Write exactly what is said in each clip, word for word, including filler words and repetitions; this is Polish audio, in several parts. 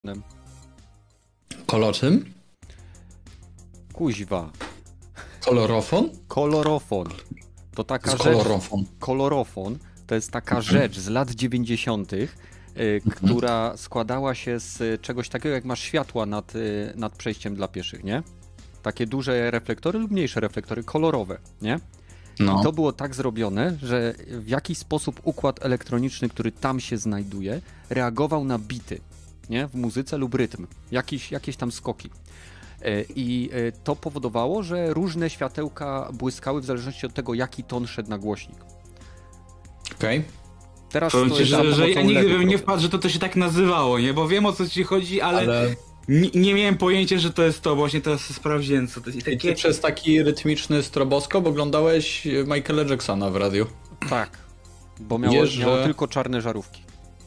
Kolorym? Kuźwa. Kolorofon? Kolorofon. To taka rzecz. Kolorofon. Kolorofon to jest taka rzecz z lat dziewięćdziesiątych, y, Mhm. która składała się z czegoś takiego, jak masz światła nad, y, nad przejściem dla pieszych, nie? Takie duże reflektory lub mniejsze reflektory kolorowe, nie? No. I to było tak zrobione, że w jakiś sposób układ elektroniczny, który tam się znajduje, reagował na bity, nie? W muzyce lub rytm, jakieś, jakieś tam skoki. I to powodowało, że różne światełka błyskały w zależności od tego, jaki ton szedł na głośnik. Okej. Okay. Teraz Powiem to ci, jest że, że ja nigdy bym nie wpadł, wpadł, że to, to się tak nazywało, nie? Bo wiem, o co ci chodzi, ale, Ale... Nie, nie miałem pojęcia, że to jest to. Właśnie teraz sprawdziłem, co to jest. I takie... I ty przez taki rytmiczny stroboskop oglądałeś Michaela Jacksona w radiu. Tak, bo miało, Wiesz, miało że... tylko czarne żarówki.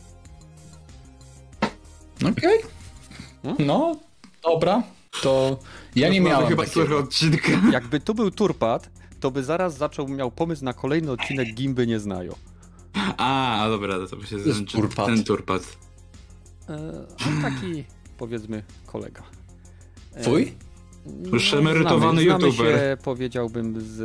Okej. Okay. No? no, dobra. To ja nie miałem chyba takiego odcinka. Jakby tu był Turpad, to by zaraz zaczął, miał pomysł na kolejny odcinek Gimby nie znają. A, a dobra, to by się ten turpad. Ten turpad. E, taki, powiedzmy, kolega. E, Twój? Już no, emerytowany znamy, znamy youtuber. się, powiedziałbym, z,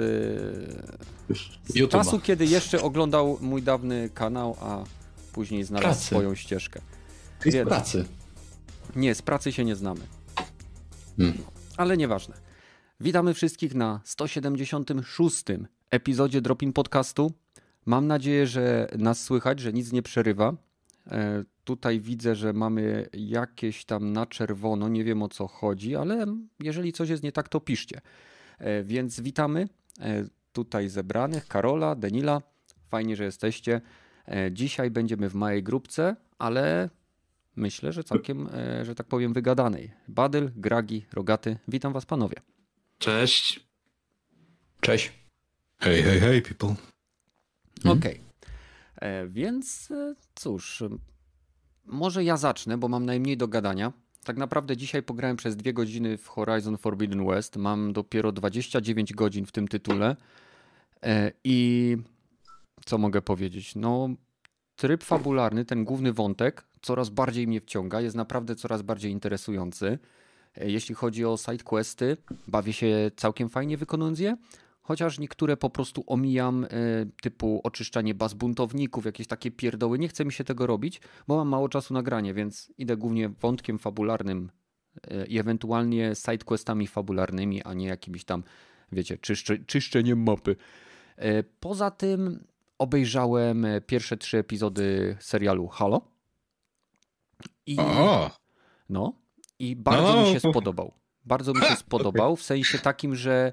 z czasu, kiedy jeszcze oglądał mój dawny kanał, a później znalazł pracy. swoją ścieżkę. Ty z pracy. Nie, z pracy się nie znamy. Hmm. Ale nieważne. Witamy wszystkich na sto siedemdziesiątym szóstym epizodzie Drop-in Podcastu. Mam nadzieję, że nas słychać, że nic nie przerywa. E, tutaj widzę, że mamy jakieś tam na czerwono, nie wiem o co chodzi, ale jeżeli coś jest nie tak, to piszcie. E, więc witamy e, tutaj zebranych, Karola, Denila, fajnie, że jesteście. E, dzisiaj będziemy w małej grupce, ale myślę, że całkiem, e, że tak powiem, wygadanej. Badyl, Gragi, Rogaty, witam was panowie. Cześć. Cześć. Hej, hej, hej, people. Hmm? Okej, okay. Więc cóż, może ja zacznę, bo mam najmniej do gadania. Tak naprawdę dzisiaj pograłem przez dwie godziny w Horizon Forbidden West. Mam dopiero dwadzieścia dziewięć godzin w tym tytule. I co mogę powiedzieć? No, tryb fabularny, ten główny wątek, coraz bardziej mnie wciąga. Jest naprawdę coraz bardziej interesujący. Jeśli chodzi o sidequesty, bawię się całkiem fajnie wykonując je. Chociaż niektóre po prostu omijam, typu oczyszczanie baz buntowników, jakieś takie pierdoły. Nie chce mi się tego robić, bo mam mało czasu na granie, więc idę głównie wątkiem fabularnym i ewentualnie sidequestami fabularnymi, a nie jakimiś tam, wiecie, czyszcze, czyszczeniem mapy. Poza tym obejrzałem pierwsze trzy epizody serialu Halo. I, no, i bardzo no. mi się spodobał. Bardzo mi się spodobał, w sensie takim, że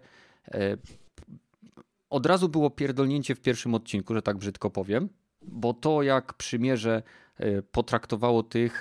od razu było pierdolnięcie w pierwszym odcinku, że tak brzydko powiem, bo to jak przymierze potraktowało tych,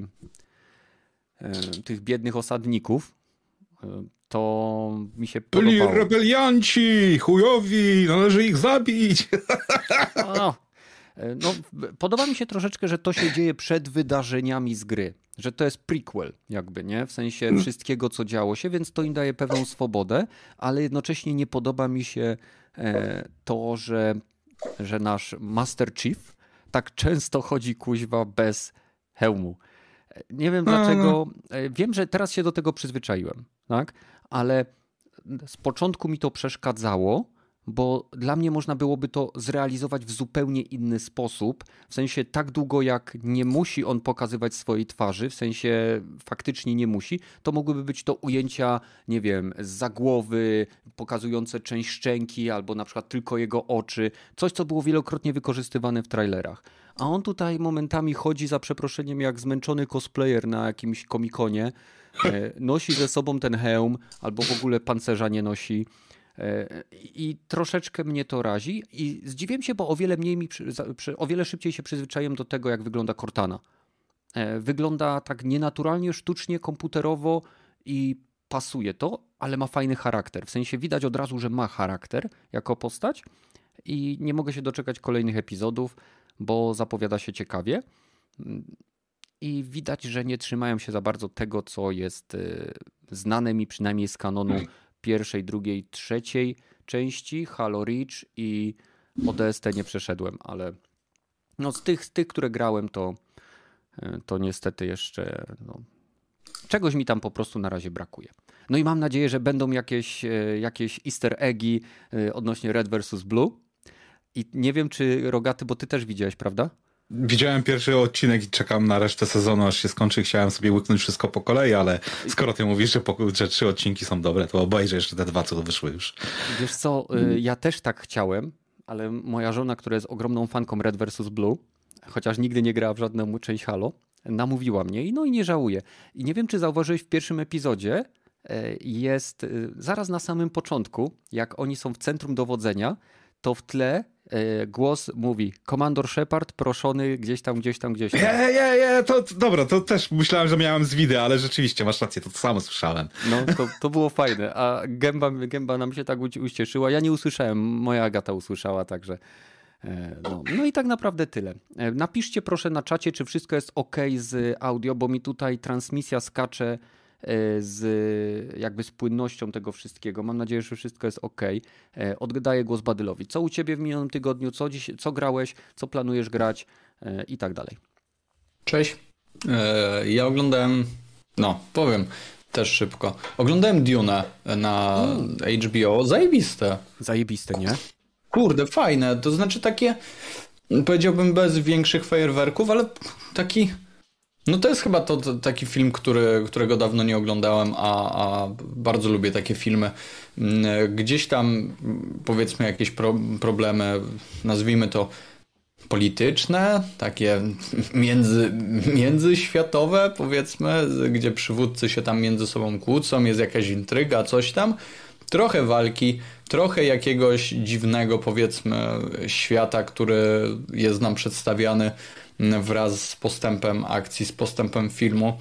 tych biednych osadników, to mi się Byli podobało. Byli rebelianci, chujowi, należy ich zabić. No, no, podoba mi się troszeczkę, że to się dzieje przed wydarzeniami z gry, że to jest prequel jakby, nie? W sensie wszystkiego, co działo się, więc to im daje pewną swobodę, ale jednocześnie nie podoba mi się to, że, że nasz Master Chief tak często chodzi kuźwa bez hełmu. Nie wiem dlaczego, wiem, że teraz się do tego przyzwyczaiłem, tak? Ale z początku mi to przeszkadzało, bo dla mnie można byłoby to zrealizować w zupełnie inny sposób, w sensie tak długo jak nie musi on pokazywać swojej twarzy, w sensie faktycznie nie musi, to mogłyby być to ujęcia, nie wiem, zza głowy, pokazujące część szczęki albo na przykład tylko jego oczy, coś co było wielokrotnie wykorzystywane w trailerach. A on tutaj momentami chodzi za przeproszeniem jak zmęczony cosplayer na jakimś komikonie, nosi ze sobą ten hełm albo w ogóle pancerza nie nosi. I troszeczkę mnie to razi i zdziwiłem się, bo o wiele mniej mi, o wiele szybciej się przyzwyczaiłem do tego, jak wygląda Cortana. Wygląda tak nienaturalnie, sztucznie, komputerowo i pasuje to, ale ma fajny charakter. W sensie widać od razu, że ma charakter jako postać i nie mogę się doczekać kolejnych epizodów, bo zapowiada się ciekawie. I widać, że nie trzymają się za bardzo tego, co jest znane mi przynajmniej z kanonu pierwszej, drugiej, trzeciej części, Halo Reach i O D S T nie przeszedłem, ale no z tych, z tych, które grałem, to to niestety jeszcze no, czegoś mi tam po prostu na razie brakuje. No i mam nadzieję, że będą jakieś, jakieś easter eggi odnośnie Red versus. Blue. I nie wiem, czy Rogaty, bo ty też widziałeś, prawda? Widziałem pierwszy odcinek i czekam na resztę sezonu, aż się skończy. Chciałem sobie łyknąć wszystko po kolei, ale skoro ty mówisz, że, po, że trzy odcinki są dobre, to obejrzę jeszcze te dwa, co wyszły już. Wiesz co, ja też tak chciałem, ale moja żona, która jest ogromną fanką Red versus. Blue, chociaż nigdy nie grała w żadną część Halo, namówiła mnie i no i nie żałuję. I nie wiem, czy zauważyłeś w pierwszym epizodzie, jest zaraz na samym początku, jak oni są w centrum dowodzenia, to w tle głos mówi Komandor Shepard proszony gdzieś tam, gdzieś tam, gdzieś tam. Je, je, je, to, to dobra, to też myślałem, że miałem z widy, ale rzeczywiście masz rację, to, to samo słyszałem. No, to, to było fajne, a gęba, gęba nam się tak ucieszyła. Ja nie usłyszałem, moja Agata usłyszała, także no, no i tak naprawdę tyle. Napiszcie proszę na czacie, czy wszystko jest ok z audio, bo mi tutaj transmisja skacze z jakby z płynnością tego wszystkiego. Mam nadzieję, że wszystko jest ok. Oddaję głos Badylowi. Co u ciebie w minionym tygodniu? Co, dziś, co grałeś? Co planujesz grać? I tak dalej. Cześć. Ja oglądałem, no powiem też szybko. Oglądałem Dune na mm. H B O. Zajebiste. Zajebiste, nie? Kurde, fajne. To znaczy takie, powiedziałbym bez większych fajerwerków, ale taki... No to jest chyba to, to taki film, który, którego dawno nie oglądałem, a, a bardzo lubię takie filmy. Gdzieś tam powiedzmy jakieś pro, problemy, nazwijmy to polityczne, takie między, międzyświatowe powiedzmy, gdzie przywódcy się tam między sobą kłócą, jest jakaś intryga, coś tam. Trochę walki, trochę jakiegoś dziwnego powiedzmy świata, który jest nam przedstawiany wraz z postępem akcji, z postępem filmu.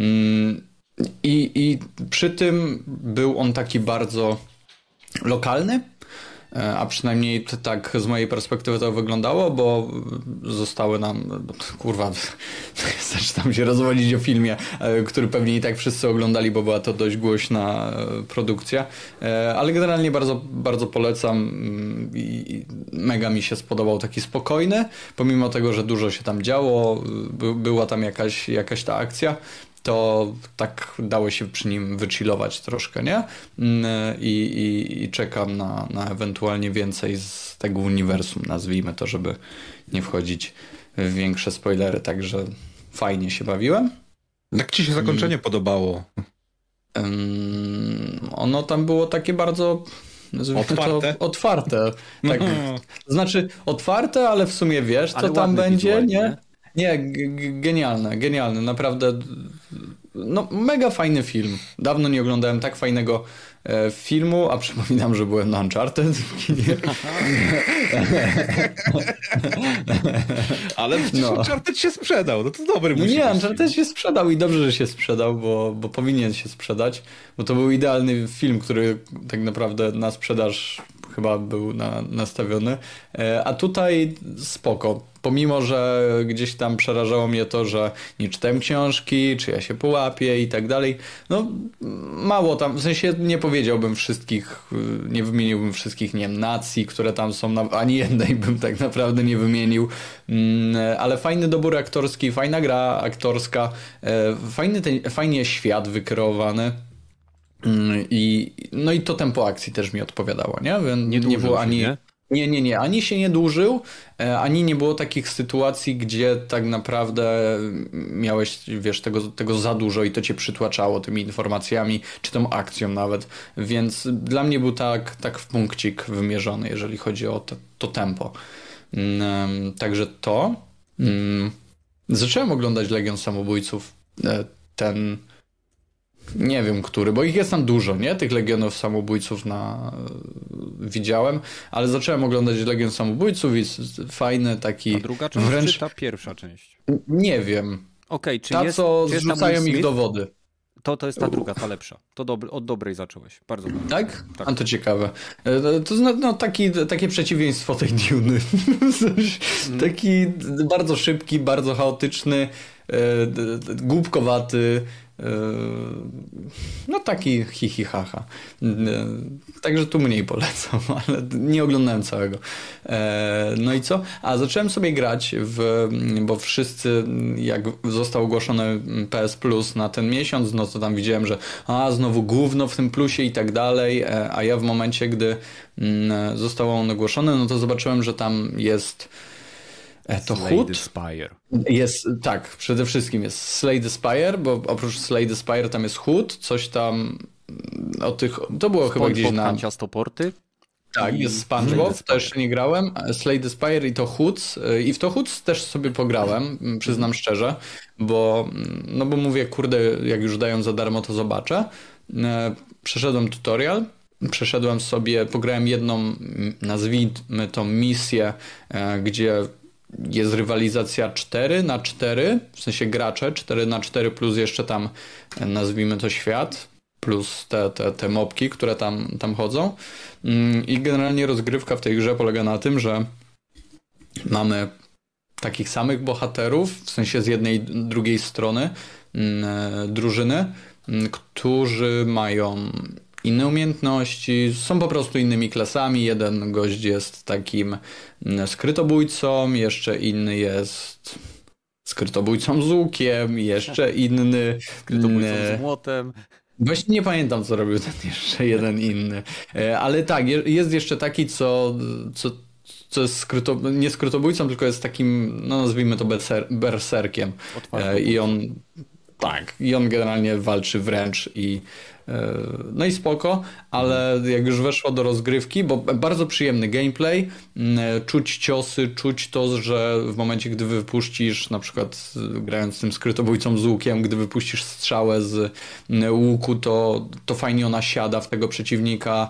I, i przy tym był on taki bardzo lokalny, a przynajmniej to tak z mojej perspektywy to wyglądało, bo zostały nam, kurwa, zaczynam się rozwodzić o filmie, który pewnie i tak wszyscy oglądali, bo była to dość głośna produkcja, ale generalnie bardzo, bardzo polecam i mega mi się spodobał, taki spokojny, pomimo tego, że dużo się tam działo, była tam jakaś, jakaś ta akcja, to tak dało się przy nim wychillować troszkę, nie? I, i, i czekam na, na ewentualnie więcej z tego uniwersum, nazwijmy to, żeby nie wchodzić w większe spoilery, także fajnie się bawiłem. Jak ci się zakończenie hmm. podobało? Um, ono tam było takie bardzo... Otwarte? To otwarte. Tak. No. Znaczy otwarte, ale w sumie wiesz, co ale tam będzie, nie? nie? Nie, g- genialne, genialne, naprawdę no mega fajny film. Dawno nie oglądałem tak fajnego e, filmu, a przypominam, że byłem na Uncharted w kinie. Ale przecież no. Uncharted się sprzedał, no to dobry no musi nie, być Uncharted film. się sprzedał i dobrze, że się sprzedał, bo, bo powinien się sprzedać, bo to był idealny film, który tak naprawdę na sprzedaż chyba był na, nastawiony, e, a tutaj spoko. Pomimo, że gdzieś tam przerażało mnie to, że nie czytałem książki, czy ja się połapię i tak dalej. No mało tam, w sensie nie powiedziałbym wszystkich, nie wymieniłbym wszystkich, nie wiem, nacji, które tam są, ani jednej bym tak naprawdę nie wymienił, ale fajny dobór aktorski, fajna gra aktorska, fajny ten, fajnie świat wykreowany. I, no i to tempo akcji też mi odpowiadało, nie? Więc nie, nie było ani... Nie? Nie, nie, nie. Ani się nie dłużył, ani nie było takich sytuacji, gdzie tak naprawdę miałeś, wiesz, tego, tego za dużo i to cię przytłaczało tymi informacjami, czy tą akcją nawet. Więc dla mnie był tak, tak w punkcik wymierzony, jeżeli chodzi o to, to tempo. Także to. Zacząłem oglądać Legion Samobójców. Ten... Nie wiem, który, bo ich jest tam dużo, nie? Tych Legionów Samobójców na... widziałem, ale zacząłem oglądać Legion Samobójców i fajny taki... A druga część wręcz... czy ta pierwsza część? Nie wiem. Okej, czy ta, jest, co czy jest zrzucają ich do wody. To, to jest ta druga, ta lepsza. To dobry, od dobrej zacząłeś. Bardzo dobrze. Tak? Tak. A to ciekawe. To no, no, taki, takie przeciwieństwo tej Duny. Taki bardzo szybki, bardzo chaotyczny, głupkowaty, no taki hi hi ha ha. Także tu mniej polecam, ale nie oglądałem całego. No i co? A zacząłem sobie grać, w, bo wszyscy jak został ogłoszony P S Plus na ten miesiąc, no to tam widziałem, że a znowu gówno w tym plusie i tak dalej, a ja w momencie, gdy zostało on ogłoszone, no to zobaczyłem, że tam jest to Slay Hood. the Spire. Jest, tak, przede wszystkim jest Slay the Spire, bo oprócz Slay the Spire tam jest Hood, coś tam o tych, to było chyba gdzieś na... Ciastoporty. Tak, jest SpongeBob, to jeszcze nie grałem, Slay the Spire i to Hoods, i w to Hoods też sobie pograłem, przyznam szczerze, bo, no bo mówię, kurde, jak już dają za darmo, to zobaczę. Przeszedłem tutorial, przeszedłem sobie, pograłem jedną, nazwijmy to misję, gdzie jest rywalizacja cztery na cztery, w sensie gracze, cztery na cztery plus jeszcze tam, nazwijmy to świat, plus te, te, te mopki, które tam, tam chodzą. I generalnie rozgrywka w tej grze polega na tym, że mamy takich samych bohaterów, w sensie z jednej i drugiej strony drużyny, którzy mają inne umiejętności, są po prostu innymi klasami. Jeden gość jest takim skrytobójcą, jeszcze inny jest skrytobójcą z łukiem, jeszcze inny skrytobójcą z młotem. Właśnie nie pamiętam, co robił ten jeszcze jeden inny. Ale tak, jest jeszcze taki, co, co, co jest skryto, nie skrytobójcą, tylko jest takim, no nazwijmy to berser, berserkiem. Otwarto. I on tak, i on generalnie walczy wręcz i no i spoko, ale jak już weszło do rozgrywki, bo bardzo przyjemny gameplay, czuć ciosy, czuć to, że w momencie, gdy wypuścisz, na przykład grając z tym skrytobójcą z łukiem, gdy wypuścisz strzałę z łuku, to, to fajnie ona siada w tego przeciwnika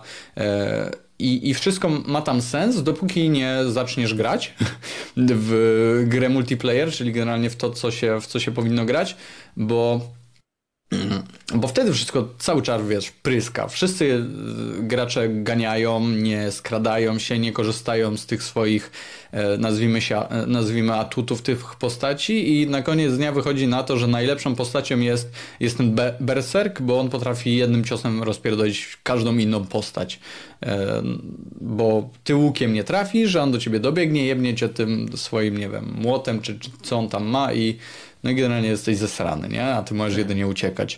i, i wszystko ma tam sens, dopóki nie zaczniesz grać w grę multiplayer, czyli generalnie w to, co się, w co się powinno grać, bo Bo wtedy wszystko cały czas, wiesz, pryska. Wszyscy gracze ganiają, nie skradają się, nie korzystają z tych swoich, nazwijmy się, nazwijmy atutów tych postaci i na koniec dnia wychodzi na to, że najlepszą postacią jest, jest ten be- berserk, bo on potrafi jednym ciosem rozpierdolić każdą inną postać. Bo ty łukiem nie trafisz, a on do ciebie dobiegnie, jebnie cię tym swoim, nie wiem, młotem, czy, czy co on tam ma i no i generalnie jesteś zesrany, nie? A ty możesz jedynie uciekać.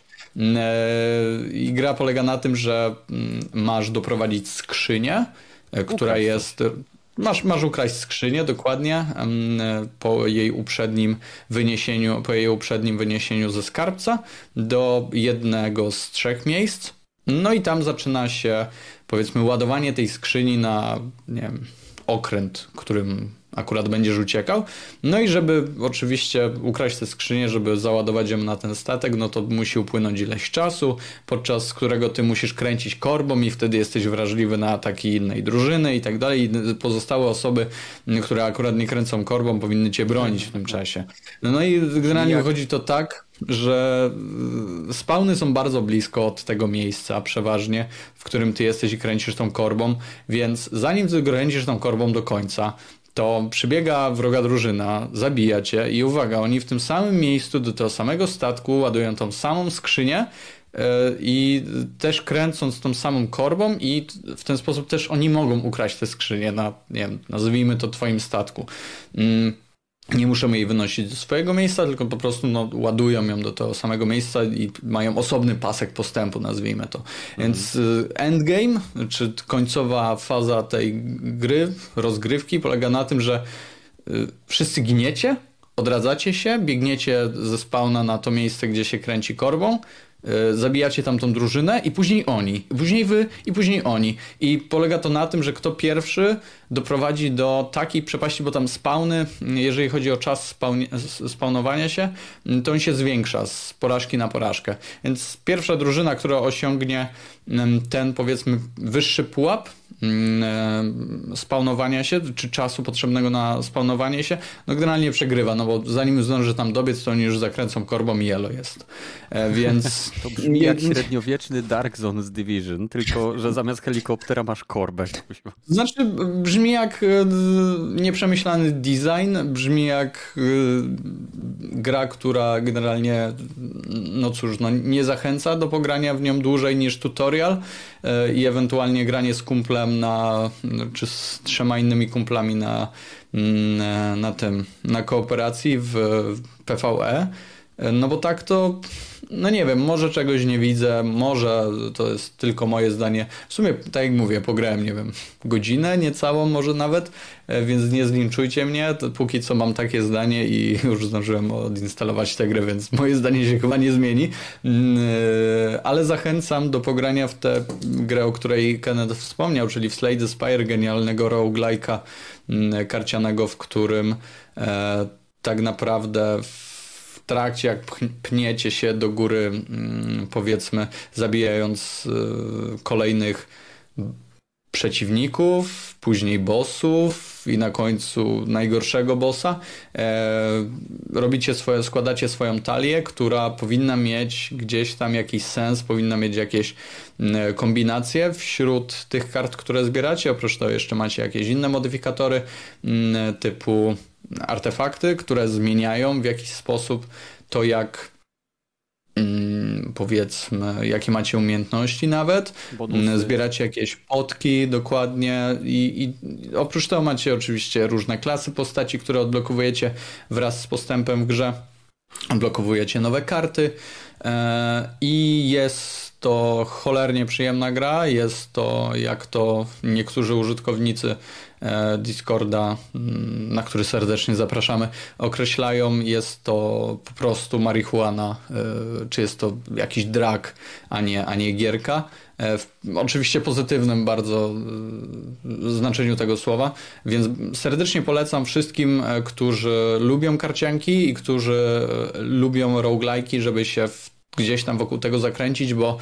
I gra polega na tym, że masz doprowadzić skrzynię, która ukraść jest... Masz, masz ukraść skrzynię, dokładnie, po jej uprzednim wyniesieniu, po jej uprzednim wyniesieniu ze skarbca do jednego z trzech miejsc. No i tam zaczyna się, powiedzmy, ładowanie tej skrzyni na, nie wiem, okręt, którym akurat będziesz uciekał. No i żeby oczywiście ukraść tę skrzynię, żeby załadować ją na ten statek, no to musi upłynąć ileś czasu, podczas którego ty musisz kręcić korbą i wtedy jesteś wrażliwy na ataki innej drużyny i tak dalej. I pozostałe osoby, które akurat nie kręcą korbą, powinny cię bronić w tym czasie. No i generalnie wychodzi to tak, że spawny są bardzo blisko od tego miejsca przeważnie, w którym ty jesteś i kręcisz tą korbą, więc zanim ty kręcisz tą korbą do końca, to przybiega wroga drużyna, zabija cię i uwaga, oni w tym samym miejscu do tego samego statku ładują tą samą skrzynię yy, i też kręcąc tą samą korbą i w ten sposób też oni mogą ukraść tę skrzynię na, nie wiem, nazwijmy to twoim statku. Yy. Nie muszą jej wynosić do swojego miejsca, tylko po prostu no, ładują ją do tego samego miejsca i mają osobny pasek postępu, nazwijmy to. Więc mhm. endgame, czy końcowa faza tej gry, rozgrywki polega na tym, że wszyscy giniecie, odradzacie się, biegniecie ze spawna na to miejsce, gdzie się kręci korbą, zabijacie tam tą drużynę i później oni, później wy i później oni. I polega to na tym, że kto pierwszy doprowadzi do takiej przepaści, bo tam spawny, jeżeli chodzi o czas spawni- spawnowania się, to on się zwiększa z porażki na porażkę. Więc pierwsza drużyna, która osiągnie ten, powiedzmy, wyższy pułap, spawnowania się, czy czasu potrzebnego na spawnowanie się, no generalnie przegrywa, no bo zanim zdąży tam dobiec, to oni już zakręcą korbą i elo jest. Więc... To brzmi jak średniowieczny Dark Zone z Division, tylko że zamiast helikoptera masz korbę. Znaczy brzmi jak nieprzemyślany design, brzmi jak gra, która generalnie, no cóż, no nie zachęca do pogrania w nią dłużej niż tutorial i ewentualnie granie z kumplem na, czy z trzema innymi kumplami na, na, na tym, na kooperacji w P V E. No bo tak to, no nie wiem, może czegoś nie widzę, może to jest tylko moje zdanie. W sumie, tak jak mówię, pograłem, nie wiem, godzinę, niecałą może nawet, więc nie zlinczujcie mnie. To póki co mam takie zdanie i już zdążyłem odinstalować tę grę, więc moje zdanie się chyba nie zmieni. Ale zachęcam do pogrania w tę grę, o której Kenneth wspomniał, czyli w Slay the Spire, genialnego roguelike'a karcianego, w którym e, tak naprawdę w trakcie, jak pchniecie się do góry, powiedzmy, zabijając kolejnych przeciwników, później bossów i na końcu najgorszego bossa, e, robicie swoje, składacie swoją talię, która powinna mieć gdzieś tam jakiś sens, powinna mieć jakieś kombinacje wśród tych kart, które zbieracie. Oprócz tego jeszcze macie jakieś inne modyfikatory typu artefakty, które zmieniają w jakiś sposób to, jak mm, powiedzmy, jakie macie umiejętności nawet. Bonusy. Zbieracie jakieś potki dokładnie i, i oprócz tego macie oczywiście różne klasy postaci, które odblokowujecie wraz z postępem w grze. Odblokowujecie nowe karty e, i jest to cholernie przyjemna gra. Jest to, jak to niektórzy użytkownicy Discorda, na który serdecznie zapraszamy, określają, jest to po prostu marihuana, czy jest to jakiś drag, a nie, a nie gierka. W oczywiście pozytywnym bardzo znaczeniu tego słowa, więc serdecznie polecam wszystkim, którzy lubią karcianki i którzy lubią roguelike'i, żeby się w, gdzieś tam wokół tego zakręcić, bo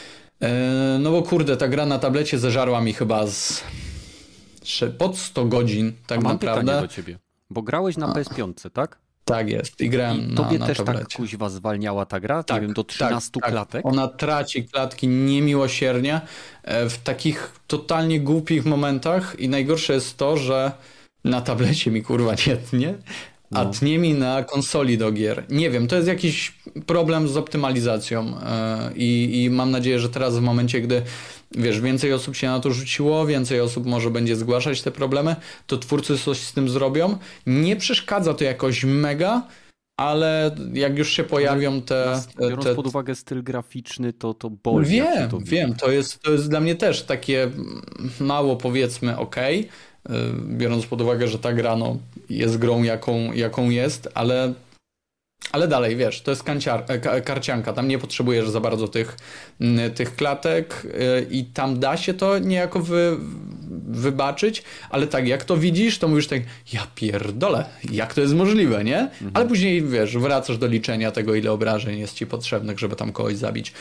no bo kurde, ta gra na tablecie zeżarła mi chyba z pod sto godzin, tak A mam naprawdę. pytanie do ciebie, bo grałeś na P S pięć, tak? Tak jest, i grałem I na, tobie na też tablecie. tak kuźwa zwalniała ta gra? Tak, nie wiem, do trzynastu tak, klatek? Tak. Ona traci klatki niemiłosiernie w takich totalnie głupich momentach i najgorsze jest to, że na tablecie mi kurwa nie tnie, a no. tnie mi na konsoli do gier. Nie wiem, to jest jakiś problem z optymalizacją i, i mam nadzieję, że teraz w momencie, gdy wiesz, więcej osób się na to rzuciło, więcej osób może będzie zgłaszać te problemy, to twórcy coś z tym zrobią. Nie przeszkadza to jakoś mega, ale jak już się pojawią te... Biorąc te... pod uwagę styl graficzny, to to boli. Wiem, to wiem, to jest, to jest dla mnie też takie mało, powiedzmy, okej, okay, biorąc pod uwagę, że ta gra no, jest grą jaką, jaką jest, ale... Ale dalej, wiesz, to jest kanciar, karcianka, tam nie potrzebujesz za bardzo tych, tych klatek i tam da się to niejako wy, wybaczyć, ale tak, jak to widzisz, to mówisz tak, ja pierdolę, jak to jest możliwe, nie? Mhm. Ale później, wiesz, wracasz do liczenia tego, ile obrażeń jest ci potrzebnych, żeby tam kogoś zabić.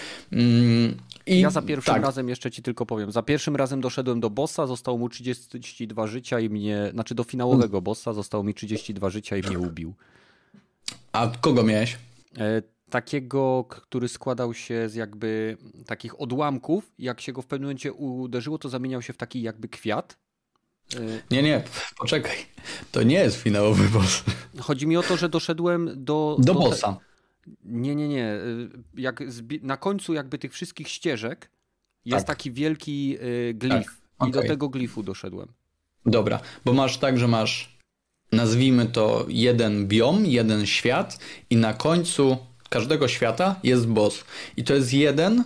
I ja za pierwszym tak. razem, jeszcze ci tylko powiem, za pierwszym razem doszedłem do bossa, zostało mu trzydzieści dwa życia i mnie, znaczy do finałowego bossa, zostało mi trzydzieści dwa życia i mnie ubił. A kogo miałeś? E, takiego, który składał się z jakby takich odłamków. Jak się go w pewnym momencie uderzyło, to zamieniał się w taki jakby kwiat. E, nie, nie, poczekaj. To nie jest finałowy boss. Chodzi mi o to, że doszedłem do... Do, do bossa. Te... Nie, nie, nie. Jak zbi... Na końcu jakby tych wszystkich ścieżek jest tak. taki wielki y, glif. Tak. Okay. I do tego glifu doszedłem. Dobra, bo masz tak, że masz... Nazwijmy to jeden biom, jeden świat i na końcu każdego świata jest boss. I to jest jeden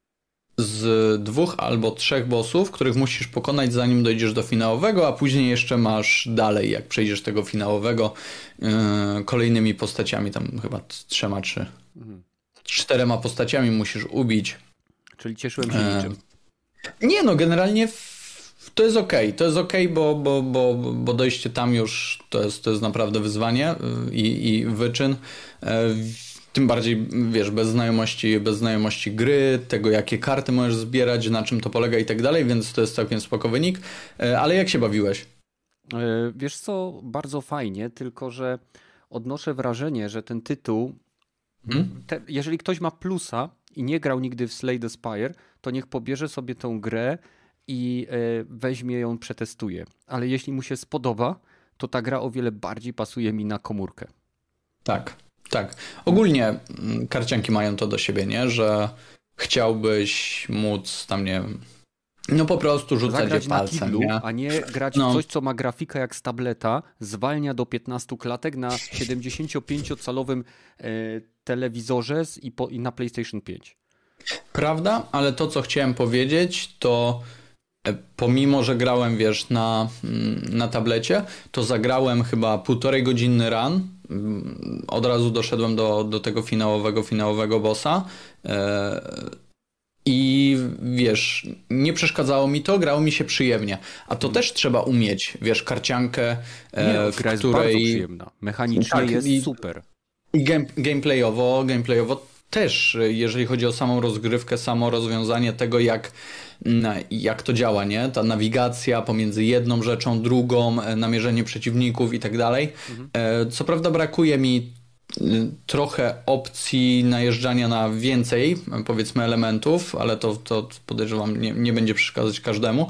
z dwóch albo trzech bossów, których musisz pokonać, zanim dojdziesz do finałowego, a później jeszcze masz dalej, jak przejdziesz tego finałowego, yy, kolejnymi postaciami, tam chyba trzema czy mhm. czterema postaciami musisz ubić. Czyli cieszyłem się yy, niczym. Nie no, generalnie to jest okej, okay. to jest okej, okay, bo, bo, bo, bo dojście tam już to jest, to jest naprawdę wyzwanie i, i wyczyn. tym bardziej, wiesz, bez znajomości, bez znajomości gry, tego jakie karty możesz zbierać, na czym to polega i tak dalej, więc to jest całkiem spoko wynik. Ale jak się bawiłeś? Wiesz co, bardzo fajnie, tylko że odnoszę wrażenie, że ten tytuł, hmm? te, jeżeli ktoś ma plusa i nie grał nigdy w Slay the Spire, to niech pobierze sobie tą grę i weźmie ją, przetestuje. Ale jeśli mu się spodoba, to ta gra o wiele bardziej pasuje mi na komórkę. Tak, tak. Ogólnie karcianki mają to do siebie, nie? Że chciałbyś móc tam, nie wiem, no po prostu rzucać je palcem, na kiblu, nie? A nie grać no. w coś, co ma grafika jak z tableta, zwalnia do piętnastu klatek na siedemdziesięciopięciocalowym e, telewizorze i, po, i na PlayStation pięć. Prawda, ale to, co chciałem powiedzieć, to pomimo, że grałem, wiesz, na, na tablecie, to zagrałem chyba półtorej godziny run. Od razu doszedłem do, do tego finałowego, finałowego bossa. I wiesz, nie przeszkadzało mi to, grało mi się przyjemnie. A to też trzeba umieć, wiesz, karciankę, nie, w gra której... jest bardzo przyjemna. Mechanicznie tak, jest i, super. I game, gameplayowo, gameplayowo też, jeżeli chodzi o samą rozgrywkę, samo rozwiązanie tego, jak, jak to działa, nie? Ta nawigacja pomiędzy jedną rzeczą, drugą, namierzenie przeciwników i tak dalej. Co prawda brakuje mi trochę opcji najeżdżania na więcej, powiedzmy, elementów, ale to, to podejrzewam nie, nie będzie przeszkadzać każdemu.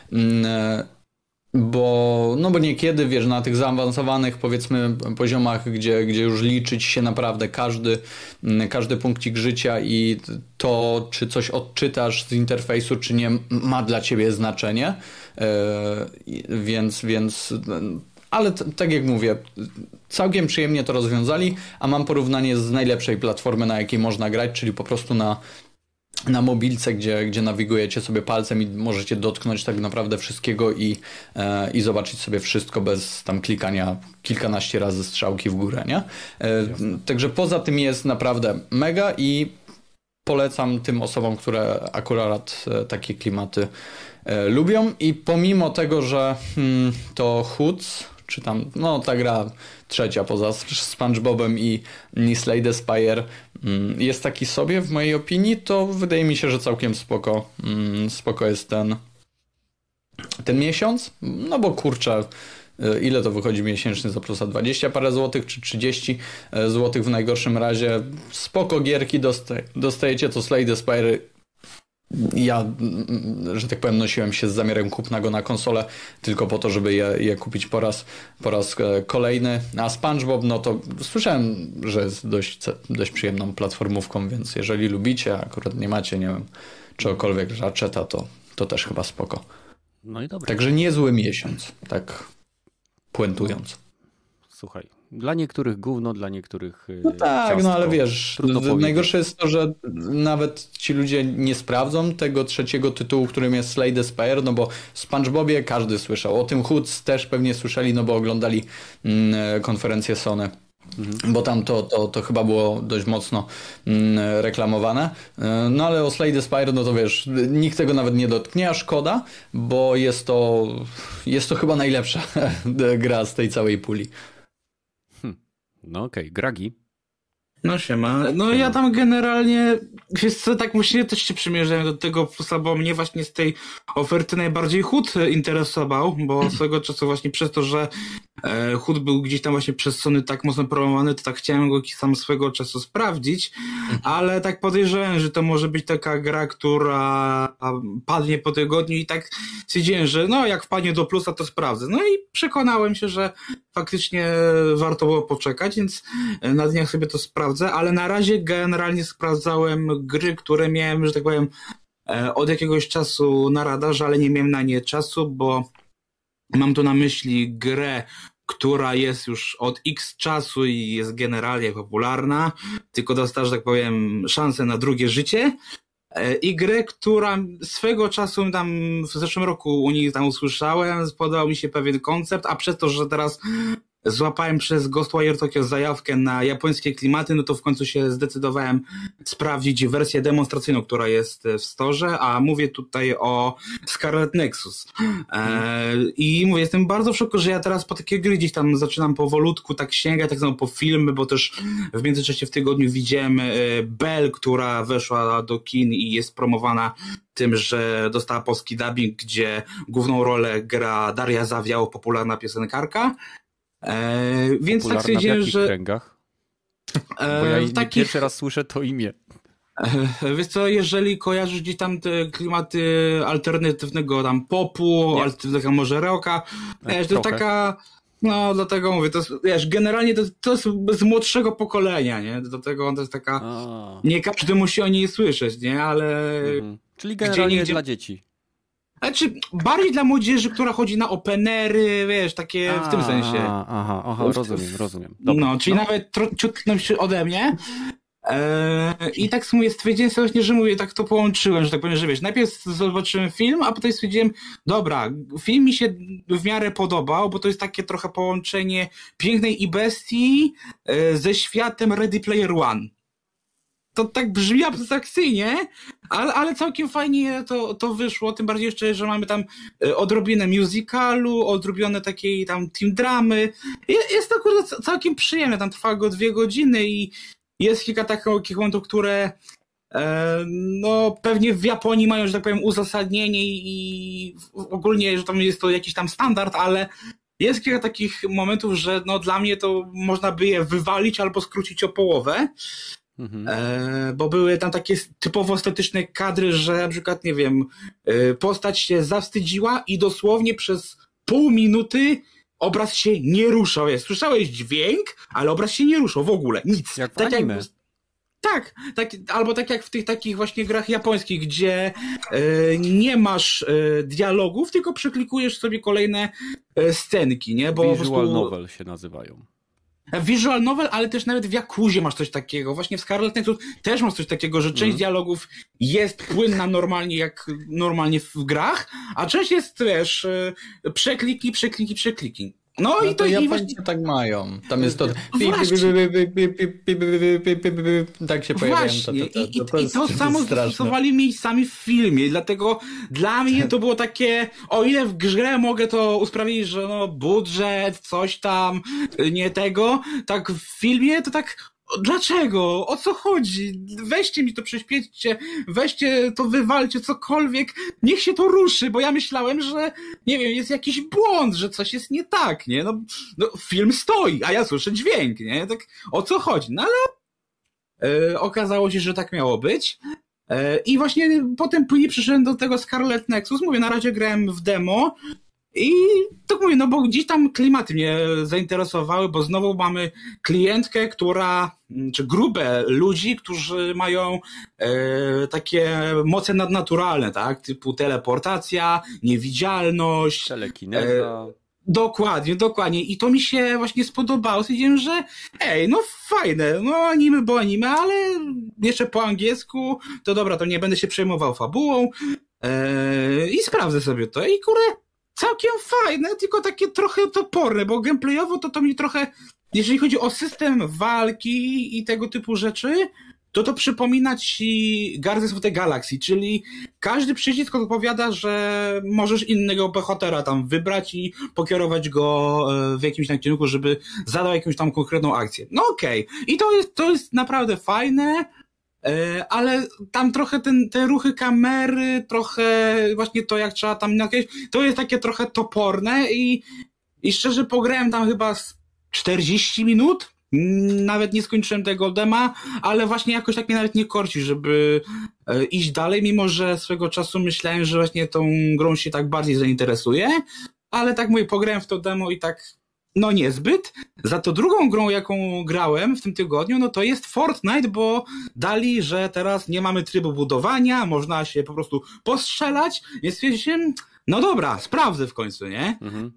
Bo, no bo niekiedy, wiesz, na tych zaawansowanych, powiedzmy, poziomach, gdzie, gdzie już liczyć się naprawdę każdy, każdy punkcik życia i to, czy coś odczytasz z interfejsu, czy nie, ma dla ciebie znaczenie. Yy, więc, więc, ale t- tak jak mówię, całkiem przyjemnie to rozwiązali, a mam porównanie z najlepszej platformy, na jakiej można grać, czyli po prostu na na mobilce, gdzie, gdzie nawigujecie sobie palcem i możecie dotknąć tak naprawdę wszystkiego i, e, i zobaczyć sobie wszystko bez tam klikania kilkanaście razy strzałki w górę, nie? E, także poza tym jest naprawdę mega i polecam tym osobom, które akurat e, takie klimaty e, lubią i pomimo tego, że hmm, to Hoods, czy tam, no ta gra trzecia poza SpongeBobem i, i Slay the Spire jest taki sobie w mojej opinii, to wydaje mi się, że całkiem spoko, spoko jest ten, ten miesiąc, no bo kurczę, ile to wychodzi miesięcznie za plusa? dwadzieścia parę złotych czy trzydzieści złotych w najgorszym razie, spoko gierki dosta- dostajecie, to Slay the Spire. Ja, że tak powiem, nosiłem się z zamiarem kupna go na konsolę tylko po to, żeby je, je kupić po raz, po raz kolejny. A SpongeBob, no to słyszałem, że jest dość, dość przyjemną platformówką, więc jeżeli lubicie, a akurat nie macie, nie wiem, czegokolwiek Ratcheta, to, to też chyba spoko. No i dobra. Także niezły miesiąc, tak puentując. Słuchaj, dla niektórych gówno, dla niektórych no tak, ciastko. No ale wiesz, najgorsze jest to, że nawet ci ludzie nie sprawdzą tego trzeciego tytułu, którym jest Slay the Spire, no bo SpongeBobie każdy słyszał. O tym Hoods też pewnie słyszeli, no bo oglądali mm, konferencję Sony. Mhm. Bo tam to, to, to chyba było dość mocno mm, reklamowane. No ale o Slay the Spire, no to wiesz, nikt tego nawet nie dotknie, a szkoda, bo jest to, jest to chyba najlepsza gra z tej całej puli. No okej, okay. Gragi. No siema. No ja tam generalnie, wiesz co, tak właśnie też się przymierzałem do tego plusa, bo mnie właśnie z tej oferty najbardziej Hood interesował, bo swego czasu właśnie przez to, że e, Hood był gdzieś tam właśnie przez Sony tak mocno promowany, to tak chciałem go sam swego czasu sprawdzić, ale tak podejrzewałem, że to może być taka gra, która padnie po tygodniu i tak stwierdziłem, że no jak wpadnie do plusa, to sprawdzę. No i przekonałem się, że faktycznie warto było poczekać, więc na dniach sobie to sprawdzę, ale na razie generalnie sprawdzałem gry, które miałem, że tak powiem, od jakiegoś czasu na radarze, ale nie miałem na nie czasu, bo mam tu na myśli grę, która jest już od X czasu i jest generalnie popularna, tylko dostała, że tak powiem, szansę na drugie życie. I grę, która swego czasu tam w zeszłym roku u nich tam usłyszałem, spodobał mi się pewien koncept, a przez to, że teraz złapałem przez Ghostwire Tokyo zajawkę na japońskie klimaty, no to w końcu się zdecydowałem sprawdzić wersję demonstracyjną, która jest w storze, a mówię tutaj o Scarlet Nexus. E, I mówię, jestem bardzo w szoku, że ja teraz po takie gry gdzieś tam zaczynam powolutku tak sięgać, tak samo po filmy, bo też w międzyczasie w tygodniu widziałem Belle, która weszła do kin i jest promowana tym, że dostała polski dubbing, gdzie główną rolę gra Daria Zawiało, popularna piosenkarka. E, więc popularna tak stwierdziłem, w jakich że... kręgach? E, Bo ja takich... pierwszy raz słyszę to imię. E, wiesz co, jeżeli kojarzysz gdzieś tam te klimaty alternatywnego tam popu, Nie. alternatywnego może rocka, wiesz, to trochę. taka... No, dlatego mówię, to jest, wiesz, generalnie to, to jest z młodszego pokolenia, nie? Dlatego to jest taka... A. Nie każdy musi o niej słyszeć, nie? Ale... Mhm. Czyli generalnie nigdzie- dla dzieci. Znaczy, bardziej dla młodzieży, która chodzi na openery, wiesz, takie w tym A, sensie. Aha, aha, W- rozumiem, rozumiem. Dobra. No, czyli nawet tro- ciut lepszy ode mnie. Eee, I tak sobie stwierdziłem sobie właśnie, że mówię, tak to połączyłem, że tak powiem, że wiesz, najpierw zobaczyłem film, a potem stwierdziłem, dobra, film mi się w miarę podobał, bo to jest takie trochę połączenie Pięknej i Bestii e, ze światem Ready Player One. To tak brzmi abstrakcyjnie, ale, ale całkiem fajnie to, to wyszło, tym bardziej jeszcze, że mamy tam e, odrobinę musicalu, odrobinę takiej tam team dramy. Je- Jest to kurde c- całkiem przyjemne, tam trwa go dwie godziny i jest kilka takich momentów, które e, no pewnie w Japonii mają, że tak powiem, uzasadnienie i w- ogólnie, że tam jest to jakiś tam standard, ale jest kilka takich momentów, że no dla mnie to można by je wywalić albo skrócić o połowę. Mhm. E, bo były tam takie typowo estetyczne kadry, że na przykład, nie wiem, e, postać się zawstydziła i dosłownie przez pół minuty obraz się nie ruszał. Jest, słyszałeś dźwięk, ale obraz się nie ruszał w ogóle, nic. Jak w tak anime. Jak, tak, tak, albo tak jak w tych takich właśnie grach japońskich, gdzie e, nie masz e, dialogów, tylko przeklikujesz sobie kolejne e, scenki, nie? Bo po Visual prostu... novel się nazywają. Visual novel, ale też nawet w Yakuzie masz coś takiego. Właśnie w Scarlet Nexus też masz coś takiego, że część Mhm. dialogów jest płynna normalnie jak normalnie w grach, a część jest, wiesz, e, przekliki, przekliki, przekliki. No, No i to to i Japońcy właśnie... tak mają. Tam jest to... Właśnie. Tak się pojawiają. Właśnie, To, to, i, i, to, to i jest to samo straszne. zastosowali miejscami w filmie, dlatego dla mnie to było takie, o ile w grze mogę to usprawiedliwić, że no budżet, coś tam, nie tego, tak w filmie to tak, dlaczego? O co chodzi? Weźcie mi to, prześpiećcie, weźcie to, wywalcie, cokolwiek, niech się to ruszy, bo ja myślałem, że, nie wiem, jest jakiś błąd, że coś jest nie tak, nie? No, no film stoi, a ja słyszę dźwięk, nie? Tak, o co chodzi? No ale E, okazało się, że tak miało być. E, I właśnie potem później przyszedłem do tego Scarlet Nexus. Mówię, na razie grałem w demo i tak mówię, no bo gdzieś tam klimaty mnie zainteresowały, bo znowu mamy klientkę, która, czy grupę ludzi, którzy mają e, takie moce nadnaturalne, tak? Typu teleportacja, niewidzialność. Telekineza. Dokładnie, dokładnie. I to mi się właśnie spodobało. Stwierdziłem, że ej, no fajne, no anime, bo anime, ale jeszcze po angielsku, to dobra, to nie będę się przejmował fabułą eee, i sprawdzę sobie to. I kurde, całkiem fajne, tylko takie trochę toporne, bo gameplayowo to to mi trochę, jeżeli chodzi o system walki i tego typu rzeczy, to to przypomina ci Guardians of the Galaxy, czyli każdy przycisk odpowiada, że możesz innego bohatera tam wybrać i pokierować go w jakimś tam kierunku, żeby zadał jakąś tam konkretną akcję. No okej. Okay. I to jest, to jest naprawdę fajne, ale tam trochę ten, te ruchy kamery, trochę właśnie to jak trzeba tam jakieś, to jest takie trochę toporne i, i szczerze pograłem tam chyba z czterdzieści minut. Nawet nie skończyłem tego dema, ale właśnie jakoś tak mnie nawet nie korci, żeby e, iść dalej, mimo że swego czasu myślałem, że właśnie tą grą się tak bardziej zainteresuję, ale tak mówię, pograłem w to demo i tak no niezbyt. Za to drugą grą, jaką grałem w tym tygodniu, no to jest Fortnite, bo dali, że teraz nie mamy trybu budowania, można się po prostu postrzelać, więc stwierdziłem, no dobra, sprawdzę w końcu, nie? Mhm.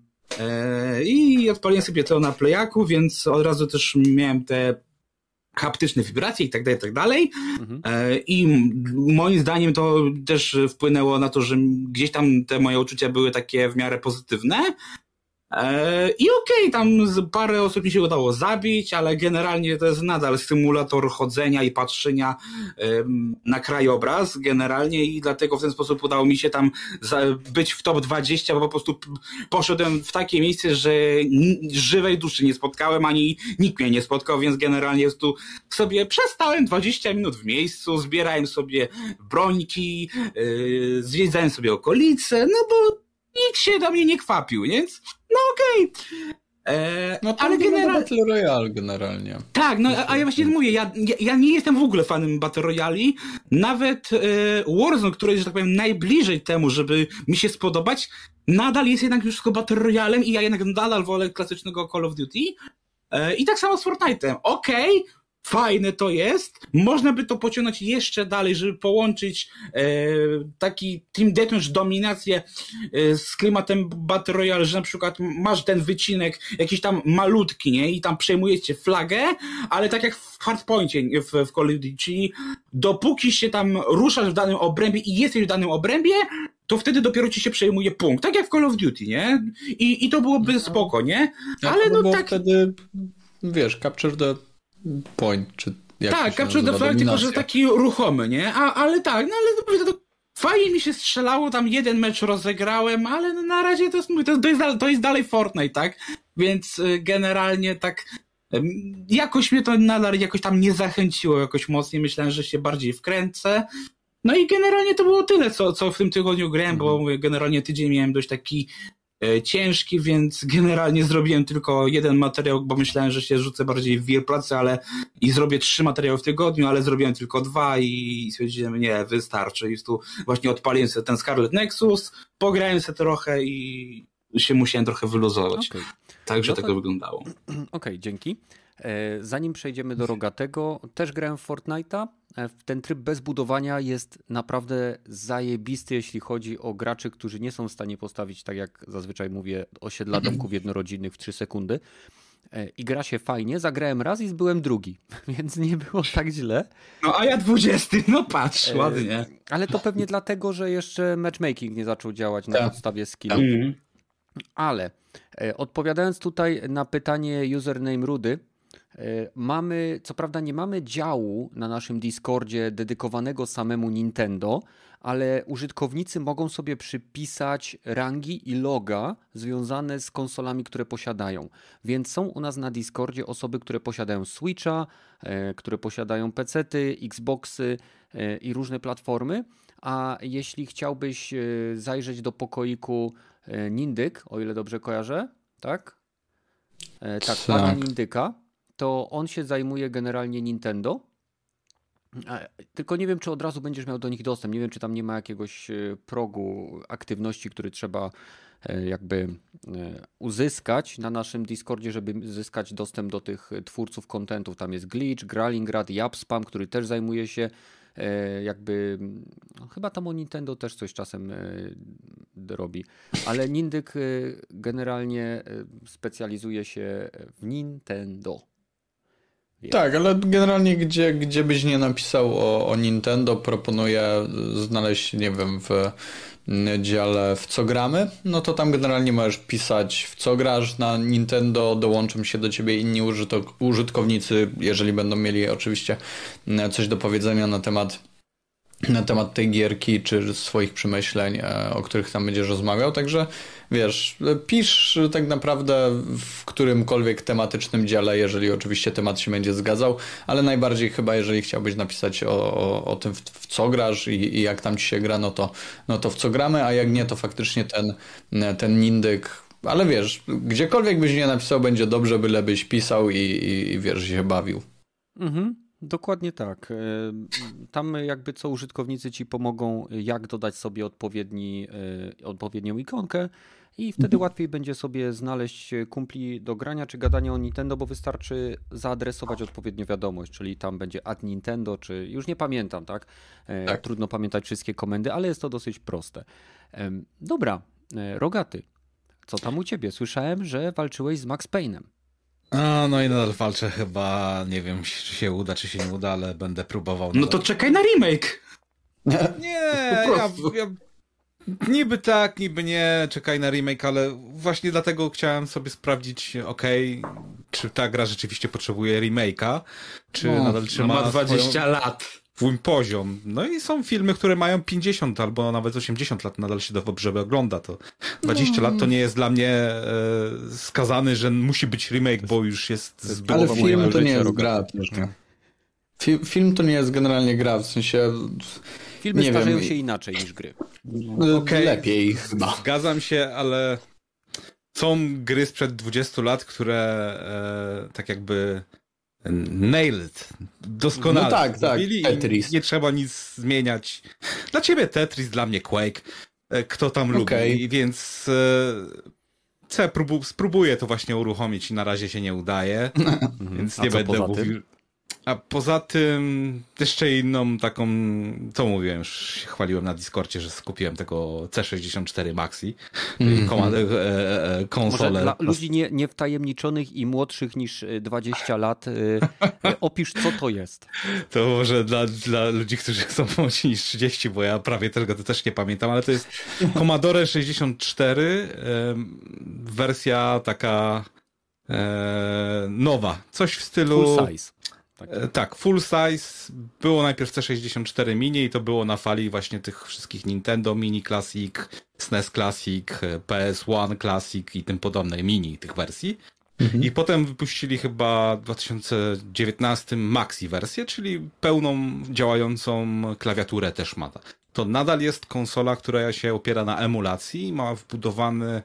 I odpaliłem sobie to na Playaku, więc od razu też miałem te haptyczne wibracje i tak dalej, i tak dalej. Mhm. I moim zdaniem to też wpłynęło na to, że gdzieś tam te moje uczucia były takie w miarę pozytywne. E, I okej, okay, tam parę osób mi się udało zabić, ale generalnie to jest nadal symulator chodzenia i patrzenia um, na krajobraz generalnie i dlatego w ten sposób udało mi się tam za, być w top dwadzieścia, bo po prostu poszedłem w takie miejsce, że żywej duszy nie spotkałem, ani nikt mnie nie spotkał, więc generalnie tu sobie przestałem dwadzieścia minut w miejscu, zbierałem sobie brońki, yy, zwiedzałem sobie okolice, no bo nikt się do mnie nie kwapił, więc no okej. Okay. No to ale generalnie Battle Royale generalnie. Tak, no a, a ja właśnie mówię, ja, ja, ja nie jestem w ogóle fanem Battle Royali. Nawet e, Warzone, który jest, że tak powiem, najbliżej temu, żeby mi się spodobać, nadal jest jednak już tylko Battle Royalem i ja jednak nadal wolę klasycznego Call of Duty. E, I tak samo z Fortnite'em. Okej, okay, fajne to jest. Można by to pociągnąć jeszcze dalej, żeby połączyć e, taki Team Deathmatch, dominację e, z klimatem Battle Royale, że na przykład masz ten wycinek jakiś tam malutki, nie? I tam przejmujecie flagę, ale tak jak w Hardpoincie w, w Call of Duty, czyli dopóki się tam ruszasz w danym obrębie i jesteś w danym obrębie, to wtedy dopiero ci się przejmuje punkt. Tak jak w Call of Duty, nie? I, i to byłoby no. spoko, nie? Ale ja, no bo tak... wtedy, wiesz, capture the point, czy jak tak, capture the flag, tylko że taki ruchomy, nie? A, ale tak, no ale to, to, fajnie mi się strzelało, tam jeden mecz rozegrałem, ale no, na razie to jest, to, to, jest, to jest dalej Fortnite, tak? Więc y, generalnie tak y, jakoś mnie to nadal jakoś tam nie zachęciło jakoś mocniej, myślałem, że się bardziej wkręcę. No i generalnie to było tyle, co, co w tym tygodniu grałem, mm. bo mówię, generalnie tydzień miałem dość taki ciężki, więc generalnie zrobiłem tylko jeden materiał, bo myślałem, że się rzucę bardziej w wir pracy, ale i zrobię trzy materiały w tygodniu, ale zrobiłem tylko dwa i stwierdziłem, nie, wystarczy. I tu właśnie odpaliłem sobie ten Scarlet Nexus, pograłem sobie trochę i się musiałem trochę wyluzować. Okay. Także no to... tak to wyglądało. Okej, okay, dzięki. Zanim przejdziemy do Rogatego, też grałem w Fortnite'a. Ten tryb bez budowania jest naprawdę zajebisty, jeśli chodzi o graczy, którzy nie są w stanie postawić, tak jak zazwyczaj mówię, osiedla domków jednorodzinnych w trzy sekundy. I gra się fajnie. Zagrałem raz i byłem drugi, więc nie było tak źle. No a ja dwudziesty, no patrz, ładnie. Ale to pewnie dlatego, że jeszcze matchmaking nie zaczął działać na podstawie skillów. Mm. Ale odpowiadając tutaj na pytanie username Rudy, mamy, co prawda nie mamy działu na naszym Discordzie dedykowanego samemu Nintendo, ale użytkownicy mogą sobie przypisać rangi i loga związane z konsolami, które posiadają. Więc są u nas na Discordzie osoby, które posiadają Switcha, które posiadają pecety, Xboxy i różne platformy. A jeśli chciałbyś zajrzeć do pokoiku Nindyk, o ile dobrze kojarzę, tak? Tak, pana Nindyka, to on się zajmuje generalnie Nintendo. Tylko nie wiem, czy od razu będziesz miał do nich dostęp. Nie wiem, czy tam nie ma jakiegoś progu aktywności, który trzeba jakby uzyskać na naszym Discordzie, żeby zyskać dostęp do tych twórców kontentów. Tam jest Glitch, Gralingrad, Japspam, który też zajmuje się jakby, no chyba tam o Nintendo też coś czasem robi, ale Nindyk generalnie specjalizuje się w Nintendo. Jest. Tak, ale generalnie gdzie, gdzie byś nie napisał o, o Nintendo, proponuję znaleźć, nie wiem, w dziale w co gramy, no to tam generalnie możesz pisać w co grasz na Nintendo, dołączą się do ciebie inni użytkownicy, jeżeli będą mieli oczywiście coś do powiedzenia na temat na temat tej gierki, czy swoich przemyśleń, o których tam będziesz rozmawiał, także wiesz, pisz tak naprawdę w którymkolwiek tematycznym dziale, jeżeli oczywiście temat się będzie zgadzał, ale najbardziej chyba, jeżeli chciałbyś napisać o, o, o tym, w, w co grasz i, i jak tam ci się gra, no to, no to w co gramy, a jak nie, to faktycznie ten, ten Nindyk, ale wiesz, gdziekolwiek byś nie napisał, będzie dobrze, bylebyś pisał i, i, i wiesz, się bawił. Mhm. Dokładnie tak. Tam jakby co użytkownicy ci pomogą, jak dodać sobie odpowiedni, odpowiednią ikonkę i wtedy mhm. łatwiej będzie sobie znaleźć kumpli do grania czy gadania o Nintendo, bo wystarczy zaadresować odpowiednią wiadomość, czyli tam będzie at Nintendo, czy już nie pamiętam, tak? tak? Trudno pamiętać wszystkie komendy, ale jest to dosyć proste. Dobra, Rogaty, co tam u ciebie? Słyszałem, że walczyłeś z Max Payne'em. A, no i nadal walczę chyba, nie wiem, czy się uda, czy się nie uda, ale będę próbował. No to czekaj na remake. Nie, ja, ja Niby tak, niby nie, czekaj na remake, ale właśnie dlatego chciałem sobie sprawdzić, okej, okay, czy ta gra rzeczywiście potrzebuje remake'a, czy no, nadal trzyma no ma dwadzieścia swoją... lat. swój poziom. No i są filmy, które mają pięćdziesiąt albo nawet osiemdziesiąt lat, nadal się dobrze ogląda. To dwadzieścia lat to nie jest dla mnie e, skazany, że musi być remake, bo już jest zbyt... Ale film to nie jest roku. gra. Film, film to nie jest generalnie gra, w sensie... Filmy nie starzeją wiem. się inaczej niż gry. Okay. Lepiej chyba. Zgadzam się, ale są gry sprzed dwudziestu lat, które e, tak jakby nailed. Doskonale. No tak, tak. Tetris. Nie trzeba nic zmieniać. Dla ciebie Tetris, dla mnie Quake. Kto tam Okay. lubi, więc e, co, próbu, spróbuję to właśnie uruchomić i na razie się nie udaje, więc A nie co będę poza mówił. tym? A poza tym jeszcze inną taką, co mówiłem, już się chwaliłem na Discordzie, że skupiłem tego C sześćdziesiąt cztery Maxi, czyli komand- e, e, konsolę. Może dla ludzi nie, niewtajemniczonych i młodszych niż dwadzieścia lat y, y, opisz, co to jest. To może dla, dla ludzi, którzy są młodsi niż trzydzieści, bo ja prawie tego to też nie pamiętam, ale to jest Commodore sześćdziesiąt cztery, e, wersja taka e, nowa, coś w stylu... Full size. Tak. E, Tak, full size. Było najpierw C sześćdziesiąt cztery mini i to było na fali właśnie tych wszystkich Nintendo Mini Classic, S N E S Classic, P S jeden Classic i tym podobnej mini tych wersji. Mhm. I potem wypuścili chyba w dwa tysiące dziewiętnastym Maxi wersję, czyli pełną działającą klawiaturę też ma. To nadal jest konsola, która się opiera na emulacji, ma wbudowany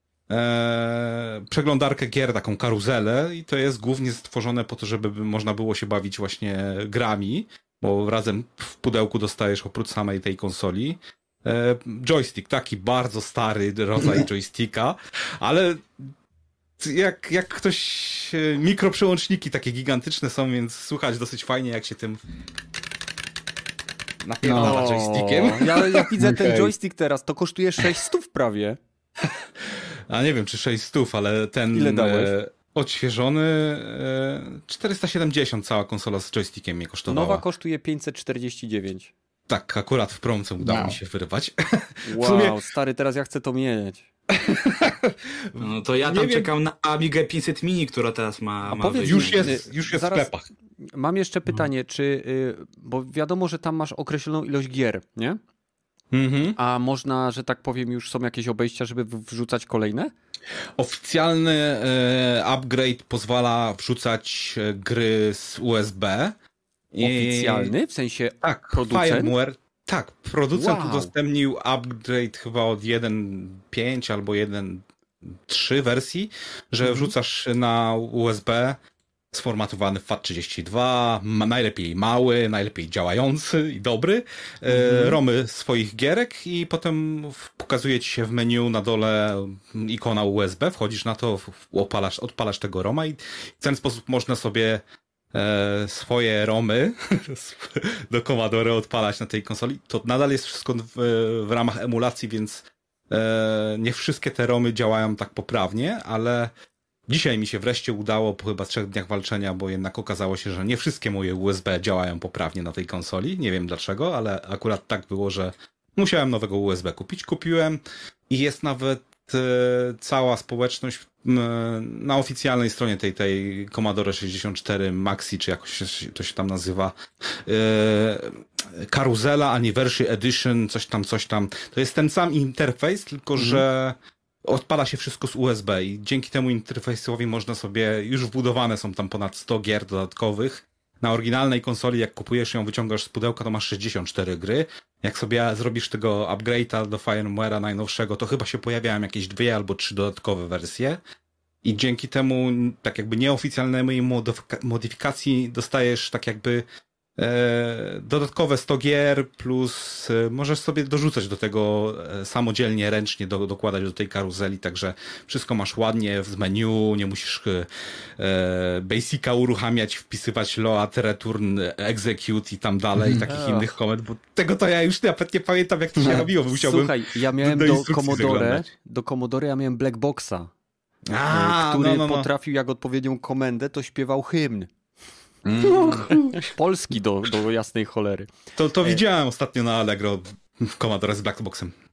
Eee, przeglądarkę gier, taką karuzelę i to jest głównie stworzone po to, żeby można było się bawić właśnie grami, bo razem w pudełku dostajesz oprócz samej tej konsoli eee, joystick, taki bardzo stary rodzaj joysticka, ale jak, jak ktoś mikroprzełączniki takie gigantyczne są, więc słychać dosyć fajnie, jak się tym napierdala No, joystickiem. Ja, ja widzę Okay. ten joystick teraz, to kosztuje sześć stów prawie. A nie wiem, czy sześćset, ale ten Ile dałeś? e, odświeżony e, czterysta siedemdziesiąt cała konsola z joystickiem mnie kosztowała. Nowa kosztuje pięćset czterdzieści dziewięć. Tak, akurat w promce udało Wow. mi się wyrwać. Wow, sumie- stary, teraz ja chcę to mieć. No to ja Nie tam wiem. czekam na Amigę pięćset Mini, która teraz ma, A ma powiedz wyjść. Już mi, jest, już jest zaraz- w sklepach. Mam jeszcze pytanie, czy, y, bo wiadomo, że tam masz określoną ilość gier, nie? Mhm. A można, że tak powiem, już są jakieś obejścia, żeby w- wrzucać kolejne? Oficjalny e, upgrade pozwala wrzucać e, gry z U S B. I- Oficjalny? W sensie Tak, producent? Firmware. Tak, producent Wow. udostępnił upgrade chyba od jeden kropka pięć albo jeden kropka trzy wersji, że Mhm. wrzucasz na U S B sformatowany F A T trzydzieści dwa, ma, najlepiej mały, najlepiej działający i dobry, Mhm. e, romy swoich gierek i potem w, pokazuje ci się w menu na dole ikona U S B, wchodzisz na to, w- opalasz, odpalasz tego roma i w ten sposób można sobie e, swoje romy do Commodore odpalać na tej konsoli. To nadal jest wszystko w, w ramach emulacji, więc e, nie wszystkie te romy działają tak poprawnie, ale dzisiaj mi się wreszcie udało po chyba trzech dniach walczenia, bo jednak okazało się, że nie wszystkie moje U S B działają poprawnie na tej konsoli. Nie wiem dlaczego, ale akurat tak było, że musiałem nowego U S B kupić. Kupiłem i jest nawet e, cała społeczność e, na oficjalnej stronie tej, tej Commodore sześćdziesiąt cztery Maxi, czy jakoś się, to się tam nazywa, e, Karuzela Anniversary Edition, coś tam, coś tam. To jest ten sam interfejs, tylko Mhm. że odpala się wszystko z U S B i dzięki temu interfejsowi można sobie, już wbudowane są tam ponad sto gier dodatkowych. Na oryginalnej konsoli, jak kupujesz ją, wyciągasz z pudełka, to masz sześćdziesiąt cztery gry. Jak sobie zrobisz tego upgrade'a do firmware'a najnowszego, to chyba się pojawiają jakieś dwie albo trzy dodatkowe wersje. I dzięki temu, tak jakby nieoficjalnej modyfika- modyfikacji dostajesz tak jakby e, dodatkowe sto gier, plus e, możesz sobie dorzucać do tego e, samodzielnie, ręcznie do, dokładać do tej karuzeli, także wszystko masz ładnie w menu, nie musisz e, e, Basica uruchamiać, wpisywać load, return, execute i tam dalej, takich Ach. innych komend, bo tego to ja już nawet nie pamiętam, jak to się robiło, bo musiałbym... Słuchaj, ja miałem do do, instrukcji Commodore, zaglądać. do Commodore ja miałem Black Boxa, A, który no, no, no. potrafił jak odpowiednią komendę, to śpiewał hymn. Mm. Polski do, do jasnej cholery. To, to widziałem ostatnio na Allegro w Commodore z Blackboxem.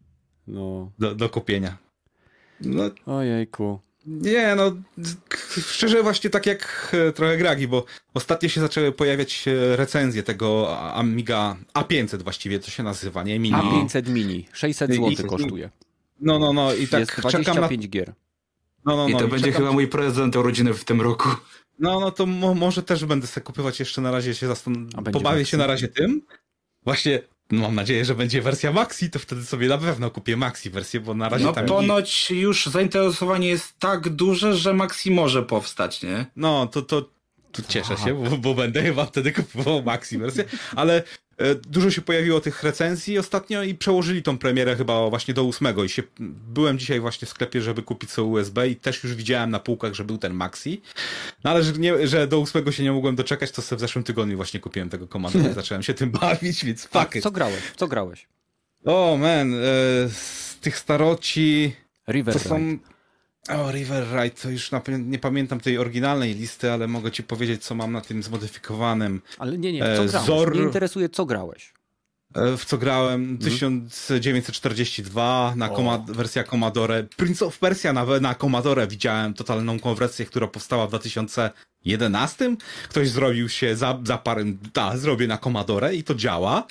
No. do, do kupienia. No, Ojejku. nie, no szczerze właśnie tak jak trochę Gragi, bo ostatnio się zaczęły pojawiać recenzje tego Amiga A pięćset właściwie, to się nazywa, nie? Mini. A pięćset mini, sześćset złotych kosztuje. No, no, no i tak jest czekam dwadzieścia pięć na... gier. No, no, no, I to i będzie czekam... chyba mój prezent urodziny w tym roku. No, no to mo może też będę sobie kupywać jeszcze na razie się zastan... Pobawię Maxi? się na razie tym. Właśnie no, mam nadzieję, że będzie wersja Maxi, to wtedy sobie na pewno kupię Maxi wersję, bo na razie No tam... ponoć już zainteresowanie jest tak duże, że Maxi może powstać, nie? No, to, to, to cieszę się, bo, bo będę chyba wtedy kupował Maxi wersję, ale e, dużo się pojawiło tych recenzji ostatnio i przełożyli tą premierę chyba właśnie do ósmego i się, byłem dzisiaj właśnie w sklepie, żeby kupić sobie U S B i też już widziałem na półkach, że był ten Maxi, no ale że, nie, że do ósmego się nie mogłem doczekać, to sobie w zeszłym tygodniu właśnie kupiłem tego Commodore i zacząłem się tym bawić, więc fuck it. Co grałeś? Co grałeś? O man, e, z tych staroci... River to są... Ride. O, River Ride, to już na, nie pamiętam tej oryginalnej listy, ale mogę ci powiedzieć, co mam na tym zmodyfikowanym. Ale nie, nie, w co grałeś? Zor... Mnie interesuje, co grałeś. W co grałem? tysiąc dziewięćset czterdzieści dwa na koma... wersja Commodore. Prince of Persia na, na Commodore widziałem totalną konwersję, która powstała w dwa tysiące jedenastym. Ktoś zrobił się za, za parę, da, zrobię na Commodore i to działa.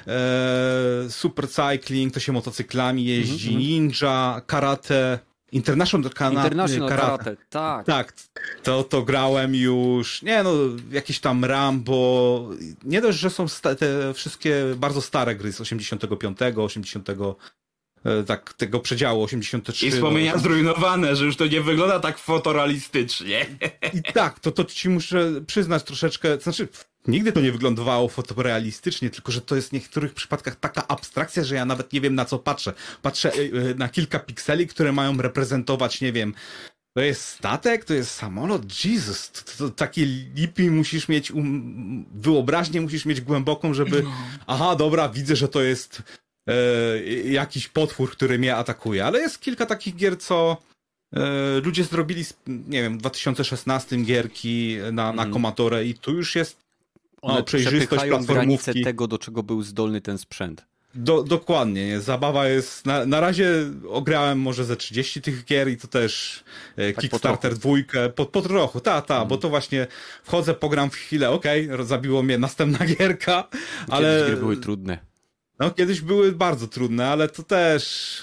Eee, Super Cycling, to się motocyklami jeździ, mm -hmm. Ninja, Karate, International, Kana International Karate. Karate, tak. Tak, to, to grałem już, nie no, jakieś tam Rambo, nie dość, że są te wszystkie bardzo stare gry z osiemdziesiątego piątego, osiemdziesiątego tak, tego przedziału, osiemdziesiąt trzy. I wspomnienia zrujnowane, że już to nie wygląda tak fotorealistycznie. I tak, to, to ci muszę przyznać troszeczkę, to znaczy nigdy to nie wyglądało fotorealistycznie, tylko że to jest w niektórych przypadkach taka abstrakcja, że ja nawet nie wiem na co patrzę. Patrzę na kilka pikseli, które mają reprezentować, nie wiem, to jest statek, to jest samolot, Jesus, to, to, to takie lipy musisz mieć, um, wyobraźnię musisz mieć głęboką, żeby, aha, dobra, widzę, że to jest e, jakiś potwór, który mnie atakuje, ale jest kilka takich gier, co e, ludzie zrobili, nie wiem, w dwa tysiące szesnastym gierki na, na Commodore i tu już jest One no, przejrzystość granice tego, do czego był zdolny ten sprzęt. Do, dokładnie, nie? Zabawa jest, na, na razie ograłem może ze trzydzieści tych gier i to też e, tak Kickstarter dwójkę, po, po trochu, ta, ta, mm. bo to właśnie wchodzę, pogram w chwilę, okej, okay, zabiło mnie następna gierka, ale... Kiedyś gry były trudne. No, kiedyś były bardzo trudne, ale to też...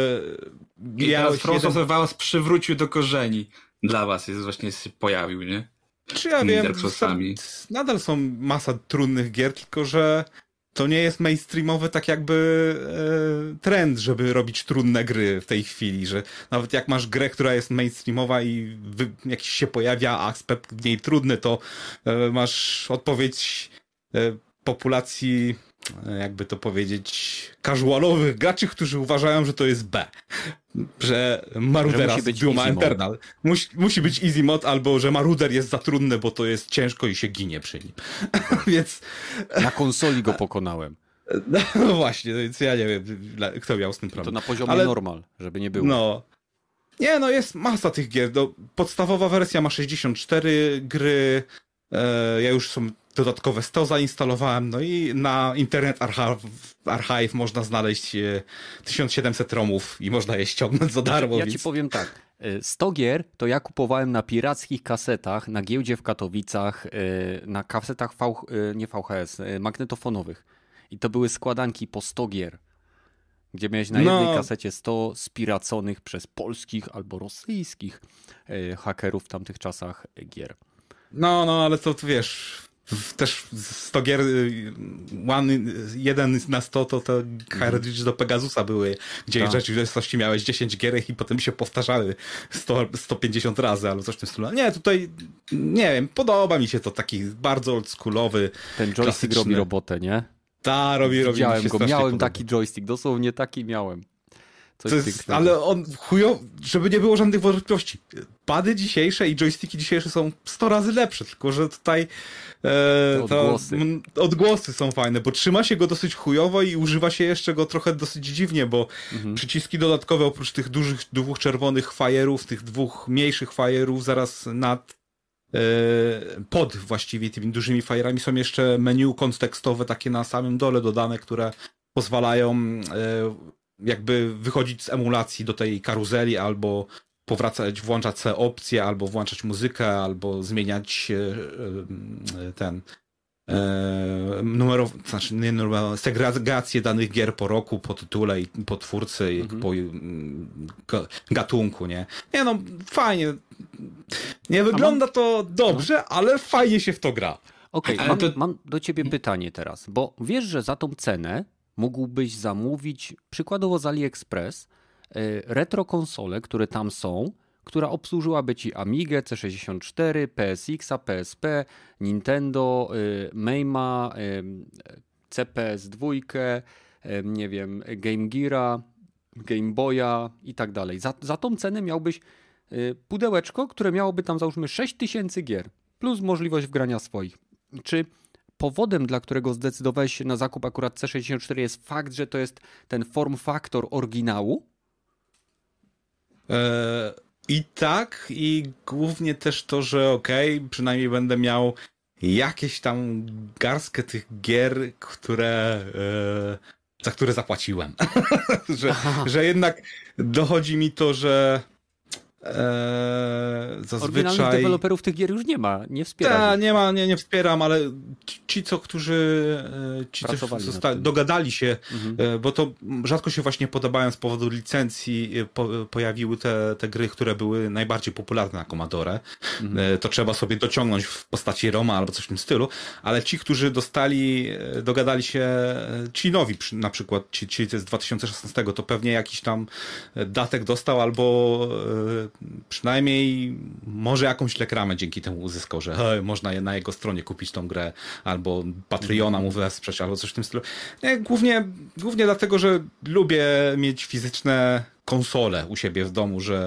E, I teraz Frost jeden... was przywrócił do korzeni. Dla was jest właśnie się pojawił, nie? Czy ja wiem, nadal są masa trudnych gier, tylko że to nie jest mainstreamowy tak jakby e, trend, żeby robić trudne gry w tej chwili, że nawet jak masz grę, która jest mainstreamowa i wy, jakiś się pojawia aspekt w niej trudny, to e, masz odpowiedź e, populacji, jakby to powiedzieć, casualowych graczy, którzy uważają, że to jest B. Że Marudera z Duma Eternal. Musi, musi być easy mod, albo że Maruder jest za trudny, bo to jest ciężko i się ginie przy nim. Więc... Na konsoli go pokonałem. No właśnie, więc ja nie wiem, kto miał z tym problem. To na poziomie ale... normal, żeby nie było. No. Nie, no jest masa tych gier. No, podstawowa wersja ma sześćdziesiąt cztery gry. E, ja już są dodatkowe sto zainstalowałem, no i na Internet Archive, Archive można znaleźć tysiąc siedemset romów i można je ściągnąć za darmo. Ja więc... ci powiem tak, sto gier to ja kupowałem na pirackich kasetach, na giełdzie w Katowicach, na kasetach v... nie V H S, magnetofonowych. I to były składanki po sto gier, gdzie miałeś na jednej no. kasecie sto spiraconych przez polskich albo rosyjskich hakerów w tamtych czasach gier. No, no, ale to, to wiesz... Też sto gier, one, jeden na sto to te cartridge do Pegasusa były, gdzie tak. w rzeczywistości miałeś dziesięć gierek i potem się powtarzały sto, sto pięćdziesiąt razy albo coś w tym stylu. Nie, tutaj, nie wiem, podoba mi się to taki bardzo oldschoolowy. Ten joystick klasyczny. Robi robotę, nie? Ta, robi, robi. Widziałem go, miałem podoba. taki joystick, dosłownie taki miałem. Jest, ale on chujo, żeby nie było żadnych wątpliwości. Pady dzisiejsze i joysticki dzisiejsze są sto razy lepsze, tylko że tutaj e, odgłosy. To, odgłosy są fajne, bo trzyma się go dosyć chujowo i używa się jeszcze go trochę dosyć dziwnie, bo mhm. przyciski dodatkowe oprócz tych dużych, dwóch czerwonych fajerów, tych dwóch mniejszych fajerów zaraz nad e, pod właściwie tymi dużymi fajerami są jeszcze menu kontekstowe takie na samym dole dodane, które pozwalają e, jakby wychodzić z emulacji do tej karuzeli, albo powracać, włączać sobie opcje, albo włączać muzykę, albo zmieniać ten numerow... znaczy nie numerow... segregację danych gier po roku, po tytule i po twórcy, mhm. po gatunku, nie? Nie no, fajnie. Nie wygląda mam... to dobrze, no. ale fajnie się w to gra. Okej, okay, mam, to... mam do ciebie pytanie teraz, bo wiesz, że za tą cenę mógłbyś zamówić przykładowo z AliExpress retro konsole, które tam są, która obsłużyłaby ci Amigę, C sześćdziesiąt cztery, P S X-a, P S P, Nintendo, Meima, C P S dwa, nie wiem, Game Geara, Game Boya i tak dalej. Za, za tą cenę miałbyś pudełeczko, które miałoby tam załóżmy sześć tysięcy gier, plus możliwość wgrania swoich. Czy powodem, dla którego zdecydowałeś się na zakup akurat C sześćdziesiąt cztery jest fakt, że to jest ten form factor oryginału? Eee, I tak, i głównie też to, że okej, okay, przynajmniej będę miał jakieś tam garstkę tych gier, które, e, za które zapłaciłem. że, że jednak dochodzi mi to, że Eee, zazwyczaj... Oryginalnych deweloperów tych gier już nie ma, nie wspieram. Ta, nie ma, nie, nie wspieram, ale ci, co, którzy ci coś zosta- dogadali się, mhm. bo to rzadko się właśnie podobają z powodu licencji, po, pojawiły te, te gry, które były najbardziej popularne na Commodore. Mhm. To trzeba sobie dociągnąć w postaci Roma albo coś w tym stylu, ale ci, którzy dostali, dogadali się, ci nowi na przykład, ci, ci z dwa tysiące szesnastego, to pewnie jakiś tam datek dostał albo przynajmniej może jakąś reklamę dzięki temu uzyskał, że hej, można na jego stronie kupić tą grę, albo Patreona mu wesprzeć, albo coś w tym stylu. Nie, głównie, głównie dlatego, że lubię mieć fizyczne konsole u siebie w domu, że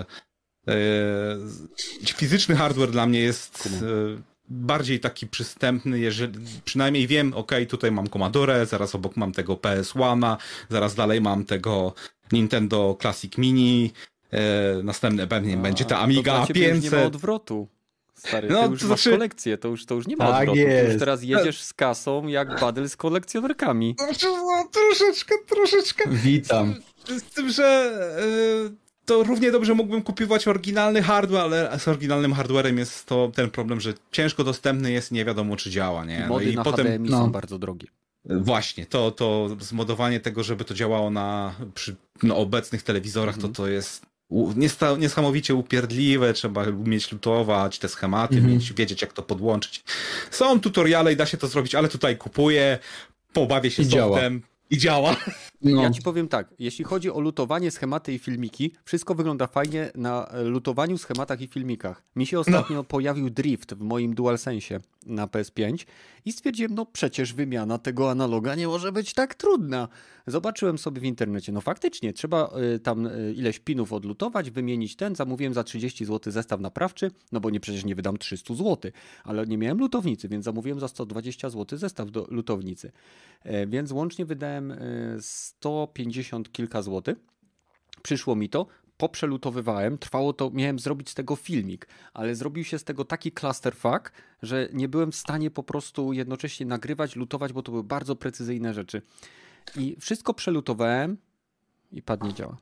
yy, fizyczny hardware dla mnie jest yy, bardziej taki przystępny, jeżeli przynajmniej wiem, ok, tutaj mam Commodore, zaraz obok mam tego P S jeden, zaraz dalej mam tego Nintendo Classic Mini, E, następne pewnie A, będzie ta Amiga A pięćset. Już nie ma odwrotu. Stary, no, ty już to masz znaczy... kolekcję, to już, to już nie ma tak odwrotu. Jest. Ty już teraz jedziesz z kasą jak Badel z kolekcjonerkami. No, troszeczkę, troszeczkę. Witam. Z, z tym, że e, to równie dobrze mógłbym kupować oryginalny hardware, ale z oryginalnym hardwarem jest to ten problem, że ciężko dostępny jest, nie wiadomo czy działa. Nie? No Mody i na potem H D M I no. są bardzo drogie. Właśnie, to, to zmodowanie tego, żeby to działało na przy no, obecnych telewizorach, mm. to to jest niesamowicie upierdliwe, trzeba umieć lutować te schematy, mm-hmm. mieć, wiedzieć jak to podłączyć. Są tutoriale i da się to zrobić, ale tutaj kupuję, pobawię się I softem i działa. No. Ja ci powiem tak, jeśli chodzi o lutowanie, schematy i filmiki, wszystko wygląda fajnie na lutowaniu, schematach i filmikach. Mi się ostatnio no. pojawił drift w moim DualSensie na P S pięć i stwierdziłem, no przecież wymiana tego analoga nie może być tak trudna. Zobaczyłem sobie w internecie, no faktycznie, trzeba y, tam y, ileś pinów odlutować, wymienić ten, zamówiłem za trzydzieści złotych zestaw naprawczy, no bo nie przecież nie wydam trzysta złotych, ale nie miałem lutownicy, więc zamówiłem za sto dwadzieścia złotych zestaw do lutownicy. E, więc łącznie wydałem y, sto pięćdziesiąt kilka złotych. Przyszło mi to, poprzelutowywałem, trwało to, miałem zrobić z tego filmik, ale zrobił się z tego taki clusterfuck, że nie byłem w stanie po prostu jednocześnie nagrywać, lutować, bo to były bardzo precyzyjne rzeczy. I wszystko przelutowałem i pad nie działa.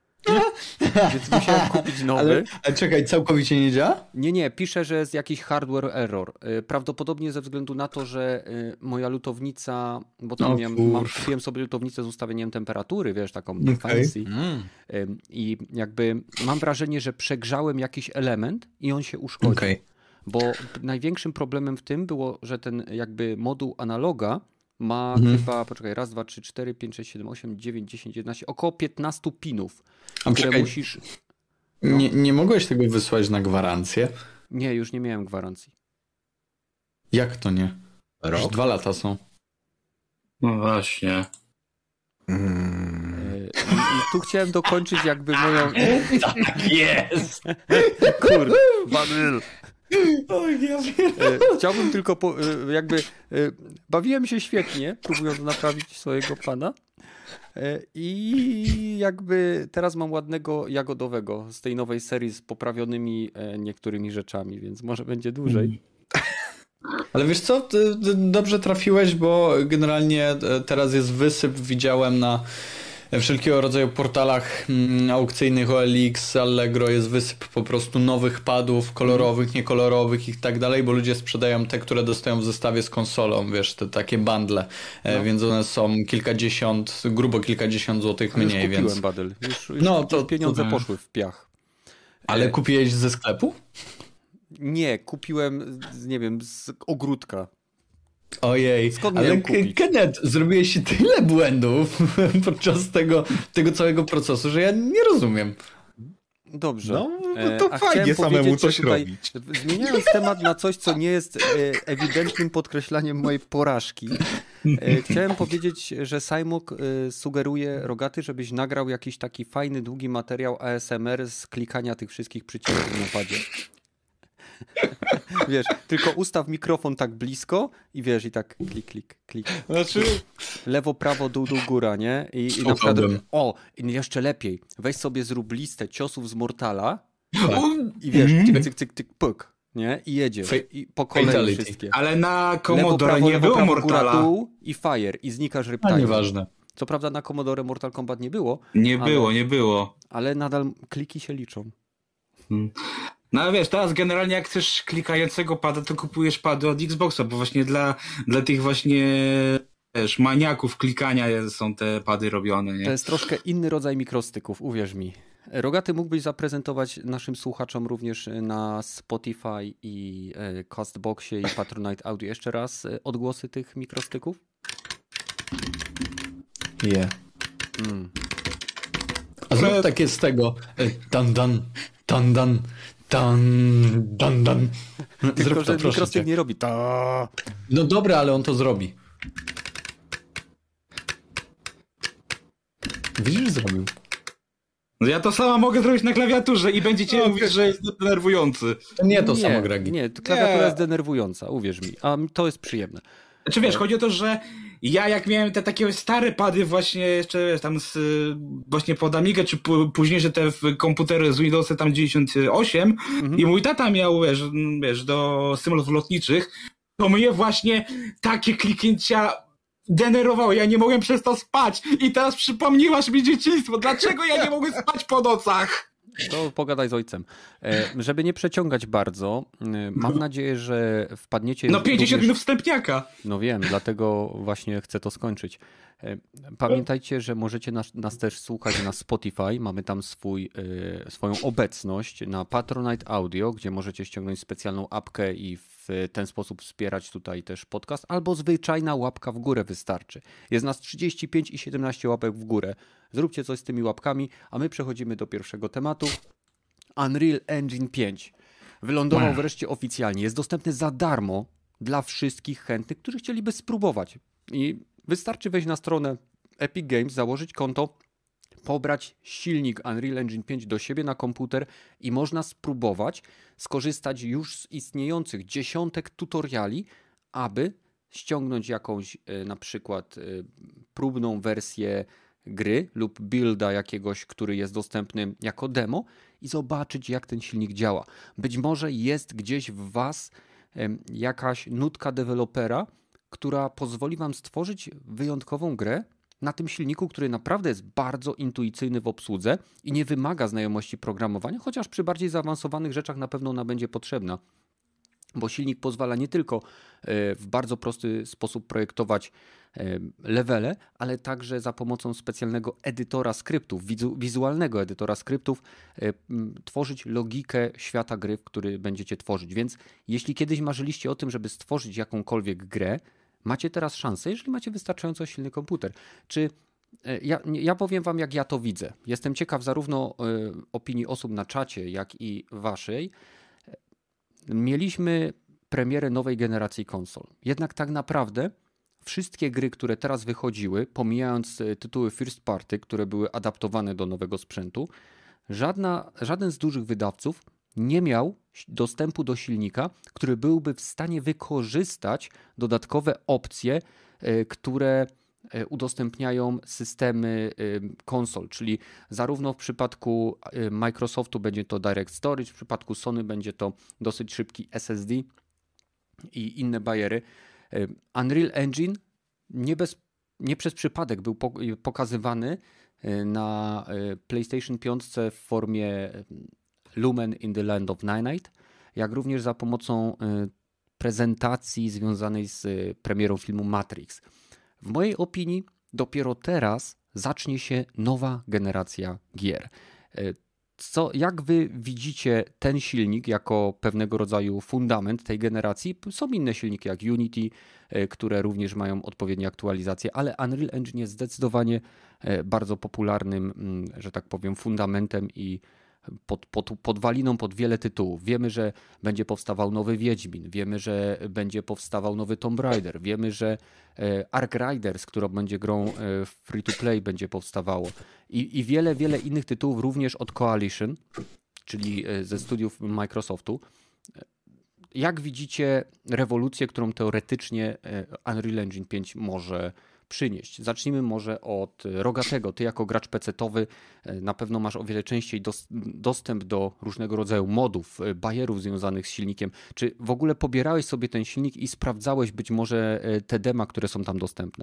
Więc musiałem kupić nowy. Ale, ale czekaj, całkowicie nie działa? Nie, nie, pisze, że jest jakiś hardware error. Prawdopodobnie ze względu na to, że moja lutownica, bo tam miałem, mam, kupiłem sobie lutownicę z ustawieniem temperatury, wiesz, taką okay. fancy. Mm. I jakby mam wrażenie, że przegrzałem jakiś element i on się uszkodził. Okay. Bo największym problemem w tym było, że ten jakby moduł analoga ma mhm. chyba, poczekaj, raz, dwa, trzy, cztery, pięć, sześć, siedem, osiem, dziewięć, dziesięć, jedenaście, około piętnaście pinów, A które czekaj, musisz... No. Nie, nie mogłeś tego wysłać na gwarancję? Nie, już nie miałem gwarancji. Jak to nie? Rok? Już dwa lata są. No właśnie. Hmm. I, I tu chciałem dokończyć jakby moją... Tak jest! Kurde, Badyl. Oj, ja Chciałbym tylko po, jakby bawiłem się świetnie, próbując naprawić swojego pana i jakby teraz mam ładnego jagodowego z tej nowej serii z poprawionymi niektórymi rzeczami, więc może będzie dłużej. Ale wiesz co, dobrze trafiłeś, bo generalnie teraz jest wysyp, widziałem na wszelkiego rodzaju portalach mm, aukcyjnych O L X, Allegro jest wysyp po prostu nowych padów, kolorowych, niekolorowych i tak dalej, bo ludzie sprzedają te, które dostają w zestawie z konsolą, wiesz, te takie bundle, no. Więc one są kilkadziesiąt, grubo kilkadziesiąt złotych już mniej, kupiłem więc... Badel. Już, już, no, już to pieniądze to... poszły w piach. Ale kupiłeś ze sklepu? Nie, kupiłem, z, nie wiem, z ogródka. Ojej, skąd ale miałem kupić? Kenneth, zrobiłeś tyle błędów podczas tego, tego całego procesu, że ja nie rozumiem. Dobrze. No, no to A fajnie samemu coś tutaj, robić. Zmieniając temat na coś, co nie jest ewidentnym podkreślaniem mojej porażki, chciałem powiedzieć, że Sajmok sugeruje, Rogaty, żebyś nagrał jakiś taki fajny, długi materiał A S M R z klikania tych wszystkich przycisków na padzie. Wiesz, tylko ustaw mikrofon tak blisko i wiesz, i tak klik, klik, klik. Znaczy... Lewo, prawo, dół, dół, góra, nie? I, i na przykład, o, i jeszcze lepiej, weź sobie zrób listę ciosów z Mortala i wiesz, cyk, cyk, cyk, cyk, pyk, nie? I jedziesz. I po kolei Fatality. Wszystkie. Ale na Commodore lewo, prawo, nie lewo, było prawo, Mortala. Góra, dół i Fire i znikasz A Riptide. nieważne. Co prawda na Commodore Mortal Kombat nie było. Nie ale, było, nie było. Ale nadal kliki się liczą. Hmm. No ale wiesz, teraz generalnie jak chcesz klikającego pada, to kupujesz pady od Xboxa, bo właśnie dla, dla tych właśnie wiesz, maniaków klikania są te pady robione, nie? To jest troszkę inny rodzaj mikrostyków, uwierz mi. Rogaty, mógłbyś zaprezentować naszym słuchaczom również na Spotify i Castboxie i Patronite Audio jeszcze raz odgłosy tych mikrostyków? Nie. Yeah. Mm. A zrób takie z tego dan dan, dan dan, dan dan dan. Tylko, zrób to, że mikrostyk nie robi ta. No dobra, ale on to zrobi. Widzisz, zrobił. No ja to sama mogę zrobić na klawiaturze i będziecie no, mówić, że jest denerwujący. To nie to nie, samo, Gregi. Nie, klawiatura nie. jest denerwująca, uwierz mi. A to jest przyjemne. Znaczy wiesz, chodzi o to, że ja jak miałem te takie stare pady właśnie jeszcze tam z, właśnie pod Amigę, czy później, że te komputery z Windowsem tam dziewięćdziesiąt osiem mhm. i mój tata miał, wiesz, wiesz, do symulatorów lotniczych, to mnie właśnie takie kliknięcia denerwowało. Ja nie mogłem przez to spać i teraz przypomniłaś mi dzieciństwo. Dlaczego ja nie mogłem spać po nocach? To pogadaj z ojcem. E, żeby nie przeciągać bardzo, mam nadzieję, że wpadniecie... No pięćdziesiąt również... minut wstępniaka. No wiem, dlatego właśnie chcę to skończyć. E, pamiętajcie, że możecie nas, nas też słuchać na Spotify. Mamy tam swój, e, swoją obecność na Patronite Audio, gdzie możecie ściągnąć specjalną apkę i w ten sposób wspierać tutaj też podcast, albo zwyczajna łapka w górę wystarczy. Jest nas trzydzieści pięć i siedemnaście łapek w górę. Zróbcie coś z tymi łapkami, a my przechodzimy do pierwszego tematu. Unreal Engine pięć wylądował wow. wreszcie oficjalnie. Jest dostępny za darmo dla wszystkich chętnych, którzy chcieliby spróbować. I wystarczy wejść na stronę Epic Games, założyć konto, pobrać silnik Unreal Engine pięć do siebie na komputer i można spróbować skorzystać już z istniejących dziesiątek tutoriali, aby ściągnąć jakąś na przykład próbną wersję gry lub builda jakiegoś, który jest dostępny jako demo i zobaczyć, jak ten silnik działa. Być może jest gdzieś w was jakaś nutka dewelopera, która pozwoli wam stworzyć wyjątkową grę na tym silniku, który naprawdę jest bardzo intuicyjny w obsłudze i nie wymaga znajomości programowania, chociaż przy bardziej zaawansowanych rzeczach na pewno ona będzie potrzebna. Bo silnik pozwala nie tylko w bardzo prosty sposób projektować levele, ale także za pomocą specjalnego edytora skryptów, wizu- wizualnego edytora skryptów tworzyć logikę świata gry, w który będziecie tworzyć. Więc jeśli kiedyś marzyliście o tym, żeby stworzyć jakąkolwiek grę, macie teraz szansę, jeżeli macie wystarczająco silny komputer. Czy ja, ja powiem wam, jak ja to widzę. Jestem ciekaw zarówno opinii osób na czacie, jak i waszej. Mieliśmy premierę nowej generacji konsol. Jednak tak naprawdę wszystkie gry, które teraz wychodziły, pomijając tytuły first party, które były adaptowane do nowego sprzętu, żadna, żaden z dużych wydawców nie miał dostępu do silnika, który byłby w stanie wykorzystać dodatkowe opcje, które udostępniają systemy konsol, czyli zarówno w przypadku Microsoftu będzie to Direct Storage, w przypadku Sony będzie to dosyć szybki S S D i inne bajery. Unreal Engine nie, bez, nie przez przypadek był pokazywany na PlayStation pięć w formie Lumen in the Land of Night, jak również za pomocą prezentacji związanej z premierą filmu Matrix. W mojej opinii dopiero teraz zacznie się nowa generacja gier. Co, jak wy widzicie ten silnik jako pewnego rodzaju fundament tej generacji? Są inne silniki jak Unity, które również mają odpowiednie aktualizacje, ale Unreal Engine jest zdecydowanie bardzo popularnym, że tak powiem, fundamentem i pod, pod, podwaliną pod wiele tytułów. Wiemy, że będzie powstawał nowy Wiedźmin, wiemy, że będzie powstawał nowy Tomb Raider, wiemy, że Ark Riders, która będzie grą free to play, będzie powstawało i, i wiele, wiele innych tytułów również od Coalition, czyli ze studiów Microsoftu. Jak widzicie rewolucję, którą teoretycznie Unreal Engine pięć może przynieść? Zacznijmy może od Rogatego. Ty jako gracz pecetowy na pewno masz o wiele częściej dos- dostęp do różnego rodzaju modów, bajerów związanych z silnikiem. Czy w ogóle pobierałeś sobie ten silnik i sprawdzałeś być może te dema, które są tam dostępne?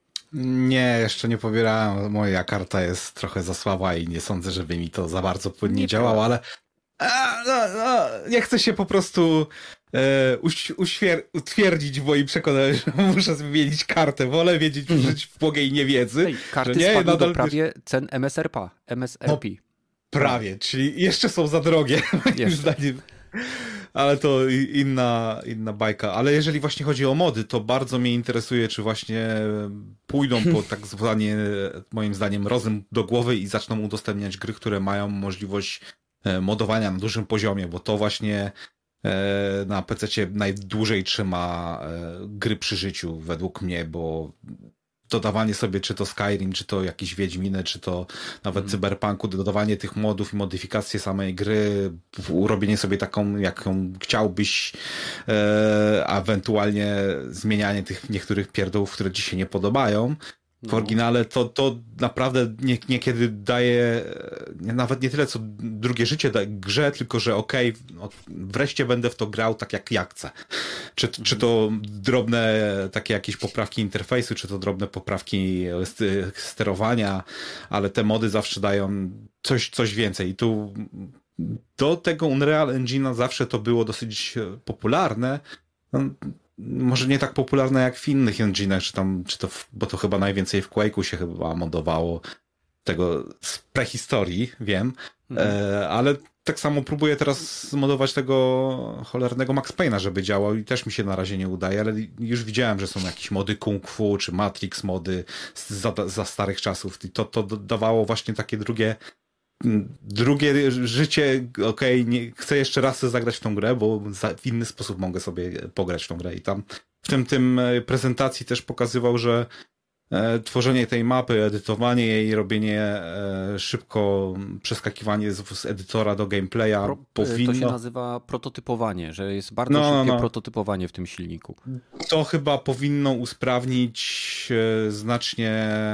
Nie, jeszcze nie pobierałem. Moja karta jest trochę za słaba i nie sądzę, żeby mi to za bardzo płynnie działało, ale a, no, no, nie chcę się po prostu e, uś, uświer- utwierdzić w moim przekonaniu, że muszę zmienić kartę. Wolę wiedzieć, mm. żyć w błogiej niewiedzy. Tej karty że nie, spadły nadal... do prawie cen M S R P. M S R P. No, prawie, czyli jeszcze są za drogie, moim zdaniem. Ale to inna, inna bajka. Ale jeżeli właśnie chodzi o mody, to bardzo mnie interesuje, czy właśnie pójdą po tak zwanie, moim zdaniem, rozum do głowy i zaczną udostępniać gry, które mają możliwość modowania na dużym poziomie, bo to właśnie na pececie najdłużej trzyma gry przy życiu, według mnie, bo dodawanie sobie, czy to Skyrim, czy to jakieś Wiedźminy, czy to nawet mm. Cyberpunku, dodawanie tych modów i modyfikacje samej gry, urobienie sobie taką, jaką chciałbyś, e, a ewentualnie zmienianie tych niektórych pierdółów, które ci się nie podobają w oryginale, to, to naprawdę nie, niekiedy daje nie, nawet nie tyle, co drugie życie daje grze, tylko że okej, okay, wreszcie będę w to grał tak jak ja chcę. Czy, mhm. czy to drobne takie jakieś poprawki interfejsu, czy to drobne poprawki sterowania, ale te mody zawsze dają coś, coś więcej. I tu do tego Unreal Engine'a zawsze to było dosyć popularne. No, może nie tak popularne jak w innych engine'ach, czy tam, czy to, w, bo to chyba najwięcej w Quake'u się chyba modowało tego z prehistorii, wiem, mhm. e, ale tak samo próbuję teraz zmodować tego cholernego Max Payne'a, żeby działał i też mi się na razie nie udaje, ale już widziałem, że są jakieś mody Kung Fu, czy Matrix mody za, za starych czasów i to, to dawało właśnie takie drugie drugie życie, okej, okay, chcę jeszcze raz zagrać w tą grę, bo za, w inny sposób mogę sobie pograć w tą grę. I tam w tym, tym prezentacji też pokazywał, że e, tworzenie tej mapy, edytowanie jej, robienie e, szybko, przeskakiwanie z, z edytora do gameplaya Pro, powinno... To się nazywa prototypowanie, że jest bardzo no, szybkie no. prototypowanie w tym silniku. To chyba powinno usprawnić e, znacznie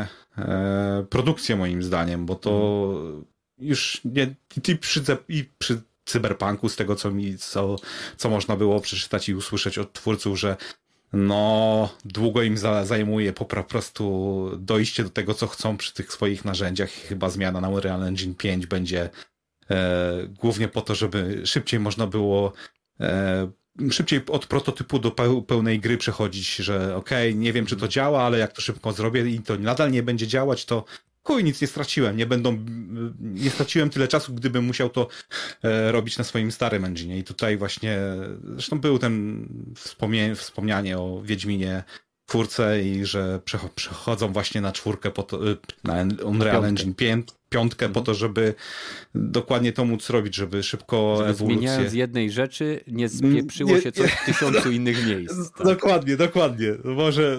e, produkcję moim zdaniem, bo to hmm. już nie, i przy, i przy Cyberpunku, z tego co mi, co, co można było przeczytać i usłyszeć od twórców, że no, długo im za, zajmuje po prostu dojście do tego, co chcą przy tych swoich narzędziach i chyba zmiana na Unreal Engine pięć będzie e, głównie po to, żeby szybciej można było e, szybciej od prototypu do pełnej gry przechodzić, że okej, okay, nie wiem, czy to działa, ale jak to szybko zrobię i to nadal nie będzie działać, to chuj, nic nie straciłem, nie będą, nie straciłem tyle czasu, gdybym musiał to e, robić na swoim starym engine. I tutaj właśnie, zresztą był ten wspomnie, wspomnianie o Wiedźminie czwórce i że przechodzą właśnie na czwórkę, po to, na Unreal piątkę. Engine pięć, piątkę mhm. po to, żeby dokładnie to móc robić, żeby szybko żeby ewolucję... Zmieniając jednej rzeczy, nie spieprzyło nie, się coś w tysiącu innych miejsc. Tak? Dokładnie, dokładnie. Może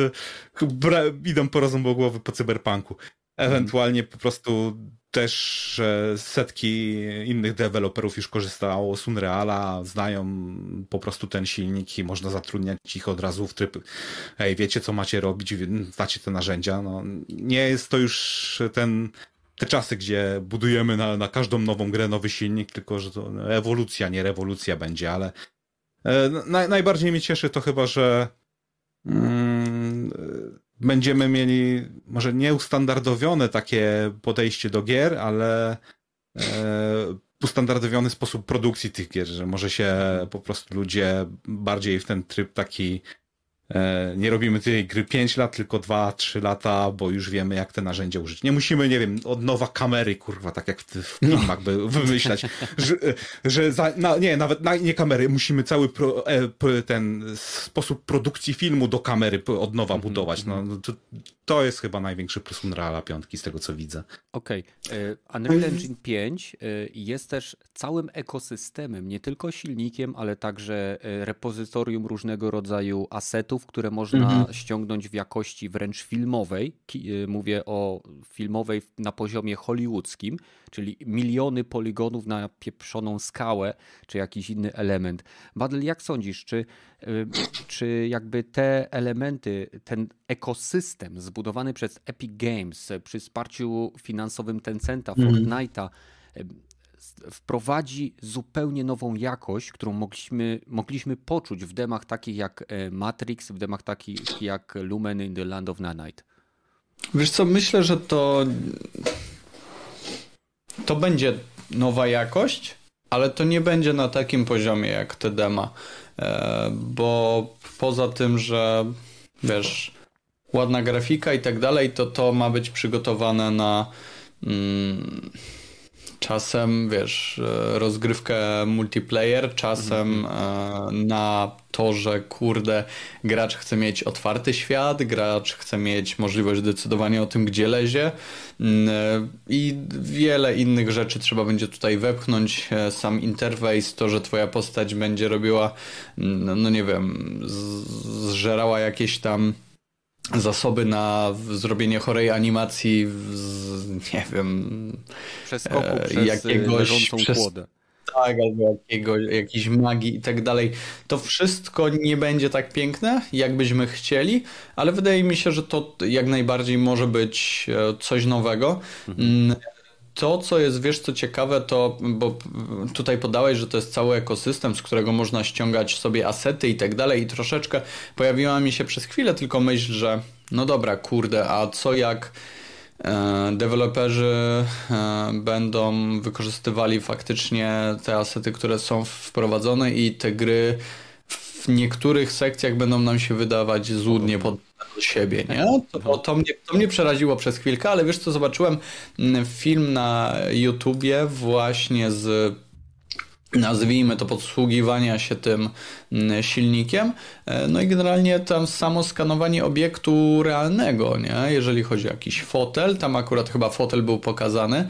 e, idą po rozum do głowy po Cyberpunku. Ewentualnie po prostu też setki innych deweloperów już korzystało z Unreala, znają po prostu ten silnik i można zatrudniać ich od razu w tryb ej, wiecie co macie robić, znacie te narzędzia. No, nie jest to już ten, te czasy, gdzie budujemy na, na każdą nową grę nowy silnik, tylko że to ewolucja, nie rewolucja będzie, ale e, na, najbardziej mnie cieszy to chyba, że mm, będziemy mieli może nie ustandardowione takie podejście do gier, ale e, ustandardowiony sposób produkcji tych gier, że może się po prostu ludzie bardziej w ten tryb taki e, nie robimy tej gry pięć lat, tylko dwa trzy lata, bo już wiemy, jak te narzędzia użyć. Nie musimy, nie wiem, od nowa kamery, kurwa, tak jak w, w filmach by wymyślać, że, że za, na, nie, nawet na, nie kamery, musimy cały pro, e, ten sposób produkcji filmu do kamery od nowa budować. No, to, to jest chyba największy plus Unreala piątki z tego, co widzę. Okej. Okay. Unreal Engine pięć jest też całym ekosystemem, nie tylko silnikiem, ale także repozytorium różnego rodzaju asetów, które można mhm. ściągnąć w jakości wręcz filmowej. Mówię o filmowej na poziomie hollywoodzkim, czyli miliony poligonów na pieprzoną skałę, czy jakiś inny element. Badl, jak sądzisz, czy, czy jakby te elementy, ten ekosystem zbudowany przez Epic Games przy wsparciu finansowym Tencenta, Fortnite'a, wprowadzi zupełnie nową jakość, którą mogliśmy, mogliśmy poczuć w demach takich jak Matrix, w demach takich jak Lumen in the Land of Nanite? Wiesz co, myślę, że to to będzie nowa jakość, ale to nie będzie na takim poziomie jak te dema, bo poza tym, że wiesz, ładna grafika i tak dalej, to to ma być przygotowane na mm, czasem, wiesz, rozgrywkę multiplayer, czasem mm-hmm. na to, że kurde, gracz chce mieć otwarty świat, gracz chce mieć możliwość decydowania o tym, gdzie lezie i wiele innych rzeczy trzeba będzie tutaj wepchnąć. Sam interfejs, to, że twoja postać będzie robiła, no nie wiem, zżerała jakieś tam zasoby na zrobienie chorej animacji z, nie wiem, przeskoku e, przez jakiegoś, leżącą przez, kłodę. Tak, albo jakiego, jakiejś magii i tak dalej. To wszystko nie będzie tak piękne, jak byśmy chcieli, ale wydaje mi się, że to jak najbardziej może być coś nowego. Mhm. To, co jest, wiesz, co ciekawe, to, bo tutaj podałeś, że to jest cały ekosystem, z którego można ściągać sobie asety i tak dalej i troszeczkę pojawiła mi się przez chwilę tylko myśl, że no dobra, kurde, a co jak e, deweloperzy e, będą wykorzystywali faktycznie te asety, które są wprowadzone i te gry w niektórych sekcjach będą nam się wydawać złudnie pod do siebie, nie? To, to, mnie, to mnie przeraziło przez chwilkę, ale wiesz co, zobaczyłem film na YouTubie właśnie z, nazwijmy to, podsługiwania się tym silnikiem, no i generalnie tam samo skanowanie obiektu realnego, nie? Jeżeli chodzi o jakiś fotel, tam akurat chyba fotel był pokazany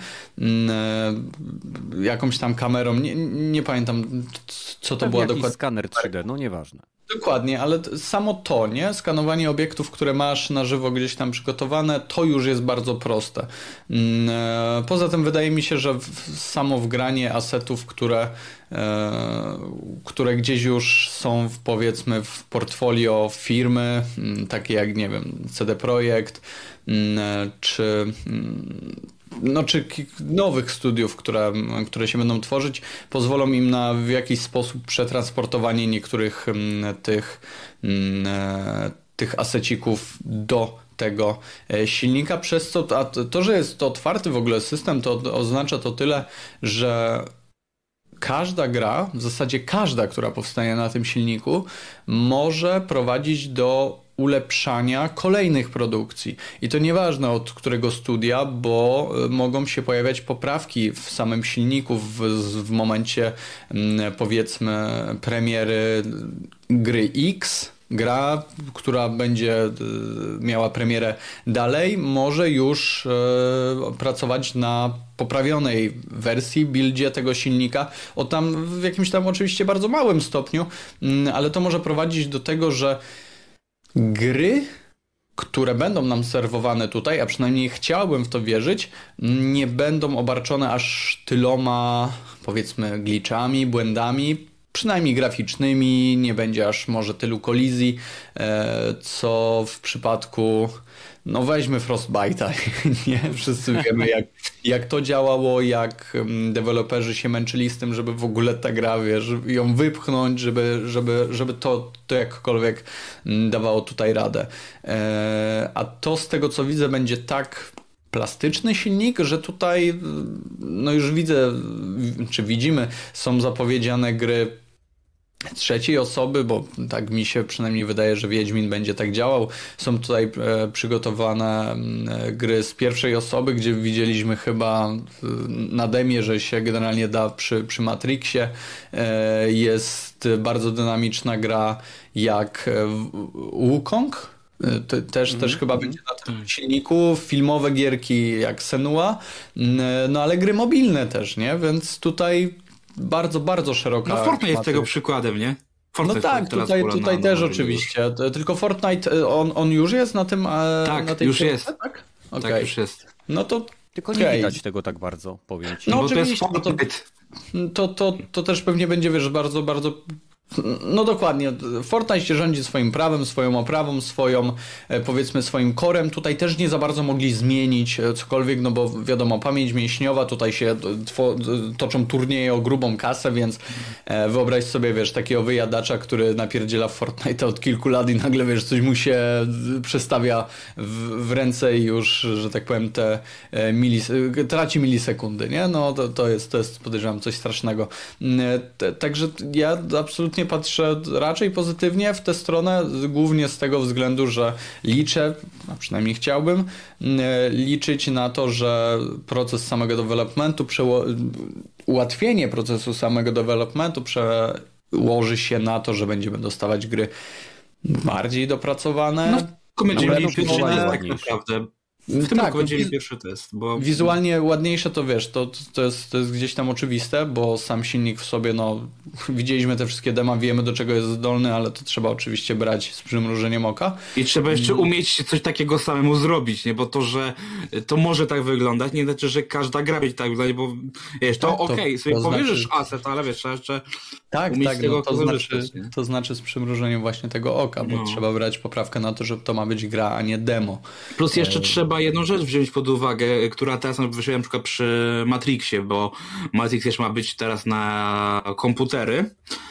jakąś tam kamerą, nie, nie pamiętam co to Pewnie była jakiś dokładnie. Skaner trzy D, no nieważne. Dokładnie, ale samo to, nie? Skanowanie obiektów, które masz na żywo gdzieś tam przygotowane, to już jest bardzo proste. Poza tym wydaje mi się, że samo wgranie asetów, które, które gdzieś już są w, powiedzmy w portfolio firmy, takie jak, nie wiem, C D Projekt, czy no, czy nowych studiów, które, które się będą tworzyć, pozwolą im na w jakiś sposób przetransportowanie niektórych tych, tych asecików do tego silnika, przez co a to, że jest to otwarty w ogóle system, to oznacza to tyle, że każda gra, w zasadzie każda, która powstaje na tym silniku, może prowadzić do ulepszania kolejnych produkcji. I to nieważne od którego studia, bo mogą się pojawiać poprawki w samym silniku w, w momencie powiedzmy premiery gry X. Gra, która będzie miała premierę dalej, może już e, pracować na poprawionej wersji, buildzie tego silnika, o tam w jakimś tam oczywiście bardzo małym stopniu, ale to może prowadzić do tego, że gry, które będą nam serwowane tutaj, a przynajmniej chciałbym w to wierzyć, nie będą obarczone aż tyloma, powiedzmy, glitchami, błędami, przynajmniej graficznymi, nie będzie aż może tylu kolizji, co w przypadku, no weźmy Frostbite'a, nie? Wszyscy wiemy jak, jak to działało, jak deweloperzy się męczyli z tym, żeby w ogóle ta gra, wiesz, ją wypchnąć, żeby, żeby, żeby to, to jakkolwiek dawało tutaj radę. A to z tego co widzę będzie tak plastyczny silnik, że tutaj no już widzę, czy widzimy, są zapowiedziane gry trzeciej osoby, bo tak mi się przynajmniej wydaje, że Wiedźmin będzie tak działał. Są tutaj e, przygotowane e, gry z pierwszej osoby, gdzie widzieliśmy chyba e, na demie, że się generalnie da przy, przy Matrixie. E, jest bardzo dynamiczna gra jak e, Wukong. Te, też, mm. też chyba będzie na tym silniku, filmowe gierki jak Senua, no ale gry mobilne też, nie? Więc tutaj bardzo, bardzo szeroka... No Fortnite jest tego przykładem, nie? Fortnite no tak, tutaj, tutaj też oczywiście. Tylko Fortnite, on, on już jest na tym... Tak, na tej już jest. Tak? Okay. Tak, już jest. No to... Tylko nie okay. widać tego tak bardzo, powiem ci. No bo oczywiście, to jest Fortnite. To, to, to, to też pewnie będzie, wiesz, bardzo, bardzo... No dokładnie, Fortnite się rządzi swoim prawem, swoją oprawą, swoją, powiedzmy, swoim korem. Tutaj też nie za bardzo mogli zmienić cokolwiek, no bo wiadomo, pamięć mięśniowa, tutaj się toczą turnieje o grubą kasę, więc wyobraź sobie, wiesz, takiego wyjadacza, który napierdziela w Fortnite od kilku lat i nagle, wiesz, coś mu się przestawia w, w ręce i już, że tak powiem, te milis traci milisekundy, nie? No to, to jest, to jest, podejrzewam, coś strasznego. Także ja absolutnie patrzę raczej pozytywnie w tę stronę, głównie z tego względu, że liczę, a przynajmniej chciałbym, liczyć na to, że proces samego developmentu, ułatwienie procesu samego developmentu przełoży się na to, że będziemy dostawać gry bardziej dopracowane. No, będziemy mieli pierwszy test tak naprawdę. W tym tak, roku będzie pierwszy test. Bo... Wizualnie ładniejsze to wiesz, to, to, jest, to jest gdzieś tam oczywiste, bo sam silnik w sobie, no widzieliśmy te wszystkie dema, wiemy do czego jest zdolny, ale to trzeba oczywiście brać z przymrużeniem oka. I trzeba jeszcze umieć coś takiego samemu zrobić, nie? Bo to, że to może tak wyglądać, nie znaczy, że każda gra będzie tak wyglądać, bo wiesz, to, tak, to okej, okay, sobie to powierzysz znaczy... asset, ale wiesz, trzeba jeszcze tak, umieć tak, tego no, to, znaczy, to znaczy z przymrużeniem właśnie tego oka, bo no. trzeba brać poprawkę na to, że to ma być gra, a nie demo. Plus jeszcze e... trzeba jedną rzecz wziąć pod uwagę, która teraz wyszła na przykład przy Matrixie, bo Matrix jeszcze ma być teraz na komputery.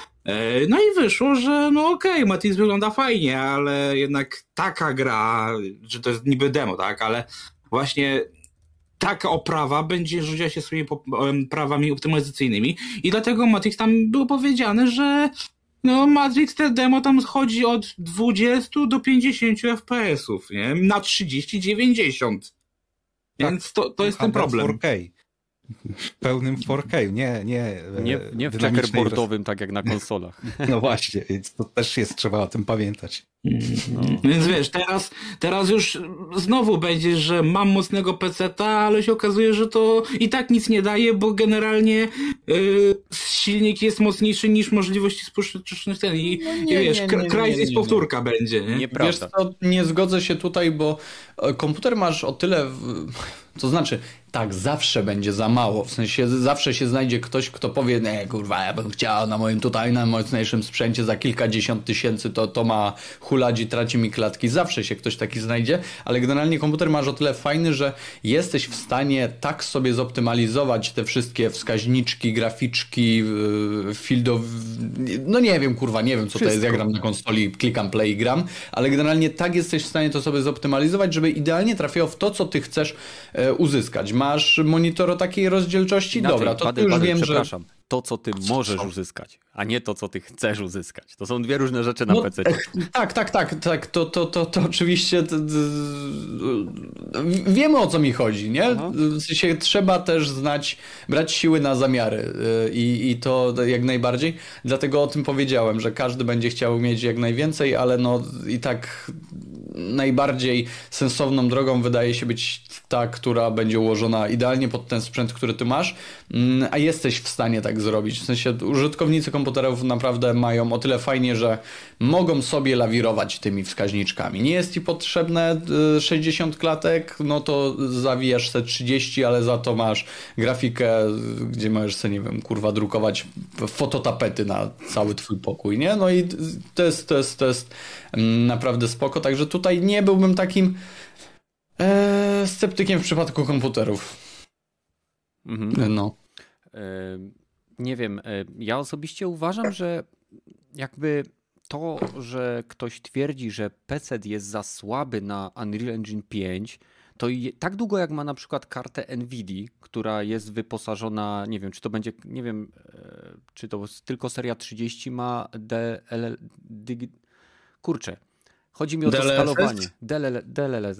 No i wyszło, że no okej, okay, Matrix wygląda fajnie, ale jednak taka gra, że to jest niby demo, tak, ale właśnie taka oprawa będzie rzuciła się swoimi prawami optymalizacyjnymi i dlatego Matrix tam było powiedziane, że no Matrix te demo tam schodzi od dwudziestu do pięćdziesięciu F P S-ów, nie? Na trzydzieści dziewięćdziesiąt. Więc tak, to, to jest ten problem. cztery K. W pełnym cztery K, nie nie Nie, nie w checkerboardowym, tak jak na konsolach. No właśnie, więc to też jest, trzeba o tym pamiętać. No. Więc wiesz, teraz, teraz już znowu będzie, że mam mocnego peceta, ale się okazuje, że to i tak nic nie daje, bo generalnie yy, silnik jest mocniejszy niż możliwości spuszczenia ten i, no nie, i wiesz, Crysis powtórka będzie. Nie? Nieprawda. Wiesz co, nie zgodzę się tutaj, bo komputer masz o tyle, w... to znaczy tak, zawsze będzie za mało, w sensie zawsze się znajdzie ktoś, kto powie, nie kurwa, ja bym chciał na moim tutaj najmocniejszym sprzęcie za kilkadziesiąt tysięcy, to, to ma huladzi, traci mi klatki, zawsze się ktoś taki znajdzie, ale generalnie komputer masz o tyle fajny, że jesteś w stanie tak sobie zoptymalizować te wszystkie wskaźniczki, graficzki, fieldow... no nie wiem, kurwa, nie wiem co Wszystko. to jest, ja gram na konsoli, klikam play i gram, ale generalnie tak jesteś w stanie to sobie zoptymalizować, żeby idealnie trafiało w to, co ty chcesz e, uzyskać. Masz monitor o takiej rozdzielczości? Inaczej, Dobra, to Padel, już Padel, wiem, przepraszam. że... To, co ty możesz uzyskać, a nie to, co ty chcesz uzyskać. To są dwie różne rzeczy na no, P C. Tak, tak, tak, tak. To, to, to, to oczywiście to, to, wiemy, o co mi chodzi, nie? Aha. W sensie trzeba też znać, brać siły na zamiary i, i to jak najbardziej. Dlatego o tym powiedziałem, że każdy będzie chciał mieć jak najwięcej, ale no i tak najbardziej sensowną drogą wydaje się być ta, która będzie ułożona idealnie pod ten sprzęt, który ty masz, a jesteś w stanie tak zrobić. W sensie użytkownicy komputerów naprawdę mają o tyle fajnie, że mogą sobie lawirować tymi wskaźniczkami. Nie jest ci potrzebne sześćdziesiąt klatek, no to zawijasz se trzydzieści, ale za to masz grafikę, gdzie możesz sobie, nie wiem, kurwa, drukować fototapety na cały twój pokój, nie? No i to jest, to jest, to jest naprawdę spoko, także tutaj nie byłbym takim e, sceptykiem w przypadku komputerów. Mhm. No. E, nie wiem, e, ja osobiście uważam, że jakby to, że ktoś twierdzi, że P C jest za słaby na Unreal Engine pięć, to je, tak długo jak ma na przykład kartę Nvidia, która jest wyposażona, nie wiem, czy to będzie, nie wiem, e, czy to tylko seria trzydzieści ma D L, dig, kurczę, chodzi mi o to D L S S? skalowanie. D L L, D L L,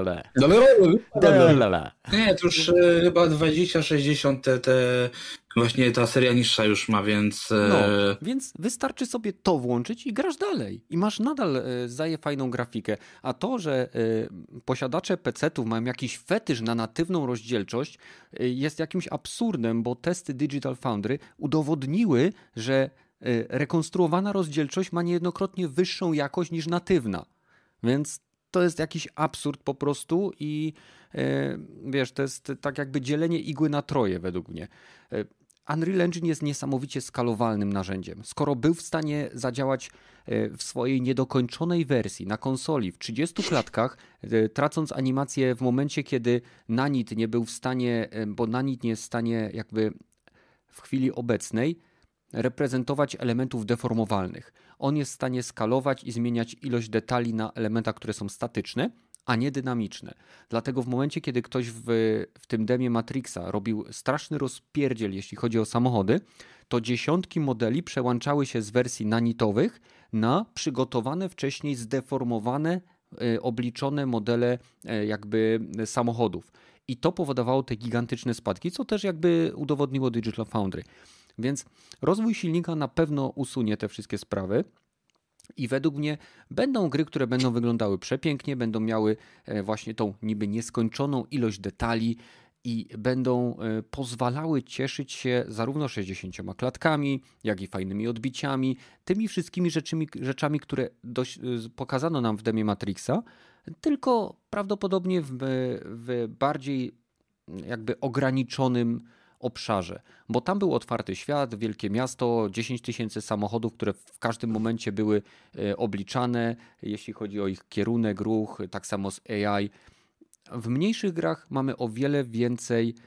D L L. Nie, to już e, chyba dwadzieścia sześćdziesiąt te, te właśnie ta seria niższa już ma, więc... E... No, więc wystarczy sobie to włączyć i grasz dalej. I masz nadal e, zaje fajną grafikę. A to, że e, posiadacze pecetów mają jakiś fetysz na natywną rozdzielczość e, jest jakimś absurdem, bo testy Digital Foundry udowodniły, że e, rekonstruowana rozdzielczość ma niejednokrotnie wyższą jakość niż natywna. Więc to jest jakiś absurd po prostu i e, wiesz, to jest tak jakby dzielenie igły na troje według mnie. E, Unreal Engine jest niesamowicie skalowalnym narzędziem. Skoro był w stanie zadziałać w swojej niedokończonej wersji na konsoli w trzydziestu klatkach, tracąc animację w momencie, kiedy Nanit nie był w stanie, bo Nanit nie jest w stanie jakby w chwili obecnej reprezentować elementów deformowalnych. On jest w stanie skalować i zmieniać ilość detali na elementach, które są statyczne, a nie dynamiczne. Dlatego w momencie, kiedy ktoś w, w tym demie Matrixa robił straszny rozpierdziel, jeśli chodzi o samochody, to dziesiątki modeli przełączały się z wersji nanitowych na przygotowane wcześniej zdeformowane, y, obliczone modele y, jakby samochodów. I to powodowało te gigantyczne spadki, co też jakby udowodniło Digital Foundry. Więc rozwój silnika na pewno usunie te wszystkie sprawy. I według mnie będą gry, które będą wyglądały przepięknie, będą miały właśnie tą niby nieskończoną ilość detali i będą pozwalały cieszyć się zarówno sześćdziesięcioma klatkami, jak i fajnymi odbiciami, tymi wszystkimi rzeczami, rzeczami które dość, pokazano nam w demie Matrixa, tylko prawdopodobnie w, w bardziej jakby ograniczonym obszarze, bo tam był otwarty świat, wielkie miasto, dziesięć tysięcy samochodów, które w każdym momencie były obliczane, jeśli chodzi o ich kierunek, ruch, tak samo z A I. W mniejszych grach mamy o wiele więcej,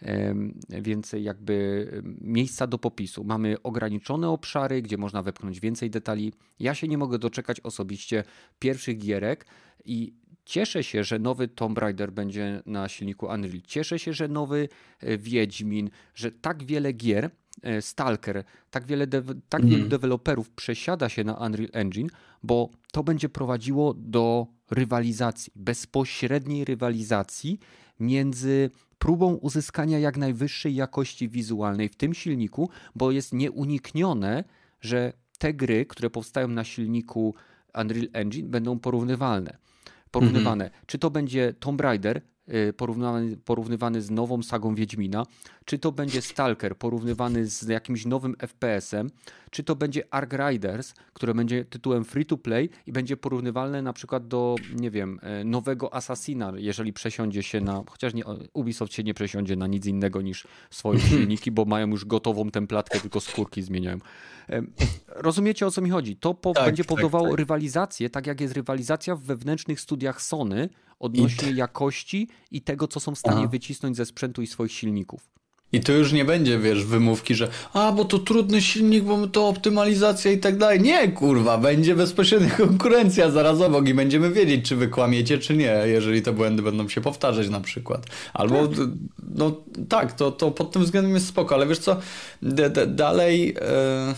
więcej jakby miejsca do popisu. Mamy ograniczone obszary, gdzie można wepchnąć więcej detali. Ja się nie mogę doczekać osobiście pierwszych gierek i cieszę się, że nowy Tomb Raider będzie na silniku Unreal. Cieszę się, że nowy Wiedźmin, że tak wiele gier, Stalker, tak wiele, de- tak mm. wielu deweloperów przesiada się na Unreal Engine, bo to będzie prowadziło do rywalizacji, bezpośredniej rywalizacji między próbą uzyskania jak najwyższej jakości wizualnej w tym silniku, bo jest nieuniknione, że te gry, które powstają na silniku Unreal Engine, będą porównywalne. porównywane. Mhm. Czy to będzie Tomb Raider porównywany, porównywany z nową sagą Wiedźmina, czy to będzie Stalker porównywany z jakimś nowym F P S-em, czy to będzie Ark Riders, które będzie tytułem free to play i będzie porównywalne na przykład do, nie wiem, nowego Assassina, jeżeli przesiądzie się na, chociaż nie, Ubisoft się nie przesiądzie na nic innego niż swoje silniki, bo mają już gotową templatkę, tylko skórki zmieniają. Rozumiecie, o co mi chodzi? To po, tak, będzie powodowało tak, tak. rywalizację, tak jak jest rywalizacja w wewnętrznych studiach Sony odnośnie I... jakości i tego, co są w stanie Aha. wycisnąć ze sprzętu i swoich silników. I to już nie będzie, wiesz, wymówki, że a, bo to trudny silnik, bo to optymalizacja i tak dalej. Nie, kurwa, będzie bezpośrednia konkurencja zaraz obok i będziemy wiedzieć, czy wy kłamiecie, czy nie, jeżeli te błędy będą się powtarzać na przykład. Albo, tak. no tak, to, to pod tym względem jest spoko, ale wiesz co, d- d- dalej e...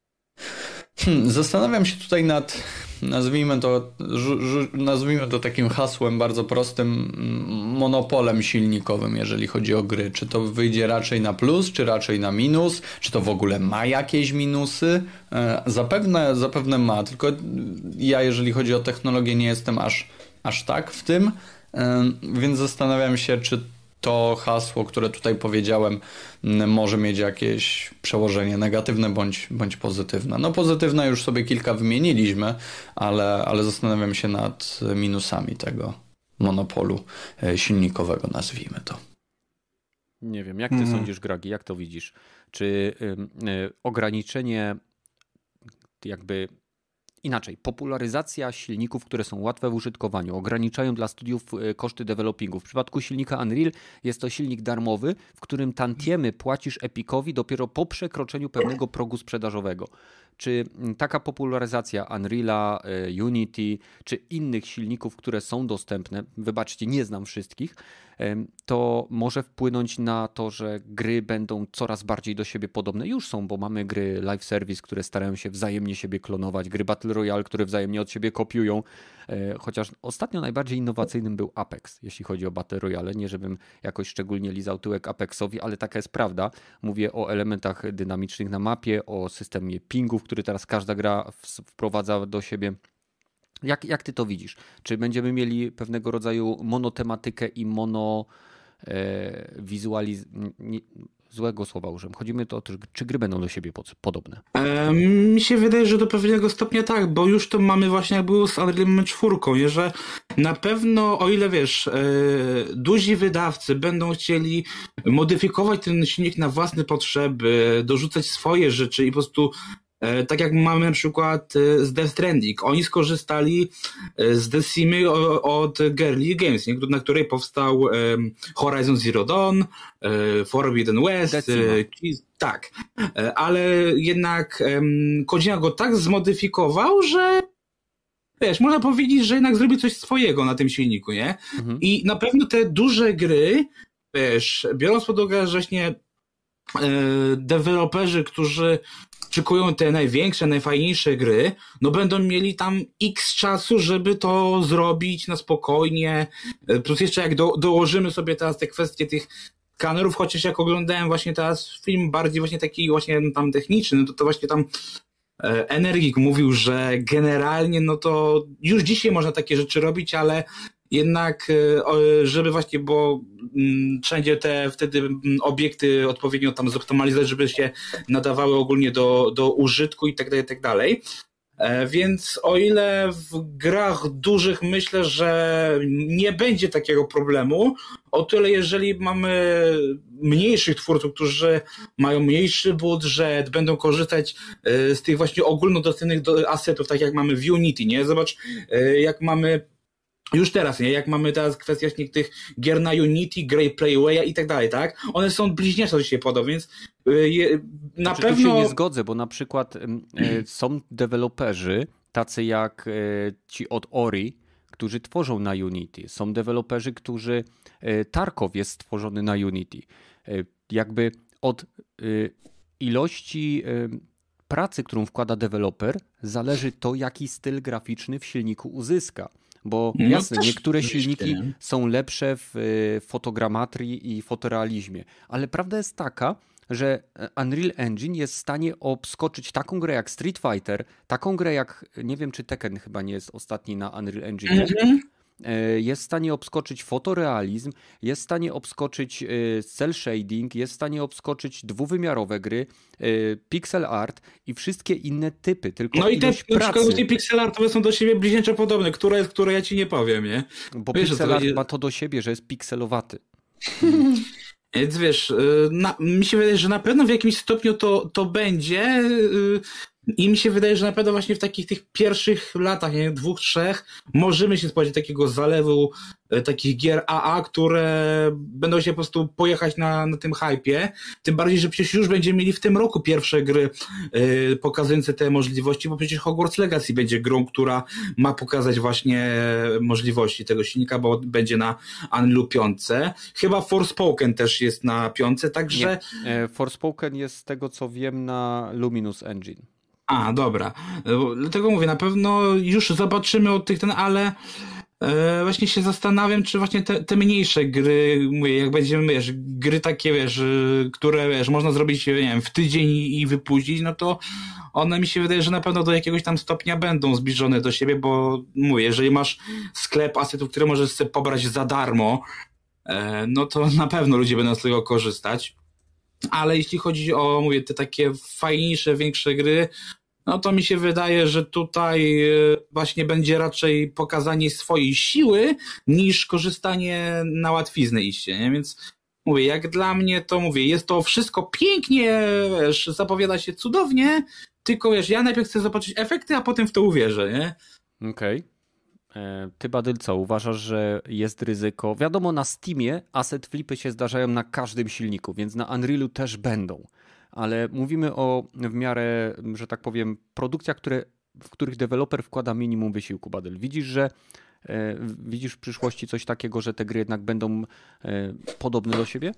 hmm, zastanawiam się tutaj nad... Nazwijmy to, żu, żu, nazwijmy to takim hasłem bardzo prostym, monopolem silnikowym, jeżeli chodzi o gry. Czy to wyjdzie raczej na plus, czy raczej na minus, czy to w ogóle ma jakieś minusy? Zapewne, zapewne ma, tylko ja, jeżeli chodzi o technologię, nie jestem aż aż tak w tym, więc zastanawiam się, czy to hasło, które tutaj powiedziałem, może mieć jakieś przełożenie negatywne bądź, bądź pozytywne. No pozytywne już sobie kilka wymieniliśmy, ale, ale zastanawiam się nad minusami tego monopolu silnikowego, nazwijmy to. Nie wiem, jak ty hmm. sądzisz, Gragi, jak to widzisz? Czy y, y, ograniczenie jakby inaczej, popularyzacja silników, które są łatwe w użytkowaniu, ograniczają dla studiów koszty developingu. W przypadku silnika Unreal jest to silnik darmowy, w którym tantiemy płacisz Epicowi dopiero po przekroczeniu pewnego progu sprzedażowego. Czy taka popularyzacja Unreala, Unity, czy innych silników, które są dostępne, wybaczcie, nie znam wszystkich, to może wpłynąć na to, że gry będą coraz bardziej do siebie podobne. Już są, bo mamy gry live service, które starają się wzajemnie siebie klonować, gry Battle Royale, które wzajemnie od siebie kopiują. Chociaż ostatnio najbardziej innowacyjnym był Apex, jeśli chodzi o Battle Royale. Nie żebym jakoś szczególnie lizał tyłek Apexowi, ale taka jest prawda. Mówię o elementach dynamicznych na mapie, o systemie pingów, który teraz każda gra wprowadza do siebie. Jak, jak ty to widzisz? Czy będziemy mieli pewnego rodzaju monotematykę i mono e, wizualiz... Nie, złego słowa użyłem. Chodzi mi o to, czy gry będą do siebie podobne. E, mi się wydaje, że do pewnego stopnia tak, bo już to mamy właśnie jak było z Unreal cztery, że na pewno, o ile wiesz, e, duzi wydawcy będą chcieli modyfikować ten silnik na własne potrzeby, dorzucać swoje rzeczy i po prostu tak jak mamy na przykład z Death Stranding. Oni skorzystali z Decimy od Guerrilla Games, na której powstał Horizon Zero Dawn, Forbidden West. Decima. Tak, ale jednak Kojima go tak zmodyfikował, że wiesz, można powiedzieć, że jednak zrobił coś swojego na tym silniku, nie? Mhm. I na pewno te duże gry, wiesz, biorąc pod uwagę, że właśnie deweloperzy, którzy szykują te największe, najfajniejsze gry, no będą mieli tam x czasu, żeby to zrobić na spokojnie. Plus jeszcze jak do, dołożymy sobie teraz te kwestie tych skanerów, chociaż jak oglądałem właśnie teraz film bardziej właśnie taki właśnie tam techniczny, no to to właśnie tam Energik mówił, że generalnie no to już dzisiaj można takie rzeczy robić, ale jednak, żeby właśnie, bo wszędzie te wtedy obiekty odpowiednio tam zoptymalizować, żeby się nadawały ogólnie do, do użytku i tak dalej, i tak dalej. Więc o ile w grach dużych myślę, że nie będzie takiego problemu, o tyle jeżeli mamy mniejszych twórców, którzy mają mniejszy budżet, będą korzystać z tych właśnie ogólnodostępnych asetów, tak jak mamy w Unity, nie? Zobacz, jak mamy już teraz, nie? Jak mamy teraz kwestię właśnie tych gier na Unity, Great Playwaya i tak dalej, tak? One są bliźniacze do siebie podobne, więc je, na znaczy, pewno... Tu się nie zgodzę, bo na przykład y, są deweloperzy, tacy jak y, ci od Ori, którzy tworzą na Unity. Są deweloperzy, którzy... Y, Tarkov jest stworzony na Unity. Y, jakby od y, ilości... Y, pracy, którą wkłada deweloper, zależy to, jaki styl graficzny w silniku uzyska. Bo no jasne, niektóre oczywiście. silniki są lepsze w fotogrametrii i fotorealizmie, ale prawda jest taka, że Unreal Engine jest w stanie obskoczyć taką grę jak Street Fighter, taką grę jak, nie wiem czy Tekken chyba nie jest ostatni na Unreal Engine, mm-hmm. jest w stanie obskoczyć fotorealizm, jest w stanie obskoczyć cel shading, jest w stanie obskoczyć dwuwymiarowe gry, pixel art i wszystkie inne typy, tylko no i te pracy. pixel artowe są do siebie bliźniaczo podobne, które jest, które ja ci nie powiem, nie? Bo wiesz, pixel art ma to do siebie, że jest pikselowaty. Więc wiesz, na, mi się wydaje, że na pewno w jakimś stopniu to, to będzie i mi się wydaje, że na pewno właśnie w takich tych pierwszych latach, nie, dwóch, trzech, możemy się spodziewać takiego zalewu takich gier A A, które będą się po prostu pojechać na, na tym hypie. Tym bardziej, że przecież już będziemy mieli w tym roku pierwsze gry yy, pokazujące te możliwości, bo przecież Hogwarts Legacy będzie grą, która ma pokazać właśnie możliwości tego silnika, bo będzie na Unreal pięć. Chyba Forspoken też jest na piątce, także... Nie. Forspoken jest z tego, co wiem, na Luminous Engine. A, dobra. Dlatego mówię, na pewno już zobaczymy od tych ten, ale e, właśnie się zastanawiam, czy właśnie te, te mniejsze gry, mówię, jak będziemy, wiesz, gry takie, wiesz, które, wiesz, można zrobić, nie wiem, w tydzień i, i wypuścić, no to one mi się wydaje, że na pewno do jakiegoś tam stopnia będą zbliżone do siebie, bo mówię, jeżeli masz sklep asetów, które możesz sobie pobrać za darmo, no to na pewno ludzie będą z tego korzystać. Ale jeśli chodzi o, mówię, te takie fajniejsze, większe gry, no to mi się wydaje, że tutaj właśnie będzie raczej pokazanie swojej siły niż korzystanie na łatwiznę iście, nie? Więc mówię, jak dla mnie to mówię, jest to wszystko pięknie, wiesz, zapowiada się cudownie, tylko wiesz, ja najpierw chcę zobaczyć efekty, a potem w to uwierzę, nie? Okej. Okay. Ty, Badyl, co? Uważasz, że jest ryzyko? Wiadomo, na Steamie asset flipy się zdarzają na każdym silniku, więc na Unrealu też będą. Ale mówimy o w miarę, że tak powiem, produkcjach, które, w których deweloper wkłada minimum wysiłku, Badyl. Widzisz, że e, widzisz w przyszłości coś takiego, że te gry jednak będą e, podobne do siebie?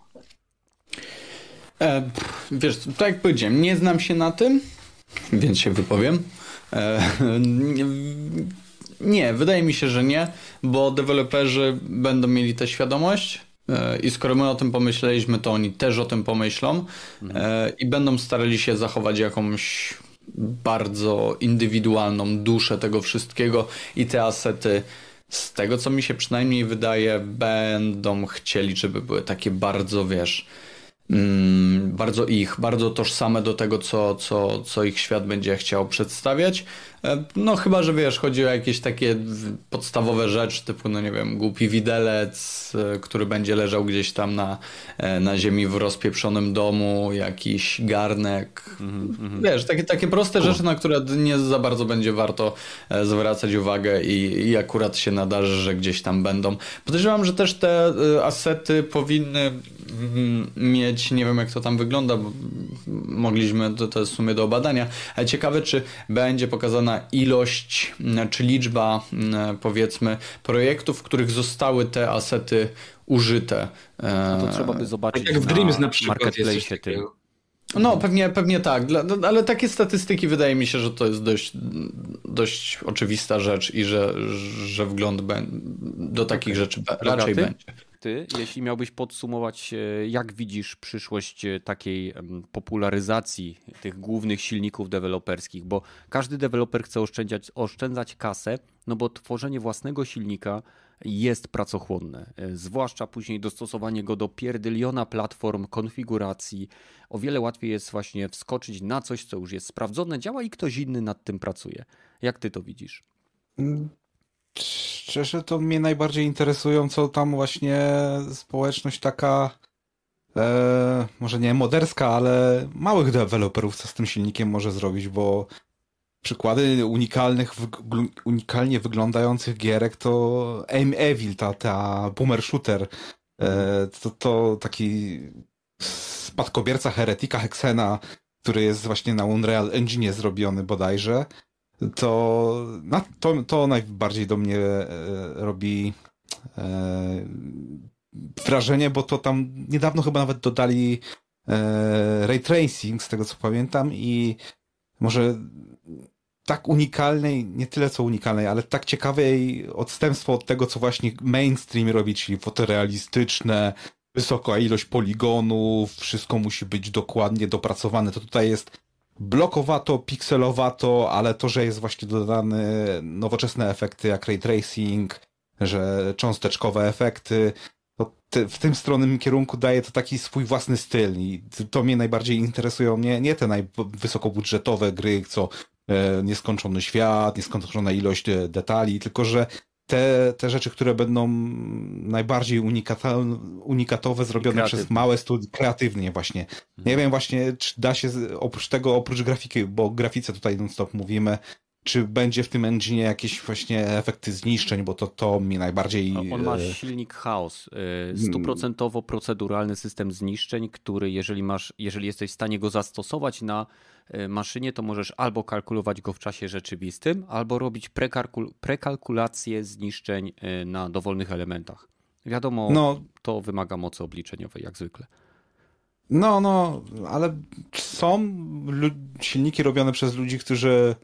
E, wiesz, tak jak powiedziałem, nie znam się na tym, więc się wypowiem. E, nie, nie, wydaje mi się, że nie, bo deweloperzy będą mieli tę świadomość. I skoro my o tym pomyśleliśmy, to oni też o tym pomyślą mhm. i będą starali się zachować jakąś bardzo indywidualną duszę tego wszystkiego i te asety, z tego co mi się przynajmniej wydaje, będą chcieli, żeby były takie bardzo, wiesz, mm, bardzo ich, bardzo tożsame do tego, co, co, co ich świat będzie chciał przedstawiać. No chyba, że wiesz, chodzi o jakieś takie podstawowe rzeczy, typu, no nie wiem, głupi widelec, który będzie leżał gdzieś tam na, na ziemi w rozpieprzonym domu, jakiś garnek. Mm-hmm. Wiesz, takie, takie proste cool. rzeczy, na które nie za bardzo będzie warto zwracać uwagę i, i akurat się nadarzy, że gdzieś tam będą. Podejrzewam, że też te asety powinny mieć, nie wiem jak to tam wygląda, bo mogliśmy, to, to jest w sumie do obadania, ale ciekawe, czy będzie pokazana ilość, czy liczba, powiedzmy, projektów, w których zostały te asety użyte. No to trzeba by zobaczyć tak jak w Dreams na przykład marketplace tym. No pewnie, pewnie tak, ale takie statystyki wydaje mi się, że to jest dość, dość oczywista rzecz i że, że wgląd do takich okay. rzeczy raczej ty, będzie. Ty, jeśli miałbyś podsumować, jak widzisz przyszłość takiej popularyzacji tych głównych silników deweloperskich, bo każdy deweloper chce oszczędzać, oszczędzać kasę, no bo tworzenie własnego silnika jest pracochłonne, zwłaszcza później dostosowanie go do pierdyliona platform, konfiguracji. O wiele łatwiej jest właśnie wskoczyć na coś, co już jest sprawdzone, działa i ktoś inny nad tym pracuje. Jak ty to widzisz? Szczerze to mnie najbardziej interesują, co tam właśnie społeczność taka, e, może nie moderska, ale małych deweloperów, co z tym silnikiem może zrobić, bo przykłady unikalnych, unikalnie wyglądających gierek to Aim Evil, ta, ta boomer shooter, e, to, to taki spadkobierca Heretika Hexena, który jest właśnie na Unreal Engine zrobiony bodajże, to, to, to najbardziej do mnie e, robi e, wrażenie, bo to tam niedawno chyba nawet dodali e, ray tracing, z tego co pamiętam, i może tak unikalnej, nie tyle co unikalnej, ale tak ciekawej odstępstwo od tego, co właśnie mainstream robi, czyli fotorealistyczne, wysoka ilość poligonów, wszystko musi być dokładnie dopracowane. To tutaj jest blokowato, pikselowato, ale to, że jest właśnie dodane nowoczesne efekty jak ray tracing, że cząsteczkowe efekty, to te, w tym stronnym kierunku daje to taki swój własny styl i to mnie najbardziej interesują nie, nie te najwysokobudżetowe gry, co e, nieskończony świat, nieskończona ilość detali, tylko że te, te rzeczy, które będą najbardziej unikatowe, zrobione Kreatywne. przez małe studia, kreatywnie właśnie. Mhm. Nie wiem właśnie, czy da się oprócz tego, oprócz grafiki, bo o grafice tutaj non-stop mówimy, czy będzie w tym engine jakieś właśnie efekty zniszczeń, bo to, to mi najbardziej... On ma silnik Chaos, stuprocentowo proceduralny system zniszczeń, który jeżeli masz, jeżeli jesteś w stanie go zastosować na maszynie, to możesz albo kalkulować go w czasie rzeczywistym, albo robić prekalkul- prekalkulację zniszczeń na dowolnych elementach. Wiadomo, no, to wymaga mocy obliczeniowej, jak zwykle. No, no, ale są silniki robione przez ludzi, którzy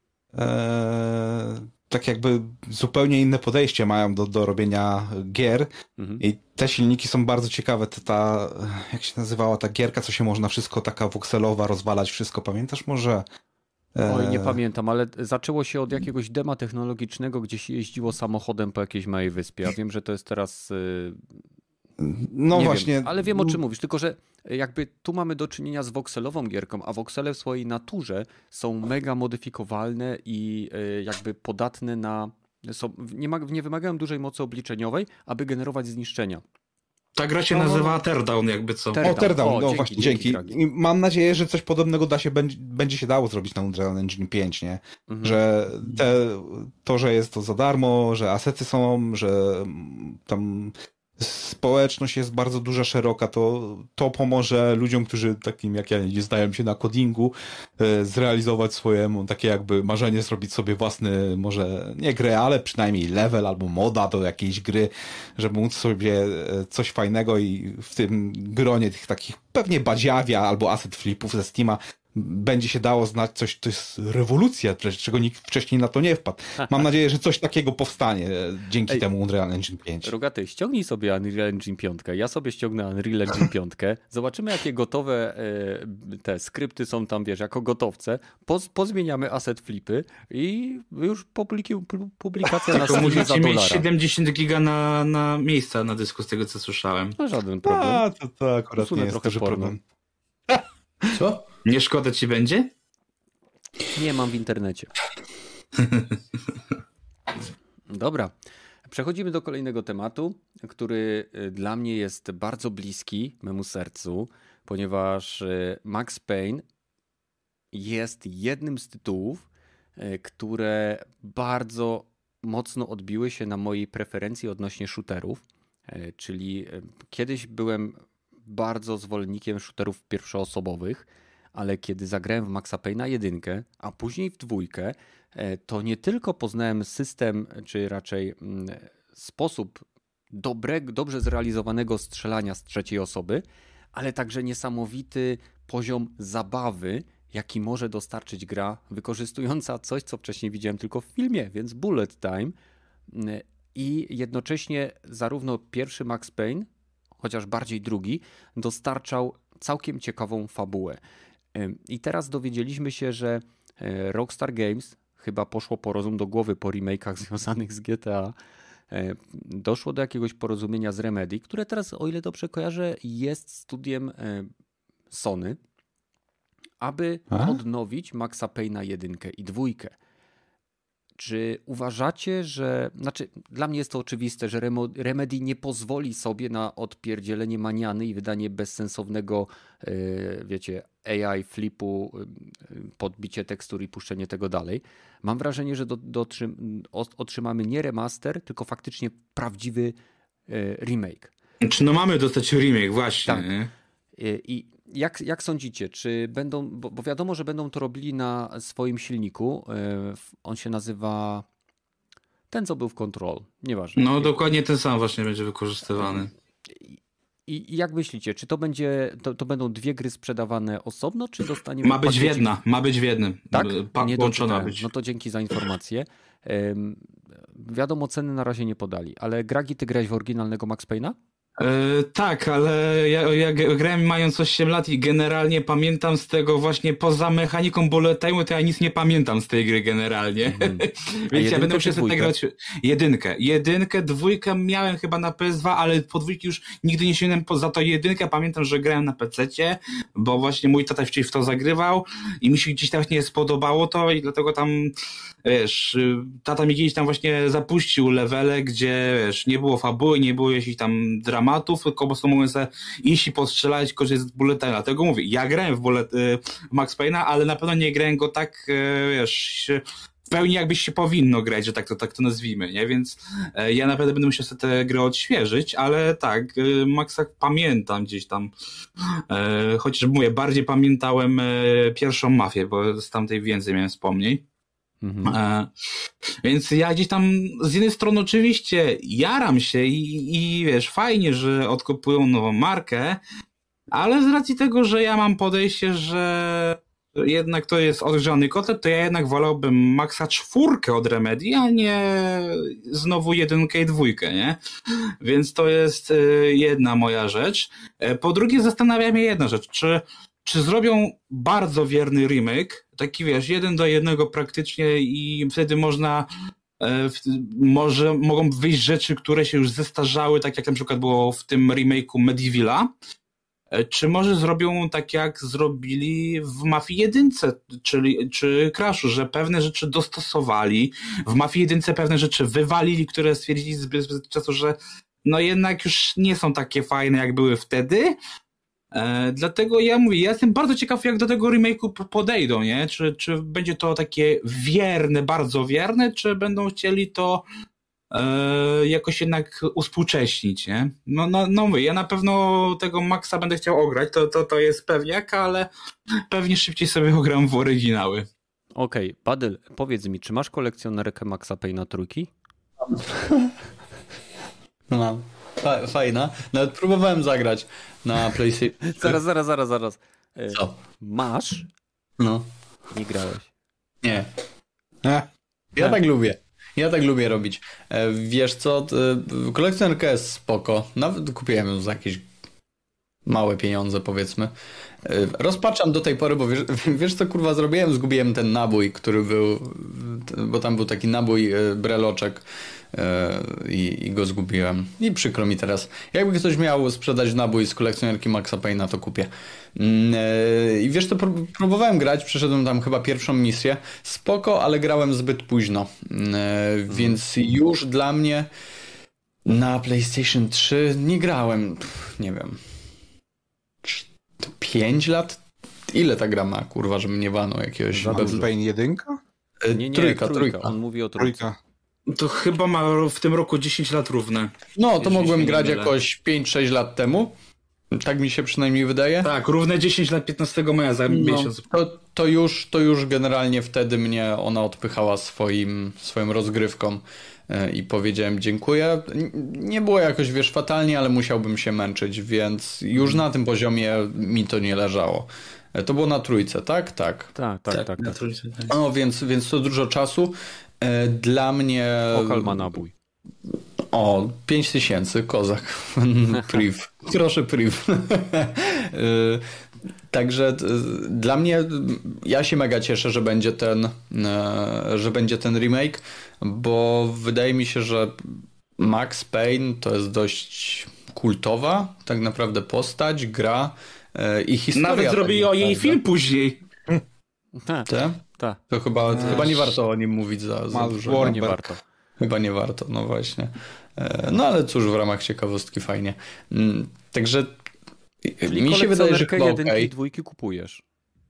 e, tak jakby zupełnie inne podejście mają do, do robienia gier mhm. i te silniki są bardzo ciekawe. Ta, ta, jak się nazywała ta gierka, co się można wszystko taka wokselowa rozwalać, wszystko. Pamiętasz może? Oj, nie pamiętam, ale zaczęło się od jakiegoś dema technologicznego, gdzie się jeździło samochodem po jakiejś małej wyspie. Ja wiem, że to jest teraz... No nie właśnie. Wiem, ale wiem, o czym mówisz, tylko że jakby tu mamy do czynienia z wokselową gierką, a woksele w swojej naturze są mega modyfikowalne i jakby podatne na... Są, nie, ma, nie wymagają dużej mocy obliczeniowej, aby generować zniszczenia. Ta gra się no, nazywa Teardown, jakby co. O, Teardown, no dzięki, właśnie, dzięki. dzięki. I mam nadzieję, że coś podobnego da się, będzie, będzie się dało zrobić na Unreal Engine pięć, nie? Mhm. Że te, to, że jest to za darmo, że asety są, że tam społeczność jest bardzo duża, szeroka, to, to pomoże ludziom, którzy takim jak ja nie znają się na codingu, zrealizować swoje takie jakby marzenie, zrobić sobie własny, może nie grę, ale przynajmniej level albo moda do jakiejś gry, żeby móc sobie coś fajnego i w tym gronie tych takich pewnie badziawia albo asset flipów ze Steama będzie się dało znać coś, to jest rewolucja, czego nikt wcześniej na to nie wpadł. Mam nadzieję, że coś takiego powstanie dzięki Ej, temu Unreal Engine pięć. Rogaty, ściągnij sobie Unreal Engine pięć, ja sobie ściągnę Unreal Engine pięć, zobaczymy jakie gotowe te skrypty są tam, wiesz, jako gotowce, Poz, pozmieniamy asset flipy i już publiki, publikacja na Steamie za dolara. Musicie mieć siedemdziesiąt giga na, na miejsca na dysku, z tego co słyszałem. No żaden problem. A, to, to akurat Usunę nie jest duży problem. Co? Nie szkoda ci będzie? Nie mam w internecie. Dobra. Przechodzimy do kolejnego tematu, który dla mnie jest bardzo bliski memu sercu, ponieważ Max Payne jest jednym z tytułów, które bardzo mocno odbiły się na mojej preferencji odnośnie shooterów, czyli kiedyś byłem bardzo zwolennikiem shooterów pierwszoosobowych, ale kiedy zagrałem w Maxa Payne'a jedynkę, a później w dwójkę, to nie tylko poznałem system, czy raczej sposób dobre, dobrze zrealizowanego strzelania z trzeciej osoby, ale także niesamowity poziom zabawy, jaki może dostarczyć gra, wykorzystująca coś, co wcześniej widziałem tylko w filmie, więc bullet time. I jednocześnie zarówno pierwszy Max Payne, chociaż bardziej drugi, dostarczał całkiem ciekawą fabułę. I teraz dowiedzieliśmy się, że Rockstar Games chyba poszło po rozum do głowy po remake'ach związanych z G T A. Doszło do jakiegoś porozumienia z Remedy, które teraz, o ile dobrze kojarzę, jest studiem Sony, aby A? odnowić Maxa Payne'a jedynkę i dwójkę. Czy uważacie, że... Znaczy, dla mnie jest to oczywiste, że Remedy nie pozwoli sobie na odpierdzielenie maniany i wydanie bezsensownego, wiecie, A I flipu, podbicie tekstur i puszczenie tego dalej. Mam wrażenie, że do, do, otrzymamy nie remaster, tylko faktycznie prawdziwy remake. Czy no mamy dostać remake, właśnie. Tak. I jak, jak sądzicie, czy będą, bo, bo wiadomo, że będą to robili na swoim silniku, on się nazywa ten, co był w Control, nieważne. No dokładnie ten sam właśnie będzie wykorzystywany. I, i jak myślicie, czy to będzie, to, to będą dwie gry sprzedawane osobno, czy dostaniemy... Ma być w jedna, ma być w jednym. Tak? Pa- nie połączona być. No to dzięki za informację. Um, wiadomo, ceny na razie nie podali, ale Gragi, ty grałeś w oryginalnego Max Payne'a? Yy, tak, ale ja, ja grałem mając osiem lat i generalnie pamiętam z tego właśnie poza mechaniką bullet time'u, to ja nic nie pamiętam z tej gry generalnie. Mm. Więc ja będę musiał sobie grać jedynkę. Jedynkę, dwójkę miałem chyba na P S dwa, ale po dwójki już nigdy nie sięgnąłem poza to jedynkę. Pamiętam, że grałem na pececie, bo właśnie mój tata wcześniej w to zagrywał i mi się gdzieś tam nie spodobało to i dlatego tam, wiesz, tata mi gdzieś tam właśnie zapuścił levele, gdzie, wiesz, nie było fabuły, nie było jakichś tam dramatów, tylko po prostu mogłem sobie iść i postrzelać, tylko że jest bullet time. Dlatego mówię, ja grałem w, bullet, w Max Payne'a, ale na pewno nie grałem go tak, wiesz, w pełni jakbyś się powinno grać, że tak to, tak to nazwijmy, nie? Więc ja naprawdę będę musiał sobie tę grę odświeżyć, ale tak, Maxa pamiętam gdzieś tam, chociaż mówię, bardziej pamiętałem pierwszą Mafię, bo z tamtej więcej miałem wspomnień. Mhm. E, więc ja gdzieś tam z jednej strony oczywiście jaram się i, i wiesz, fajnie, że odkupują nową markę, ale z racji tego, że ja mam podejście, że jednak to jest odgrzany kotlet, to ja jednak wolałbym Maxa czwórkę od Remedy, a nie znowu jedynkę i dwójkę, nie? Więc to jest jedna moja rzecz. Po drugie zastanawiam mnie jedna rzecz, czy, czy zrobią bardzo wierny remake, taki wiesz, jeden do jednego praktycznie i wtedy można może mogą wyjść rzeczy, które się już zestarzały, tak jak na przykład było w tym remake'u Medievala, czy może zrobią tak jak zrobili w Mafii jedynce, czyli, czy Crashu, że pewne rzeczy dostosowali, w Mafii jedynce pewne rzeczy wywalili, które stwierdzili zbyt, zbyt czasu, że no jednak już nie są takie fajne jak były wtedy. E, dlatego ja mówię, ja jestem bardzo ciekaw, jak do tego remake'u podejdą, nie? Czy, czy będzie to takie wierne, bardzo wierne, czy będą chcieli to e, jakoś jednak uspółcześnić, nie? No, no, no mówię, ja na pewno tego Maxa będę chciał ograć, to, to, to jest pewniak, ale pewnie szybciej sobie ogram w oryginały. Okej, okay. Badyl, powiedz mi, czy masz kolekcjonerkę Maxa Payne'a trójki? Mam. Fajna. Nawet próbowałem zagrać na PlayStation. Zaraz, zaraz, zaraz, zaraz. Co? Masz? No. Nie grałeś. Nie. Ja tak lubię. Ja tak lubię robić. Wiesz co, kolekcjonerka jest spoko. Nawet kupiłem ją za jakieś małe pieniądze, powiedzmy. Rozpaczam do tej pory, bo wiesz, wiesz co kurwa zrobiłem? Zgubiłem ten nabój, który był, bo tam był taki nabój breloczek i, i go zgubiłem. I przykro mi teraz. Jakby ktoś miał sprzedać nabój z kolekcjonerki Maxa Payne'a, to kupię. I wiesz co, próbowałem grać, przeszedłem tam chyba pierwszą misję. Spoko, ale grałem zbyt późno. Więc już dla mnie na PlayStation trzy nie grałem, nie wiem, pięć lat? Ile ta gra ma, kurwa, żeby nie wano jakiegoś... Max Payne jedynka? Nie, nie, trójka, trójka. trójka. On mówi o trójce. To chyba ma w tym roku dziesięć lat równe. No, to mogłem grać jakoś pięć sześć lat temu. Tak mi się przynajmniej wydaje. Tak, równe dziesięć lat piętnastego maja za no, miesiąc. To, to, już, to już generalnie wtedy mnie ona odpychała swoim, swoją rozgrywką i powiedziałem dziękuję. Nie było jakoś, wiesz, fatalnie, ale musiałbym się męczyć, więc już na tym poziomie mi to nie leżało. To było na trójce, tak? Tak. Tak, tak, tak. tak, na tak. trójce, tak. No, więc, więc to dużo czasu. Dla mnie... Okal ma nabój. O, pięć tysięcy, kozak. Priv. Proszę, priv. Także dla mnie, ja się mega cieszę, że będzie ten, że będzie ten remake, bo wydaje mi się, że Max Payne to jest dość kultowa tak naprawdę postać, gra i historia. Nawet zrobili o jej film później. Tak, tak. To chyba, Ech. chyba nie warto o nim mówić za, za dużo. Chyba nie warto. Chyba nie warto, no właśnie. No ale cóż, w ramach ciekawostki fajnie. Także czyli mi się wydaje, że chyba jedynki okay. i dwójki kupujesz.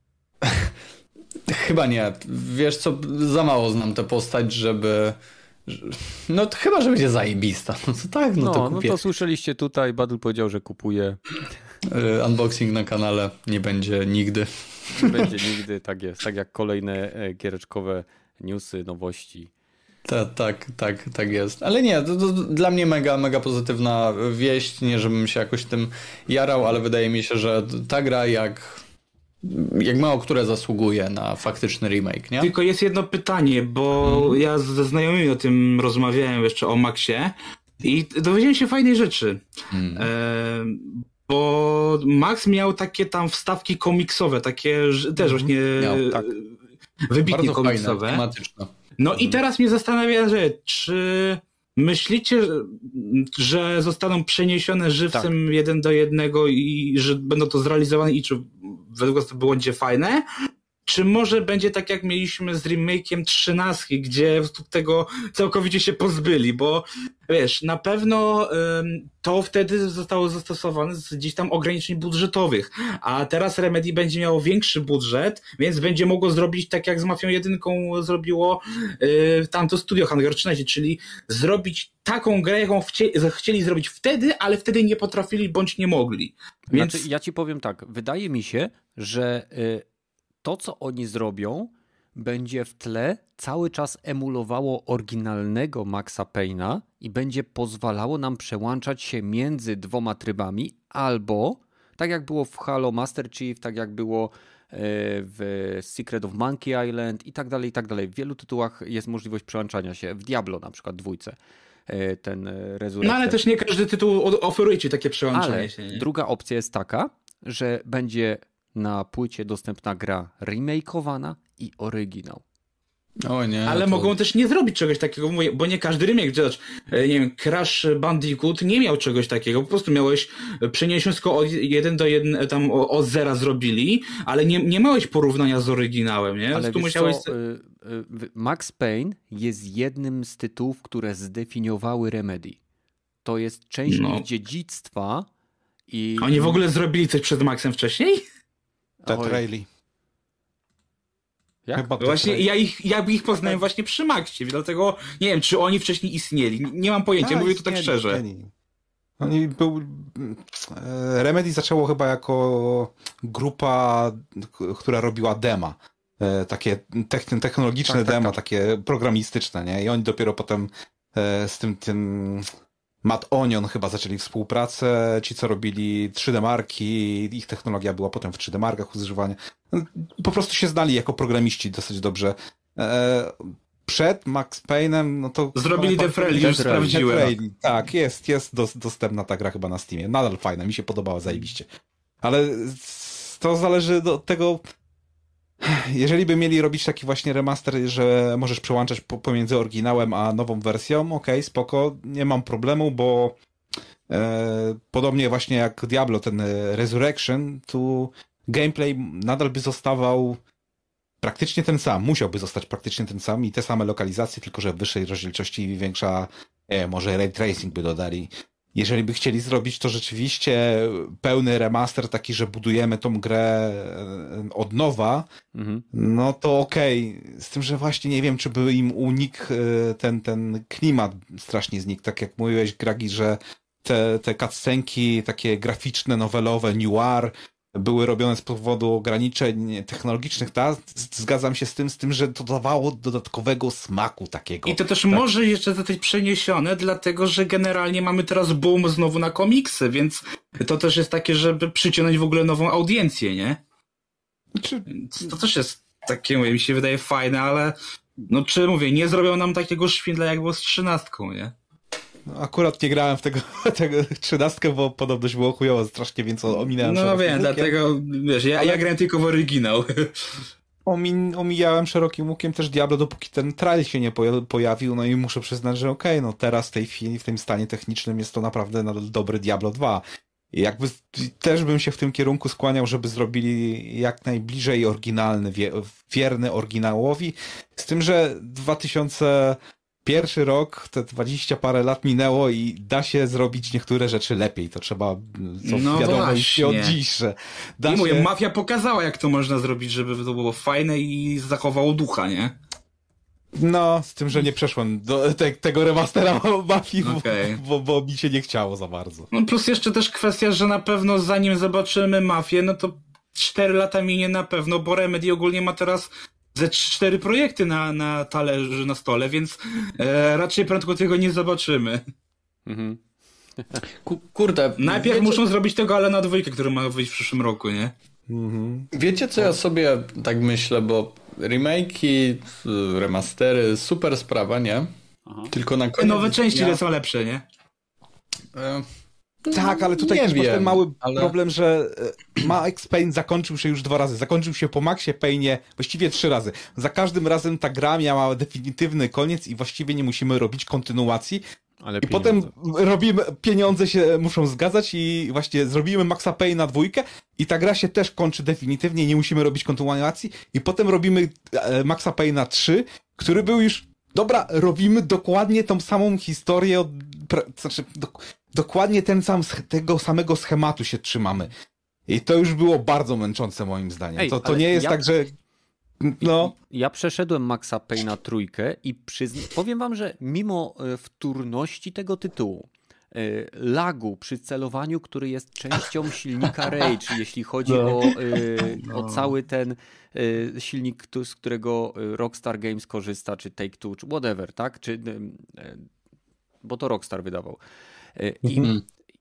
Chyba nie. Wiesz co, za mało znam tę postać, żeby... No to chyba, że będzie zajebista. No to tak, no, no to kupię. No to słyszeliście tutaj, Badul powiedział, że kupuje. Unboxing na kanale nie będzie nigdy. Nie będzie nigdy, tak jest. Tak jak kolejne giereczkowe newsy, nowości. Tak, tak, tak, tak jest. Ale nie, to, to dla mnie mega, mega pozytywna wieść. Nie, żebym się jakoś tym jarał, ale wydaje mi się, że ta gra jak, jak mało które zasługuje na faktyczny remake, nie? Tylko jest jedno pytanie, bo hmm. ja ze znajomymi o tym rozmawiałem jeszcze o Maxie i dowiedziałem się fajnej rzeczy. Hmm. E, bo Max miał takie tam wstawki komiksowe, takie też właśnie miał, tak. wybitnie bardzo komiksowe. Fajne, tematyczne. No i teraz mnie zastanawia rzecz, czy myślicie, że zostaną przeniesione żywcem tak. jeden do jednego i że będą to zrealizowane i czy według was to będzie fajne? Czy może będzie tak jak mieliśmy z remake'iem trzynastki, gdzie tego całkowicie się pozbyli, bo wiesz, na pewno ym, to wtedy zostało zastosowane z gdzieś tam ograniczeń budżetowych, a teraz Remedy będzie miało większy budżet, więc będzie mogło zrobić tak jak z Mafią jedynką zrobiło yy, tamto studio Hangar trzynaście, czyli zrobić taką grę, jaką chcieli, chcieli zrobić wtedy, ale wtedy nie potrafili bądź nie mogli. Więc... Znaczy, ja ci powiem tak, wydaje mi się, że yy... to, co oni zrobią, będzie w tle cały czas emulowało oryginalnego Maxa Payne'a i będzie pozwalało nam przełączać się między dwoma trybami albo Tak jak było w Halo Master Chief, tak jak było w Secret of Monkey Island i tak dalej, i tak dalej. W wielu tytułach jest możliwość przełączania się. W Diablo na przykład dwójce. Ten Resurrected. No ale też nie każdy tytuł oferuje ci takie przełączanie ale się. Nie? Druga opcja jest taka, że będzie na płycie dostępna gra remakeowana i oryginał. O nie. Ale to... mogą też nie zrobić czegoś takiego, bo nie każdy remake, zobacz, nie wiem, Crash Bandicoot nie miał czegoś takiego, po prostu miałeś, przenieść wszystko od jeden do jeden, tam od zera zrobili, ale nie, nie miałeś porównania z oryginałem, nie? Ale tu wiesz musiałeś... co, Max Payne jest jednym z tytułów, które zdefiniowały Remedy. To jest część No. ich dziedzictwa i... Oni w ogóle zrobili coś przed Maxem wcześniej? Dead Oj. Rally. Jak? Chyba Dead Właśnie Rally. ja ich, ja ich poznałem właśnie przy Maxie, dlatego nie wiem, czy oni wcześniej istnieli. Nie mam pojęcia, A, mówię to tak istnieli, szczerze. istnieli. Oni był... e, Remedy zaczęło chyba jako grupa, k- która robiła dema. E, Takie techn- technologiczne Tak, tak, dema, tak. takie programistyczne, nie? I oni dopiero potem e, z tym, tym Mad Onion chyba zaczęli współpracę. Ci, co robili trzy D marki, ich technologia była potem w trzy D markach używania. Po prostu się znali jako programiści dosyć dobrze. E, Przed Max Payne'em, no to... Zrobili chyba- Death Rally, Death już Rally. sprawdziłem. Death Rally. Tak, jest, jest dos- dostępna ta gra chyba na Steamie. Nadal fajna, mi się podobała zajebiście. Ale s- to zależy do- od tego, jeżeli by mieli robić taki właśnie remaster, że możesz przełączać po- pomiędzy oryginałem a nową wersją, okej, spoko, nie mam problemu, bo e, podobnie właśnie jak Diablo, ten e, Resurrection, tu gameplay nadal by zostawał praktycznie ten sam, musiałby zostać praktycznie ten sam i te same lokalizacje, tylko że w wyższej rozdzielczości i większa, nie, może ray tracing by dodali. Jeżeli by chcieli zrobić to rzeczywiście pełny remaster, taki, że budujemy tą grę e, od nowa, Mhm. no to okej. Z tym, że właśnie nie wiem, czy by im unikł e, ten, ten klimat strasznie znikł. Tak jak mówiłeś, Gragi, że te, te cutscenki takie graficzne, nowelowe, noir były robione z powodu ograniczeń technologicznych, ta, zgadzam się z tym, z tym, że to dawało dodatkowego smaku takiego. I to też tak. może jeszcze zostać przeniesione, dlatego że generalnie mamy teraz boom znowu na komiksy, więc to też jest takie, żeby przyciągnąć w ogóle nową audiencję, nie? Znaczy, Więc to też jest takie, mówię, mi się wydaje fajne, ale no czy mówię, nie zrobią nam takiego szwindla jak było z trzynastką, nie? no, akurat nie grałem w tego, tego trzynastkę, bo podobność było chujowo strasznie, więc ominąłem No szerokim wiem, łukiem. dlatego, wiesz, ja, Ale- ja grałem tylko w oryginał. Omin, omijałem szerokim łukiem też Diablo, dopóki ten trial się nie poja- pojawił, no i muszę przyznać, że okej, no teraz w tej chwili, w tym stanie technicznym jest to naprawdę nadal dobry Diablo dwa. I jakby też bym się w tym kierunku skłaniał, żeby zrobili jak najbliżej oryginalny, wie, wierny oryginałowi, z tym, że dwa tysiące pierwszy rok, te dwadzieścia parę lat minęło i da się zrobić niektóre rzeczy lepiej, to trzeba, co No wiadomo już właśnie. od dziś, że da I mówię, się... Mafia pokazała, jak to można zrobić, żeby to było fajne i zachowało ducha, nie? No, z tym, że nie przeszłem do te, tego remastera Mafii, Okej. bo, bo, bo mi się nie chciało za bardzo. No plus jeszcze też kwestia, że na pewno zanim zobaczymy Mafię, no to cztery lata minie na pewno, bo Remedy ogólnie ma teraz ze cztery projekty na, na talerzu, na stole, więc e, raczej prędko tego nie zobaczymy. Mhm. Ku- Kurde, Najpierw wiecie, muszą zrobić tego Alena dwójkę, który ma wyjść w przyszłym roku, nie? Mhm. wiecie co ja sobie tak myślę, bo remake'i, remastery, super sprawa, nie? Aha. Tylko na Te koniec nowe części dnia- lecą lepsze, nie? E, Tak, ale tutaj nie też masz wiem, ten mały ale- problem, że e, Max Payne zakończył się już dwa razy. Zakończył się po Maxie Payne'ie właściwie trzy razy. Za każdym razem ta gra miała definitywny koniec i właściwie nie musimy robić kontynuacji. Ale I pieniądze. potem robimy, pieniądze się muszą zgadzać i właśnie zrobimy Maxa Payne na dwójkę i ta gra się też kończy definitywnie, nie musimy robić kontynuacji i potem robimy e, Maxa Payne na trzy, który był już, dobra, robimy dokładnie tą samą historię, od, pra, znaczy do, dokładnie ten sam, sch- tego samego schematu się trzymamy. I to już było bardzo męczące moim zdaniem. Ej, to to ale nie jest ja- tak, że no... Ja przeszedłem Maxa Payne'a trójkę i przyzn- powiem wam, że mimo e, wtórności tego tytułu, e, lagu przy celowaniu, który jest częścią silnika Rage, jeśli chodzi No. o, e, o cały ten e, silnik, tu- z którego e, Rockstar Games korzysta, czy Take-Two, czy whatever, tak? Czy, e, e, bo to Rockstar wydawał. E, I, Mhm. I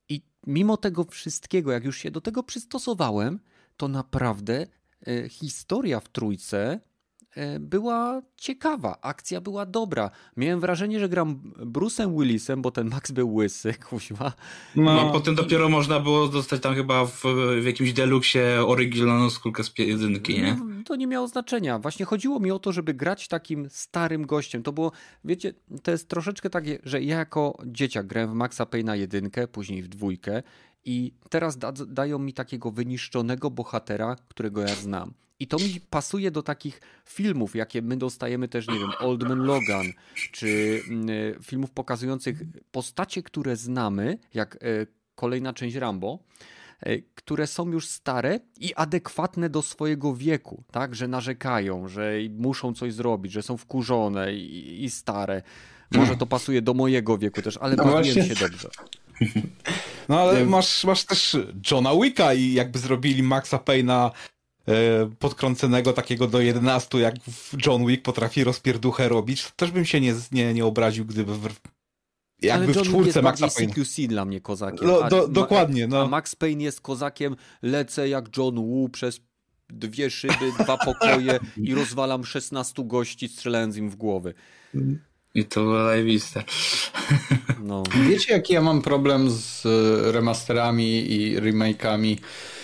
mimo tego wszystkiego, jak już się do tego przystosowałem, to naprawdę e, historia w trójce e, była ciekawa, akcja była dobra. Miałem wrażenie, że gram Bruce'em Willisem, bo ten Max był łysy, kuźwa. No, no potem dopiero można było dostać tam chyba w, w jakimś deluxe oryginalną skórkę z jedynki, nie? No, to nie miało znaczenia. Właśnie chodziło mi o to, żeby grać takim starym gościem. To było, wiecie, to jest troszeczkę takie, że ja jako dzieciak grałem w Maxa Payne'a jedynkę, później w dwójkę i teraz da, dają mi takiego wyniszczonego bohatera, którego ja znam. I to mi pasuje do takich filmów, jakie my dostajemy też, nie wiem, Old Man Logan, czy y, filmów pokazujących postacie, które znamy, jak y, kolejna część Rambo, y, które są już stare i adekwatne do swojego wieku, tak, że narzekają, że muszą coś zrobić, że są wkurzone i, i stare. Może to pasuje do mojego wieku też, ale No bawiłem właśnie. się dobrze. No ale masz, masz też Johna Wicka i jakby zrobili Maxa Payne'a e, podkręconego takiego do jedenastu, jak John Wick potrafi rozpierduchę robić, to też bym się nie, nie, nie obraził, gdyby w, jakby ale w John Wick czwórce jest Maxa bardziej Payne'a. C Q C dla mnie kozakiem. No, a, do, ma, dokładnie, no. A Max Payne jest kozakiem, lecę jak John Woo przez dwie szyby, dwa pokoje i rozwalam szesnastu gości, strzelając im w głowy. I to było zajebiste. No. Wiecie, jaki ja mam problem z remasterami i remake'ami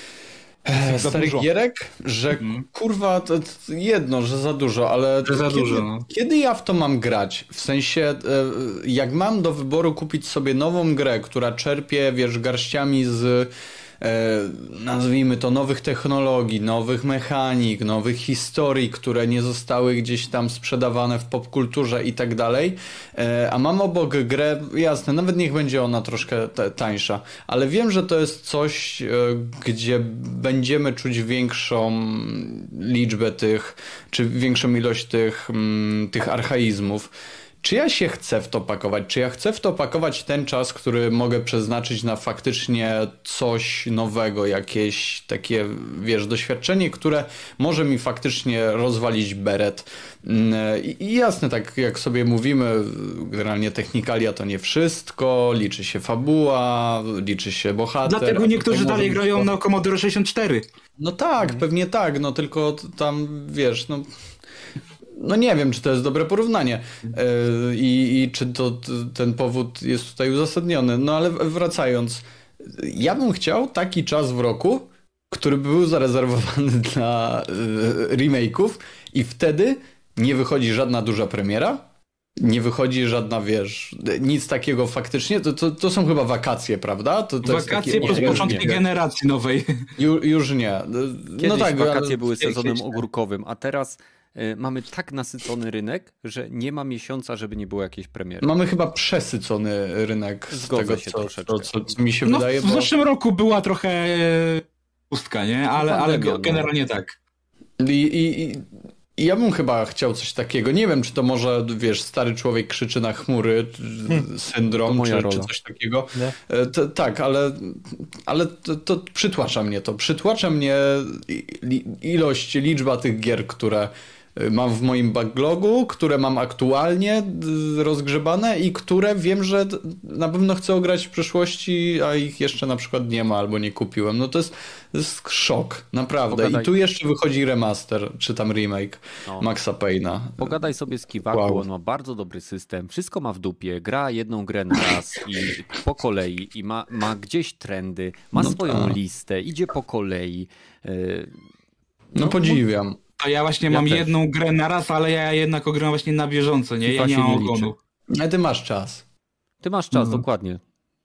e, Za starych dużo. gierek? Że Mhm. kurwa, to, to jedno, że za dużo, ale Że za kiedy, dużo, no. kiedy ja w to mam grać? W sensie, e, jak mam do wyboru kupić sobie nową grę, która czerpie, wiesz, garściami z e, nazwijmy to nowych technologii, nowych mechanik, nowych historii, które nie zostały gdzieś tam sprzedawane w popkulturze i tak dalej, e, a mam obok grę, jasne, nawet niech będzie ona troszkę te, tańsza, ale wiem, że to jest coś, e, gdzie będziemy czuć większą liczbę tych, czy większą ilość tych, mm, tych archaizmów. Czy ja się chcę w to pakować? Czy ja chcę w to pakować ten czas, który mogę przeznaczyć na faktycznie coś nowego, jakieś takie, wiesz, doświadczenie, które może mi faktycznie rozwalić beret. I, i jasne, tak jak sobie mówimy, generalnie technikalia to nie wszystko, liczy się fabuła, liczy się bohater. Dlatego a niektórzy tutaj dalej może grają być to- na Commodore sześćdziesiąt cztery. No tak, pewnie tak, no tylko t- tam, wiesz, no... No nie wiem, czy to jest dobre porównanie yy, i, i czy to t- ten powód jest tutaj uzasadniony. No ale wracając, ja bym chciał taki czas w roku, który był zarezerwowany dla yy, remake'ów i wtedy nie wychodzi żadna duża premiera, nie wychodzi żadna, wiesz, nic takiego faktycznie. To, to, to są chyba wakacje, prawda? To, to jest Wakacje takie- plus nie, już początki nie. generacji nowej. Ju, już nie. Kiedyś no tak, wakacje ale- były sezonem kiedyś- ogórkowym, a teraz y, mamy tak nasycony rynek, że nie ma miesiąca, żeby nie było jakiejś premiery. Mamy chyba przesycony rynek z Zgodzę tego, się co, troszeczkę. co, co, co mi się No wydaje. w Bo... zeszłym roku była trochę e, pustka, nie? Ale, ale pandemia, no. generalnie tak. I, i, i i ja bym chyba chciał coś takiego. Nie wiem, czy to może, wiesz, stary człowiek krzyczy na chmury, to syndrom, moja czy, rola. czy coś takiego. Nie. E, To, tak, ale, ale to, to przytłacza mnie to. Przytłacza mnie i- ilość, liczba tych gier, które mam w moim backlogu, które mam aktualnie d- rozgrzebane i które wiem, że d- na pewno chcę ograć w przyszłości, a ich jeszcze na przykład nie ma albo nie kupiłem. No to jest, to jest szok, naprawdę. Pogadaj. I tu jeszcze wychodzi remaster, czy tam remake No. Maxa Payne'a. Pogadaj sobie z Kiwaku, Wow. on ma bardzo dobry system, wszystko ma w dupie, gra jedną grę na raz i po kolei i ma, ma gdzieś trendy, ma No swoją tak. listę, idzie po kolei. Yy, No podziwiam. To ja właśnie Ja mam też. jedną grę na raz, ale ja jednak ogrywam właśnie na bieżąco, nie? Ja FIFA nie się mam nie ogonu. Ale ty masz czas. Ty masz czas, Mhm. dokładnie.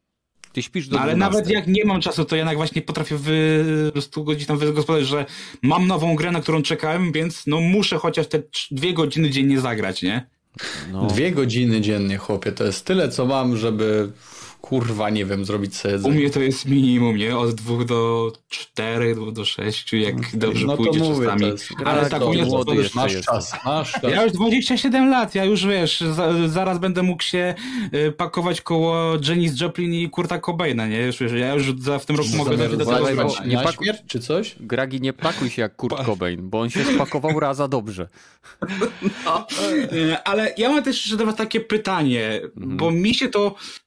Ty śpisz do No, ale dwunastej. nawet jak nie mam czasu, to jednak właśnie potrafię wy, po prostu godzić tam wygospodarować, że mam nową grę, na którą czekałem, więc no muszę chociaż te trz- dwie godziny dziennie zagrać, nie? No. Dwie godziny dziennie, chłopie, to jest tyle, co mam, żeby kurwa, nie wiem, zrobić sobie U jedzenie. mnie to jest minimum, nie? Od dwóch do czterech, do, do sześciu, jak dobrze No to pójdzie mówię, czasami. to jest Ale gra, tak to mówiąc, młody to już jeszcze Masz jest. czas, masz czas. Ja już dwadzieścia siedem lat, ja już wiesz, za, zaraz będę mógł się y, pakować koło Janis Joplin i Kurta Cobaina, nie? Już, wiesz, ja już za, w tym roku mogę Zamiast nawet Uważaj, zagrać. bo- nie nie na pakuj- śmierć, czy coś? Gragi, nie pakuj się jak Kurt Cobain, bo on się spakował raz za dobrze. No, y, ale ja mam też jeszcze do was takie pytanie, bo mi się to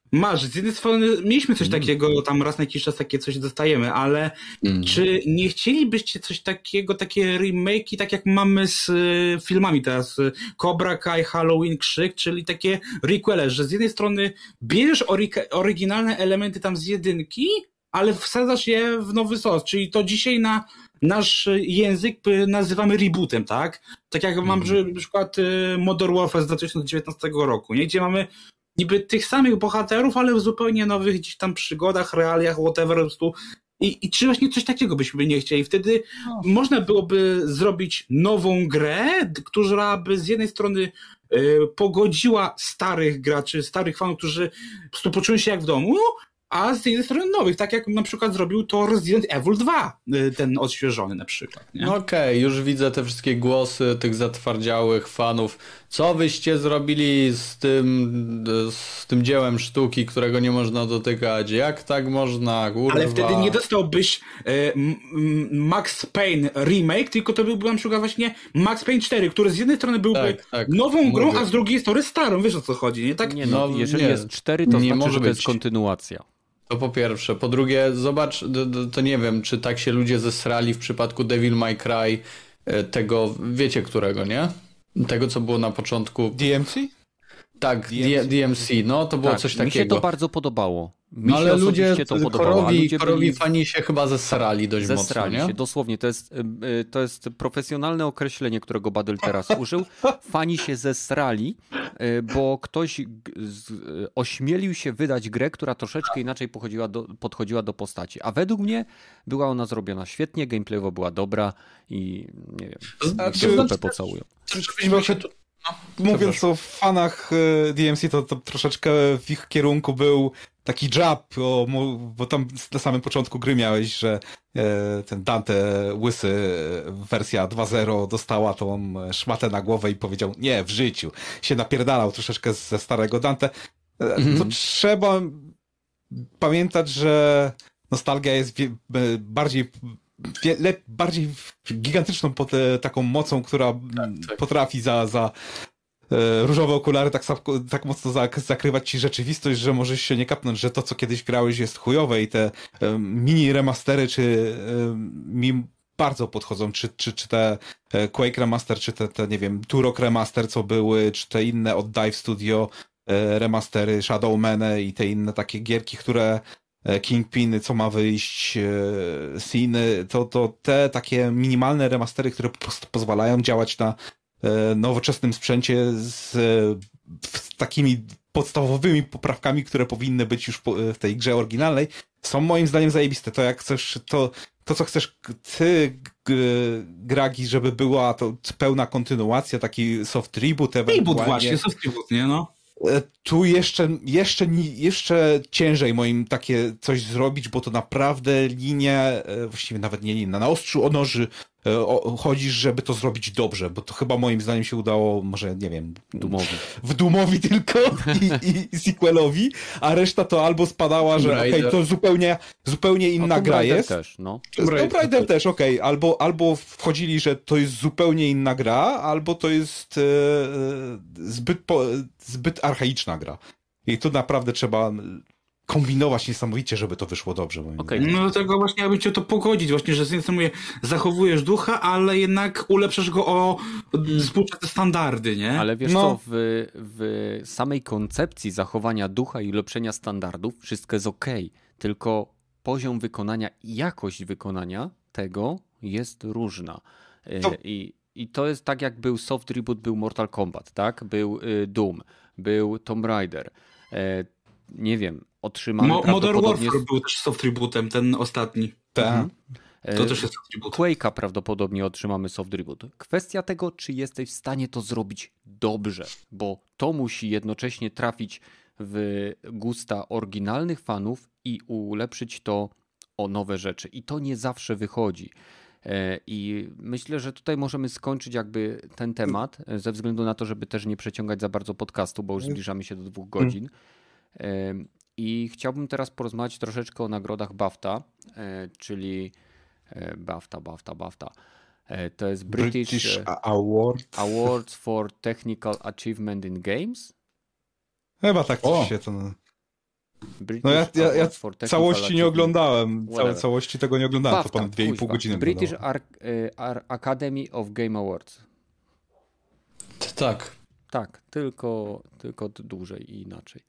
Masz, z jednej strony mieliśmy coś Mm. takiego, tam raz na jakiś czas takie coś dostajemy, ale Mm. czy nie chcielibyście coś takiego, takie remake'i, tak jak mamy z y, filmami teraz, y, Cobra Kai, Halloween, Krzyk, czyli takie requele, że z jednej strony bierzesz ory- oryginalne elementy tam z jedynki, ale wsadzasz je w nowy sos, czyli to dzisiaj na nasz język y, nazywamy rebootem, tak? Tak jak mam że na przykład y, Modern Warfare z dwa tysiące dziewiętnastego roku, nie? Gdzie mamy niby tych samych bohaterów, ale w zupełnie nowych gdzieś tam przygodach, realiach, whatever, po prostu. I, I czy właśnie coś takiego byśmy nie chcieli? Wtedy No. można byłoby zrobić nową grę, która by z jednej strony y, pogodziła starych graczy, starych fanów, którzy po prostu poczują się jak w domu, a z jednej strony nowych, tak jak na przykład zrobił to Resident Evil dwa, y, ten odświeżony na przykład. Nie? No okej, już widzę te wszystkie głosy tych zatwardziałych fanów. Co wyście zrobili z tym, z tym dziełem sztuki, którego nie można dotykać? Jak tak można? Kurwa. Ale wtedy nie dostałbyś e, m, m, Max Payne remake, tylko to byłby na przykład właśnie Max Payne cztery, który z jednej strony byłby Tak, tak. nową grą, Mówię. a z drugiej strony starą, wiesz o co chodzi, nie? Tak? Nie no, No, jeżeli nie. jest cztery, to Nie znaczy, może że to jest być. kontynuacja. To po pierwsze. Po drugie, zobacz, to, to- to nie wiem, czy tak się ludzie zesrali w przypadku Devil May Cry, e, tego, wiecie którego, nie? Tego, co było na początku. D M C? Tak, D M C. D M C, no to było Tak, coś mi się takiego. to bardzo podobało. Mi No się ale ludzie, osobiście to podobało, a korowi, ludzie korowi byli fani się chyba zesrali dość zesrali mocno, się, nie? dosłownie. To jest, y, y, to jest profesjonalne określenie, którego Badyl teraz użył. Fani się zesrali, y, bo ktoś g- z, y, ośmielił się wydać grę, która troszeczkę inaczej pochodziła do, podchodziła do postaci. A według mnie była ona zrobiona świetnie, gameplayowo była dobra i nie wiem, Znaczy- się w dupę pocałują. Żebyśmy się tu... Mówiąc o fanach e, D M C, to, to troszeczkę w ich kierunku był taki jab, o, mu- bo tam na samym początku gry miałeś, że e, ten Dante łysy e, wersja dwa zero dostała tą e, szmatę na głowę i powiedział nie, w życiu. Się napierdalał troszeczkę ze starego Dante. E, Mhm. To trzeba pamiętać, że nostalgia jest wie, e, bardziej wiele, bardziej gigantyczną pod, e, taką mocą, która m, tak. potrafi za, za e, różowe okulary tak, sam- tak mocno zak- zakrywać ci rzeczywistość, że możesz się nie kapnąć, że to, co kiedyś grałeś, jest chujowe i te e, mini remastery, czy e, mi bardzo podchodzą, czy, czy, czy te e, Quake Remaster, czy te, te, nie wiem, Turok Remaster, co były, czy te inne od Dive Studio e, remastery, Shadowmeny i te inne takie gierki, które e, Kingpin, co ma wyjść, e, Siny, to, to te takie minimalne remastery, które po prostu pozwalają działać na e, nowoczesnym sprzęcie z, e, z takimi podstawowymi poprawkami, które powinny być już po, w tej grze oryginalnej, są moim zdaniem zajebiste. To jak chcesz, to, to co chcesz ty, g, Gragi, żeby była to pełna kontynuacja, taki soft reboot, Reboot ewentualnie. właśnie, soft reboot, nie no? E, Tu jeszcze, jeszcze, ni- jeszcze ciężej moim takie coś zrobić, bo to naprawdę linia, e, właściwie nawet nie linia, na ostrzu o noży e, o- chodzisz, żeby to zrobić dobrze, bo to chyba moim zdaniem się udało, może nie wiem, Dumowi. w Doomowi tylko i, i sequelowi, a reszta to albo spadała, że Tomb okej, Raider. to zupełnie, zupełnie inna No, Tomb gra Raider jest. też, no. Tomb Raider też, okej, albo, albo wchodzili, że to jest zupełnie inna gra, albo to jest e, e, zbyt, po, zbyt archaiczna gra. I tu naprawdę trzeba kombinować niesamowicie, żeby to wyszło dobrze. Moim Okej. zdaniem. No dlatego właśnie aby cię to pogodzić, właśnie, że z jednej strony zachowujesz ducha, ale jednak ulepszasz go o współczesne standardy, nie? Ale wiesz No. co, w, w samej koncepcji zachowania ducha i ulepszenia standardów wszystko jest okej, tylko poziom wykonania i jakość wykonania tego jest różna. E, To- I, I to jest tak, jak był soft reboot, był Mortal Kombat, tak? Był y, Doom, był Tomb Raider. E, nie wiem, otrzymamy Mo- Modern prawdopodobnie... Warfare był też soft rebootem, ten ostatni. Tak. e, To też jest soft reboot. Quake'a prawdopodobnie otrzymamy soft reboot. Kwestia tego, czy jesteś w stanie to zrobić dobrze, bo to musi jednocześnie trafić w gusta oryginalnych fanów i ulepszyć to o nowe rzeczy. I to nie zawsze wychodzi. E, I myślę, że tutaj możemy skończyć jakby ten temat, e, ze względu na to, żeby też nie przeciągać za bardzo podcastu, bo już zbliżamy się do dwóch godzin. E, I chciałbym teraz porozmawiać troszeczkę o nagrodach BAFTA, e, czyli e, BAFTA, BAFTA, BAFTA. E, To jest British, British e, Award. Awards for Technical Achievement in Games. Chyba tak O. coś się to... British no ja, ja, ja całości nie oglądałem, całej całości tego nie oglądałem, BAFTA, to ponad dwie i pół godziny. British Ar- Ar- Academy of Game Awards. Tak. Tak, tylko, tylko dłużej i inaczej.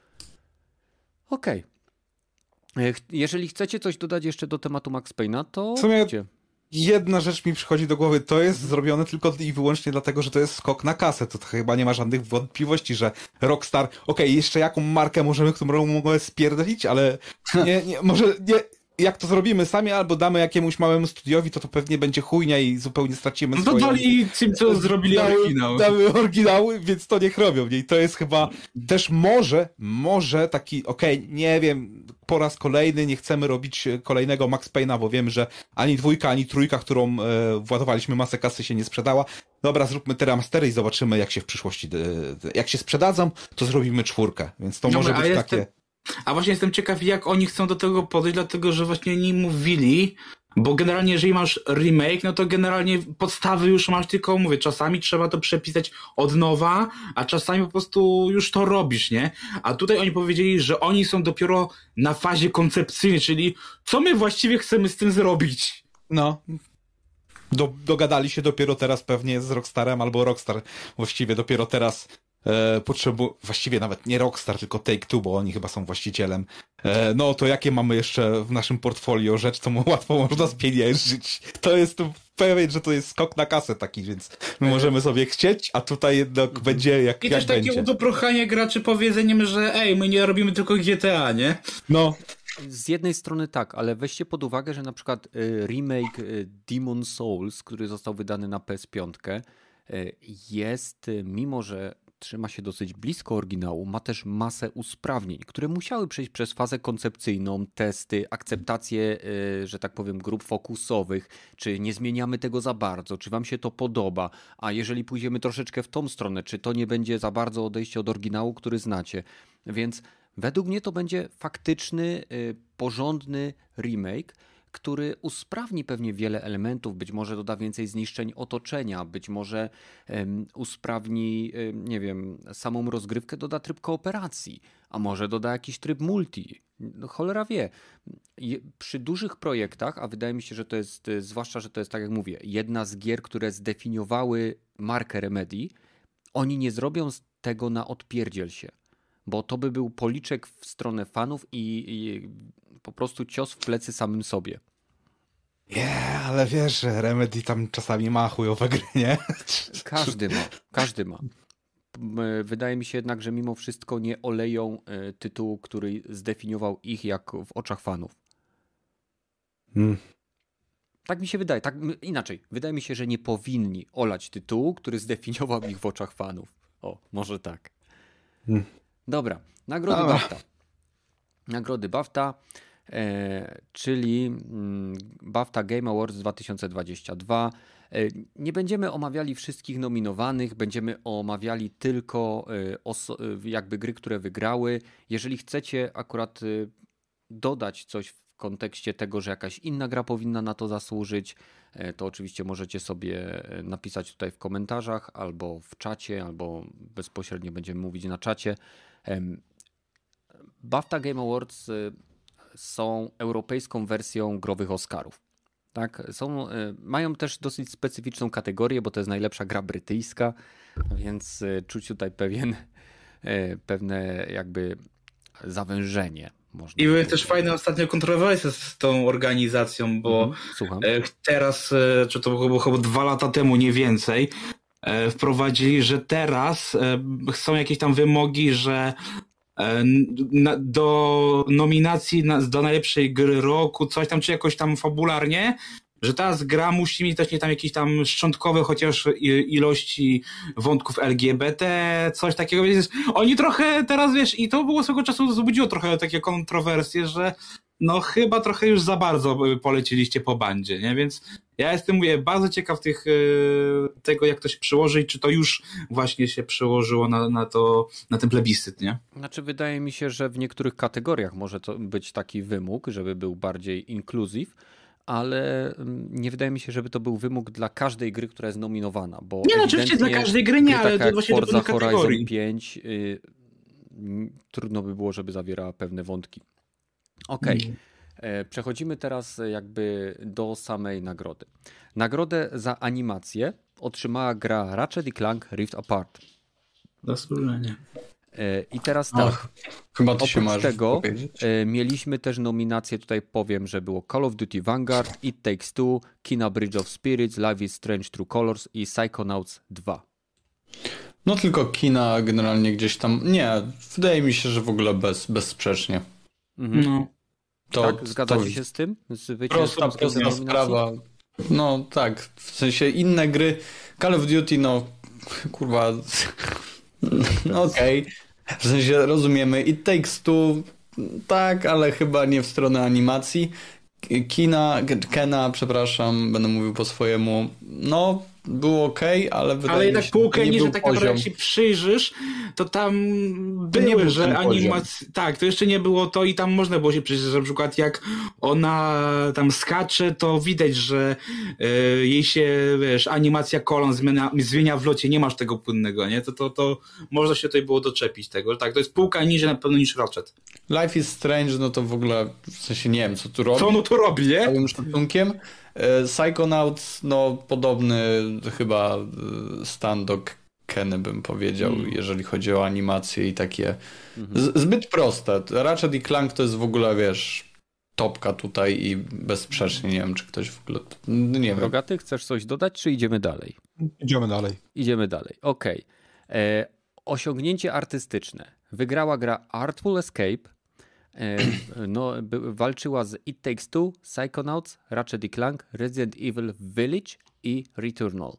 Okej. Okay. Jeżeli chcecie coś dodać jeszcze do tematu Max Payne'a, to gdzie? Jedna rzecz mi przychodzi do głowy, to jest zrobione tylko i wyłącznie dlatego, że to jest skok na kasę. To chyba nie ma żadnych wątpliwości, że Rockstar, okej, okay, jeszcze jaką markę możemy, którą mogę spierdolić, ale nie, nie, może nie, jak to zrobimy sami, albo damy jakiemuś małemu studiowi, to to pewnie będzie chujnia i zupełnie stracimy swoje... No dali tym, co zrobili dały, oryginał. Dały oryginały, więc to niech robią. I to jest chyba też może, może taki, okej, okay, nie wiem, po raz kolejny nie chcemy robić kolejnego Max Payne'a, bo wiem, że ani dwójka, ani trójka, którą e, władowaliśmy masę kasy, się nie sprzedała. Dobra, zróbmy te remastery i zobaczymy, jak się w przyszłości, e, jak się sprzedadzą, to zrobimy czwórkę. Więc to no może być takie... Jestem... A właśnie jestem ciekaw, jak oni chcą do tego podejść, dlatego że właśnie nie mówili, bo generalnie jeżeli masz remake, no to generalnie podstawy już masz, tylko mówię, czasami trzeba to przepisać od nowa, a czasami po prostu już to robisz, nie? A tutaj oni powiedzieli, że oni są dopiero na fazie koncepcyjnej, czyli co my właściwie chcemy z tym zrobić? No. Do, dogadali się dopiero teraz pewnie z Rockstarem, albo Rockstar właściwie dopiero teraz E, potrzebu... właściwie nawet nie Rockstar, tylko Take-Two, bo oni chyba są właścicielem. E, no to jakie mamy jeszcze w naszym portfolio rzecz, co łatwo można spieniężyć. To jest pewien, że to jest skok na kasę taki, więc my możemy sobie chcieć, a tutaj jednak będzie jak, I jak też takie będzie. udoprochanie graczy powiedzeniem, że ej, my nie robimy tylko G T A, nie? No. Z jednej strony tak, ale weźcie pod uwagę, że na przykład remake Demon's Souls, który został wydany na P S pięć, jest, mimo że trzyma się dosyć blisko oryginału, ma też masę usprawnień, które musiały przejść przez fazę koncepcyjną, testy, akceptację, że tak powiem, grup fokusowych, czy nie zmieniamy tego za bardzo, czy wam się to podoba, a jeżeli pójdziemy troszeczkę w tą stronę, czy to nie będzie za bardzo odejście od oryginału, który znacie. Więc według mnie to będzie faktyczny, porządny remake, który usprawni pewnie wiele elementów, być może doda więcej zniszczeń otoczenia, być może um, usprawni, um, nie wiem, samą rozgrywkę, doda tryb kooperacji, a może doda jakiś tryb multi. No, cholera wie. Je, przy dużych projektach, a wydaje mi się, że to jest, zwłaszcza, że to jest, tak jak mówię, jedna z gier, które zdefiniowały markę Remedy, oni nie zrobią z tego na odpierdziel się, bo to by był policzek w stronę fanów i, i po prostu cios w plecy samym sobie. Nie, yeah, ale wiesz, że Remedy tam czasami ma chujowe gry, nie? Każdy ma, każdy ma. Wydaje mi się jednak, że mimo wszystko nie oleją tytułu, który zdefiniował ich jak w oczach fanów. Hmm. Tak mi się wydaje, tak inaczej. Wydaje mi się, że nie powinni olać tytułu, który zdefiniował ich w oczach fanów. O, może tak. Hmm. Dobra, nagrody Dobra. BAFTA. Nagrody BAFTA, e, czyli mm, BAFTA Game Awards dwa tysiące dwadzieścia dwa. E, nie będziemy omawiali wszystkich nominowanych, będziemy omawiali tylko e, oso- jakby gry, które wygrały. Jeżeli chcecie akurat e, dodać coś w kontekście tego, że jakaś inna gra powinna na to zasłużyć, e, to oczywiście możecie sobie napisać tutaj w komentarzach, albo w czacie, albo bezpośrednio będziemy mówić na czacie. E, BAFTA Game Awards są europejską wersją growych Oscarów. Tak? Są, mają też dosyć specyficzną kategorię, bo to jest najlepsza gra brytyjska, więc czuć tutaj pewien, pewne jakby zawężenie. Można I były też fajne ostatnio kontrowersje z tą organizacją, bo mhm, słucham. Teraz, czy to było chyba dwa lata temu, nie więcej, wprowadzili, że teraz są jakieś tam wymogi, że do nominacji do najlepszej gry roku, coś tam, czy jakoś tam fabularnie, że ta gra musi mieć też nie tam jakieś tam szczątkowe chociaż ilości wątków L G B T, coś takiego. Więc oni trochę teraz, wiesz, i to było swego czasu wzbudziło trochę takie kontrowersje, że no chyba trochę już za bardzo polecieliście po bandzie, nie? Więc ja jestem, mówię, bardzo ciekaw tych, tego, jak to się przełoży i czy to już właśnie się przełożyło na, na, to, na ten plebiscyt, nie? Znaczy wydaje mi się, że w niektórych kategoriach może to być taki wymóg, żeby był bardziej inclusive, ale nie wydaje mi się, żeby to był wymóg dla każdej gry, która jest nominowana. Bo nie, no oczywiście dla każdej gry nie, ale to właśnie Forza Horizon pięć, trudno by było, żeby zawierała pewne wątki. Okej. Okay. Przechodzimy teraz jakby do samej nagrody. Nagrodę za animację otrzymała gra Ratchet and Clank Rift Apart. Zasłużenie. I teraz tak, Ach, chyba ty się masz tego powiedzieć. mieliśmy też nominacje, tutaj powiem, że było Call of Duty Vanguard, It Takes Two, Kena Bridge of Spirits, Life is Strange True Colors i Psychonauts dwa. No tylko kina generalnie gdzieś tam, nie, wydaje mi się, że w ogóle bez, bezsprzecznie. Mhm. No. To, tak, zgadzacie to się z tym? Z prosta, z prosta nominacji? sprawa. No tak, w sensie inne gry, Call of Duty, no kurwa, no okej. Okay. W sensie rozumiemy, It Takes Two, tak, ale chyba nie w stronę animacji. Kina, Kena, przepraszam, będę mówił po swojemu, no było okej, okay, ale wydaje ale mi się, jednak półkę niżej, tak poziom. naprawdę jak się przyjrzysz, to tam były, że animacje, tak, to jeszcze nie było to i tam można było się przyjrzeć, że na przykład jak ona tam skacze, to widać, że y, jej się, wiesz, animacja kolon zmienia, zmienia w locie, nie masz tego płynnego, nie? To, to, to można się tutaj było doczepić tego, tak, to jest półka niżej na pewno niż Ratchet. Life is Strange, no to w ogóle, w sensie nie wiem, co tu robi. Co ono tu robi, nie? Całym szacunkiem. Psychonauts, no podobny chyba stan do Keny bym powiedział, mm. jeżeli chodzi o animację i takie mm-hmm. z- zbyt proste. Ratchet i Clank to jest w ogóle, wiesz, topka tutaj i bezsprzecznie, nie wiem, czy ktoś w ogóle, nie wiem. Rogaty, chcesz coś dodać, czy idziemy dalej? Idziemy dalej. Idziemy dalej, okej. Okay. Osiągnięcie artystyczne. Wygrała gra Artful Escape. No, by, walczyła z It Takes Two, Psychonauts, Ratchet and Clank, Resident Evil Village i Returnal.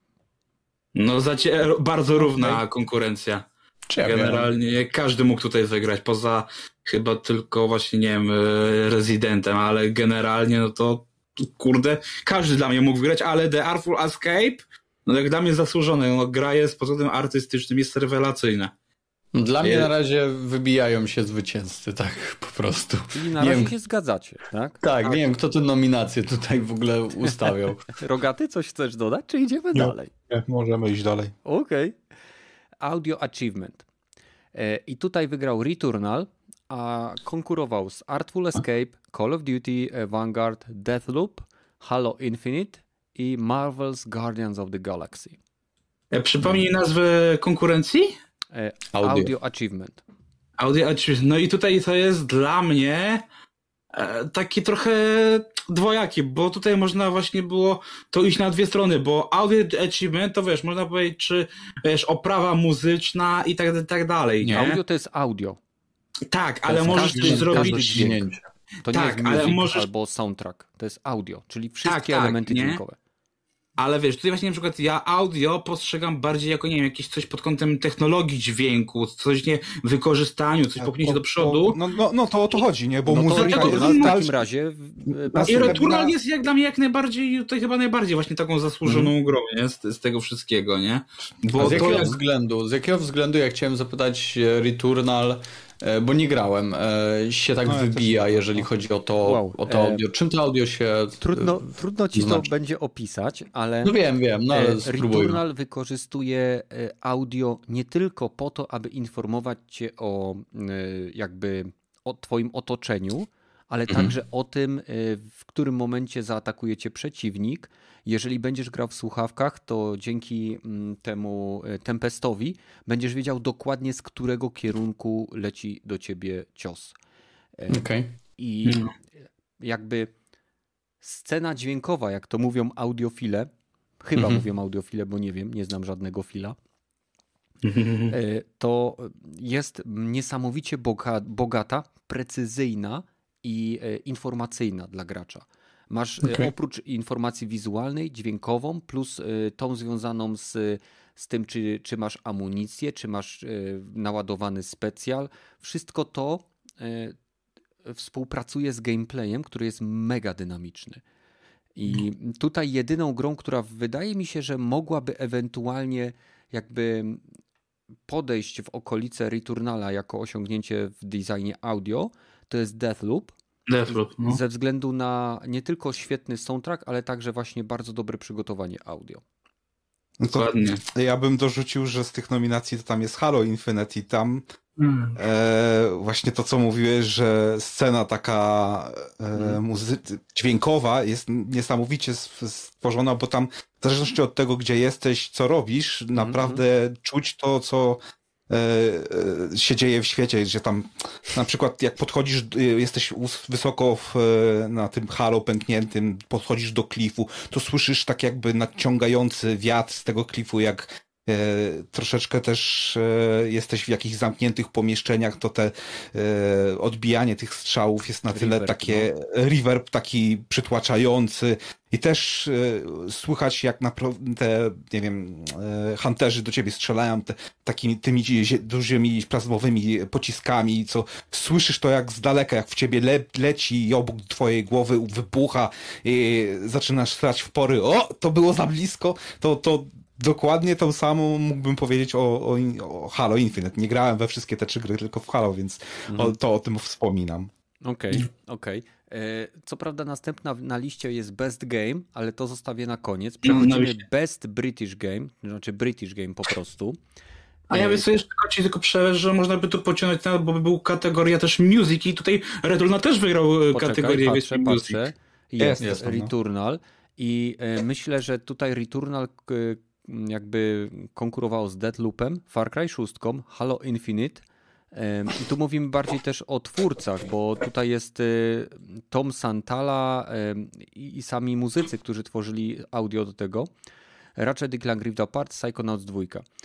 No zacie bardzo równa okay. konkurencja. Czy ja Generalnie wiem. Każdy mógł tutaj wygrać, poza chyba tylko właśnie, nie wiem, Residentem, ale generalnie no to kurde, każdy dla mnie mógł wygrać, ale The Artful Escape, no jak dla mnie zasłużone, no gra jest pod względem artystycznym, jest rewelacyjna. Dla mnie na razie wybijają się zwycięzcy, tak po prostu. Czyli na razie się zgadzacie, tak? Tak, nie wiem, kto te nominacje tutaj w ogóle ustawiał. Rogaty, coś chcesz dodać, czy idziemy nie, dalej? Nie, możemy iść dalej. Okej. Okay. Audio Achievement. I tutaj wygrał Returnal, a konkurował z Artful Escape, Call of Duty, Vanguard, Deathloop, Halo Infinite i Marvel's Guardians of the Galaxy. Przypomnij nazwę konkurencji? Audio. Audio Achievement. Audio Achievement. No i tutaj to jest dla mnie taki trochę dwojaki, bo tutaj można właśnie było to iść na dwie strony, bo Audio Achievement to wiesz, można powiedzieć, czy wiesz, oprawa muzyczna i tak, tak dalej, nie? Audio to jest audio. Tak, ale możesz coś zrobić. Dźwięk. To tak, nie jest music ale możesz... albo soundtrack. To jest audio, czyli wszystkie tak, tak, elementy nie? dźwiękowe. Ale wiesz, tutaj właśnie na przykład ja audio postrzegam bardziej jako, nie wiem, jakieś coś pod kątem technologii dźwięku, coś nie wykorzystaniu, coś popchnięcie do przodu. No, no, no to o to chodzi, nie? Bo no muzyka to, jest... W takim razie... I Returnal jest jak dla mnie jak najbardziej, tutaj chyba najbardziej właśnie taką zasłużoną mm. grą, nie? Z, z tego wszystkiego, nie? Bo z jakiego jak... względu? Z jakiego względu, ja chciałem zapytać Returnal, bo nie grałem, się tak no, wybija, też... jeżeli chodzi o to, wow. o to audio. Czym to audio się... Trudno, trudno ci znaczy? to będzie opisać, ale... No wiem, wiem, no ale spróbujmy. Returnal wykorzystuje audio nie tylko po to, aby informować cię o jakby o twoim otoczeniu, ale mhm. także o tym, w którym momencie zaatakuje cię przeciwnik. Jeżeli będziesz grał w słuchawkach, to dzięki temu Tempestowi będziesz wiedział dokładnie, z którego kierunku leci do ciebie cios. Okay. I jakby scena dźwiękowa, jak to mówią audiofile, chyba mhm. mówią audiofile, bo nie wiem, nie znam żadnego fila, to jest niesamowicie bogata, precyzyjna i informacyjna dla gracza. Masz okay. oprócz informacji wizualnej, dźwiękową, plus tą związaną z, z tym, czy, czy masz amunicję, czy masz naładowany specjal. Wszystko to współpracuje z gameplayem, który jest mega dynamiczny. I tutaj jedyną grą, która wydaje mi się, że mogłaby ewentualnie jakby podejść w okolice Returnala jako osiągnięcie w designie audio, to jest Deathloop. Deathloop no. Ze względu na nie tylko świetny soundtrack, ale także właśnie bardzo dobre przygotowanie audio. No to ja bym dorzucił, że z tych nominacji to tam jest Halo Infinite i tam Mm. E, właśnie to, co mówiłeś, że scena taka e, muzy- dźwiękowa jest niesamowicie stworzona, bo tam w zależności od tego, gdzie jesteś, co robisz, mm-hmm. naprawdę czuć to, co e, e, się dzieje w świecie, że tam na przykład jak podchodzisz, jesteś wysoko w, na tym halo pękniętym, podchodzisz do klifu, to słyszysz tak jakby nadciągający wiatr z tego klifu, jak E, troszeczkę też e, jesteś w jakichś zamkniętych pomieszczeniach, to te e, odbijanie tych strzałów jest na tyle Reverb, takie, no. reverb taki przytłaczający i też e, słychać jak naprawdę te, nie wiem, e, hunterzy do ciebie strzelają te, takimi tymi dużymi plazmowymi pociskami, co słyszysz to jak z daleka, jak w ciebie le, leci i obok twojej głowy wybucha i zaczynasz strać w pory, o, to było za blisko, to, to dokładnie tą samą mógłbym powiedzieć o, o, o Halo Infinite. Nie grałem we wszystkie te trzy gry, tylko w Halo, więc mhm. o, to o tym wspominam. Okej, okay, okej. Okay. Co prawda następna na liście jest Best Game, ale to zostawię na koniec. Przechodzimy no, Best British Game, znaczy British Game po prostu. A ja wiem, co jeszcze ci tylko przerwę, że można by tu pociągnąć, bo by był kategoria też music i tutaj Returnal też wygrał Poczekaj, kategorię patrzę, music. patrzę. Jest, jest Returnal no. i myślę, że tutaj Returnal jakby konkurowało z Deathloopem, Far Cry sześć, Halo Infinite i tu mówimy bardziej też o twórcach, bo tutaj jest Tom Santala i sami muzycy, którzy tworzyli audio do tego. Ratchet and Clank Rift Apart, Psychonauts dwa.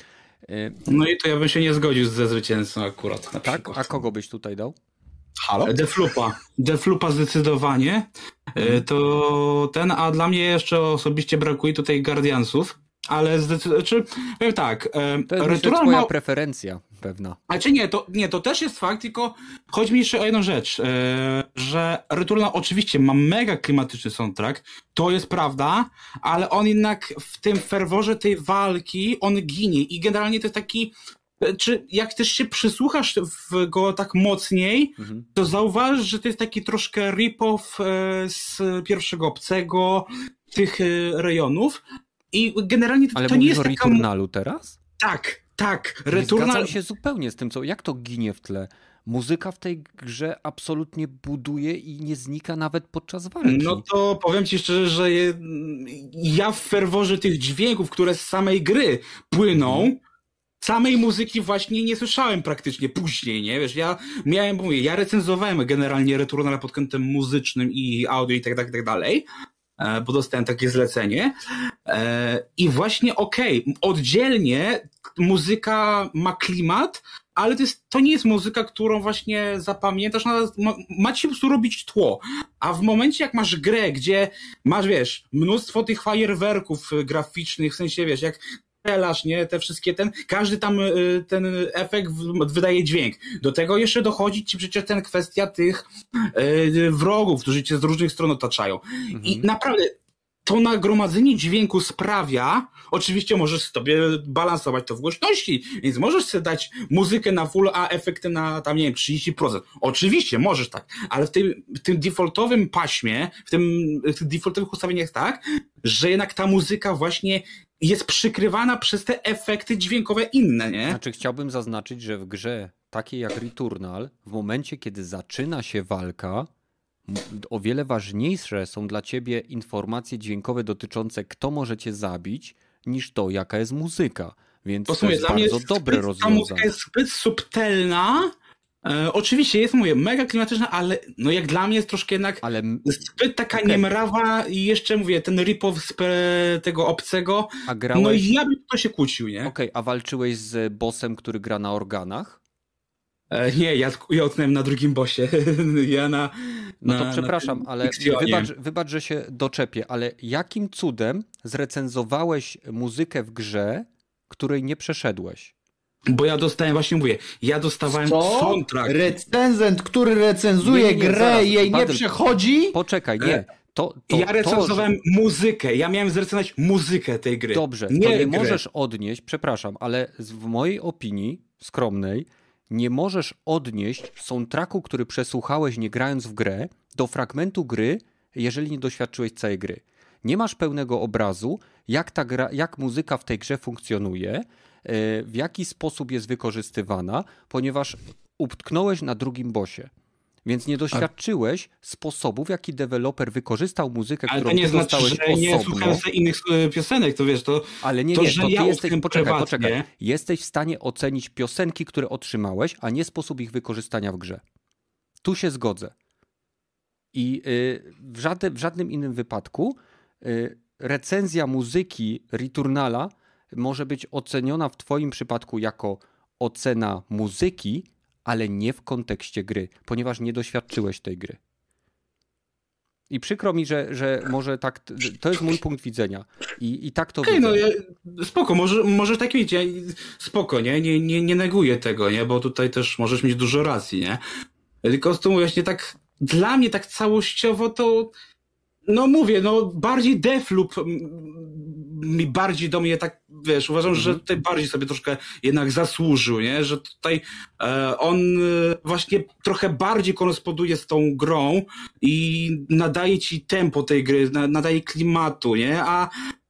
No i to ja bym się nie zgodził ze zwycięzcą akurat. Na tak? przykład. A kogo byś tutaj dał? Halo? Deathloopa. Deathloopa zdecydowanie. Hmm. To ten, a dla mnie jeszcze osobiście brakuje tutaj Guardiansów. Ale zdecydowanie, czy powiem tak, to jest Returnal twoja ma... preferencja pewna. A czy nie, to nie, to też jest fakt, tylko chodzi mi jeszcze o jedną rzecz, że Returnal oczywiście ma mega klimatyczny soundtrack, to jest prawda, ale on jednak w tym ferworze tej walki, on ginie i generalnie to jest taki, czy jak też się przysłuchasz w go tak mocniej, mhm. to zauważysz, że to jest taki troszkę rip-off z pierwszego Obcego, tych rejonów. I generalnie to, Ale to nie jest o taka... Returnalu teraz? Tak, tak. Returnal... Nie zgadzam się zupełnie z tym, co... Jak to ginie w tle? Muzyka w tej grze absolutnie buduje i nie znika nawet podczas walki. No to powiem ci szczerze, że je... ja w ferworze tych dźwięków, które z samej gry płyną, hmm. samej muzyki właśnie nie słyszałem praktycznie później, nie? Wiesz, ja miałem, mówię, ja recenzowałem generalnie Returnala pod kątem muzycznym i audio i tak dalej, i tak dalej. Bo dostałem takie zlecenie i właśnie okej, okay, oddzielnie muzyka ma klimat, ale to, jest, to nie jest muzyka, którą właśnie zapamiętasz, ma, ma ci po prostu robić tło, a w momencie jak masz grę, gdzie masz, wiesz, mnóstwo tych fajerwerków graficznych, w sensie, wiesz, jak strzelasz, nie, te wszystkie, ten, każdy tam ten efekt wydaje dźwięk. Do tego jeszcze dochodzi ci przecież ten kwestia tych yy, wrogów, którzy cię z różnych stron otaczają. Mhm. I naprawdę to nagromadzenie dźwięku sprawia, oczywiście możesz sobie balansować to w głośności, więc możesz sobie dać muzykę na full, a efekty na tam, nie wiem, trzydzieści procent. Oczywiście, możesz tak, ale w tym, w tym defaultowym paśmie, w tym, w tych defaultowych ustawieniach jest tak, że jednak ta muzyka właśnie jest przykrywana przez te efekty dźwiękowe inne, nie? Znaczy chciałbym zaznaczyć, że w grze takiej jak Returnal, w momencie kiedy zaczyna się walka, o wiele ważniejsze są dla ciebie informacje dźwiękowe dotyczące kto może cię zabić, niż to jaka jest muzyka. Więc to, to jest bardzo jest dobre zbyt, rozwiązanie. Ta muzyka jest zbyt subtelna. E, oczywiście jest, mówię, mega klimatyczna, ale no jak dla mnie jest troszkę jednak ale... zbyt taka okay. niemrawa i jeszcze mówię, ten rip-off z tego Obcego, a grałeś... no i ja bym to się kłócił, nie? Okej, okay, a walczyłeś z bossem, który gra na organach? E, nie, ja, ja utknąłem na drugim bossie. ja na, no to na, przepraszam, na ale wybacz, wybacz, że się doczepię, ale jakim cudem zrecenzowałeś muzykę w grze, której nie przeszedłeś? Bo ja dostałem, właśnie mówię, ja dostawałem Co? soundtrack. Recenzent, który recenzuje nie, nie, nie, grę zaraz, jej Badel, nie przechodzi? Poczekaj, nie. To, to, ja recenzowałem to, że... muzykę, ja miałem zrecenzować muzykę tej gry. Dobrze, nie, to nie możesz odnieść, przepraszam, ale w mojej opinii skromnej, nie możesz odnieść soundtracku, który przesłuchałeś nie grając w grę, do fragmentu gry, jeżeli nie doświadczyłeś całej gry. Nie masz pełnego obrazu, jak ta gra, jak muzyka w tej grze funkcjonuje, w jaki sposób jest wykorzystywana, ponieważ utknąłeś na drugim bossie. Więc nie doświadczyłeś A... sposobów, w jaki deweloper wykorzystał muzykę, ale którą to nie ty znaczy, dostałeś że osobno. nie słuchałem innych piosenek, to wiesz, to Ale nie, to, nie, że to ty ja jesteś, poczekaj, prywatnie... poczekaj. Jesteś w stanie ocenić piosenki, które otrzymałeś, a nie sposób ich wykorzystania w grze. Tu się zgodzę. I y, w, żadne, w żadnym innym wypadku y, recenzja muzyki Returnala może być oceniona w twoim przypadku jako ocena muzyki, ale nie w kontekście gry, ponieważ nie doświadczyłeś tej gry. I przykro mi, że, że może tak, to jest mój punkt widzenia. I, i tak to okay, widzę. No ja, spoko, może, może tak mieć, ja, spoko, nie? Nie, nie, nie neguję tego, nie? Bo tutaj też możesz mieć dużo racji, nie? Tylko z tym właśnie tak, dla mnie tak całościowo to, no mówię, no bardziej Deathloop mi bardziej do mnie tak, wiesz, uważam, mm-hmm. że tutaj bardziej sobie troszkę jednak zasłużył, nie? Że tutaj e, on właśnie trochę bardziej koresponduje z tą grą i nadaje ci tempo tej gry, na, nadaje klimatu, nie? A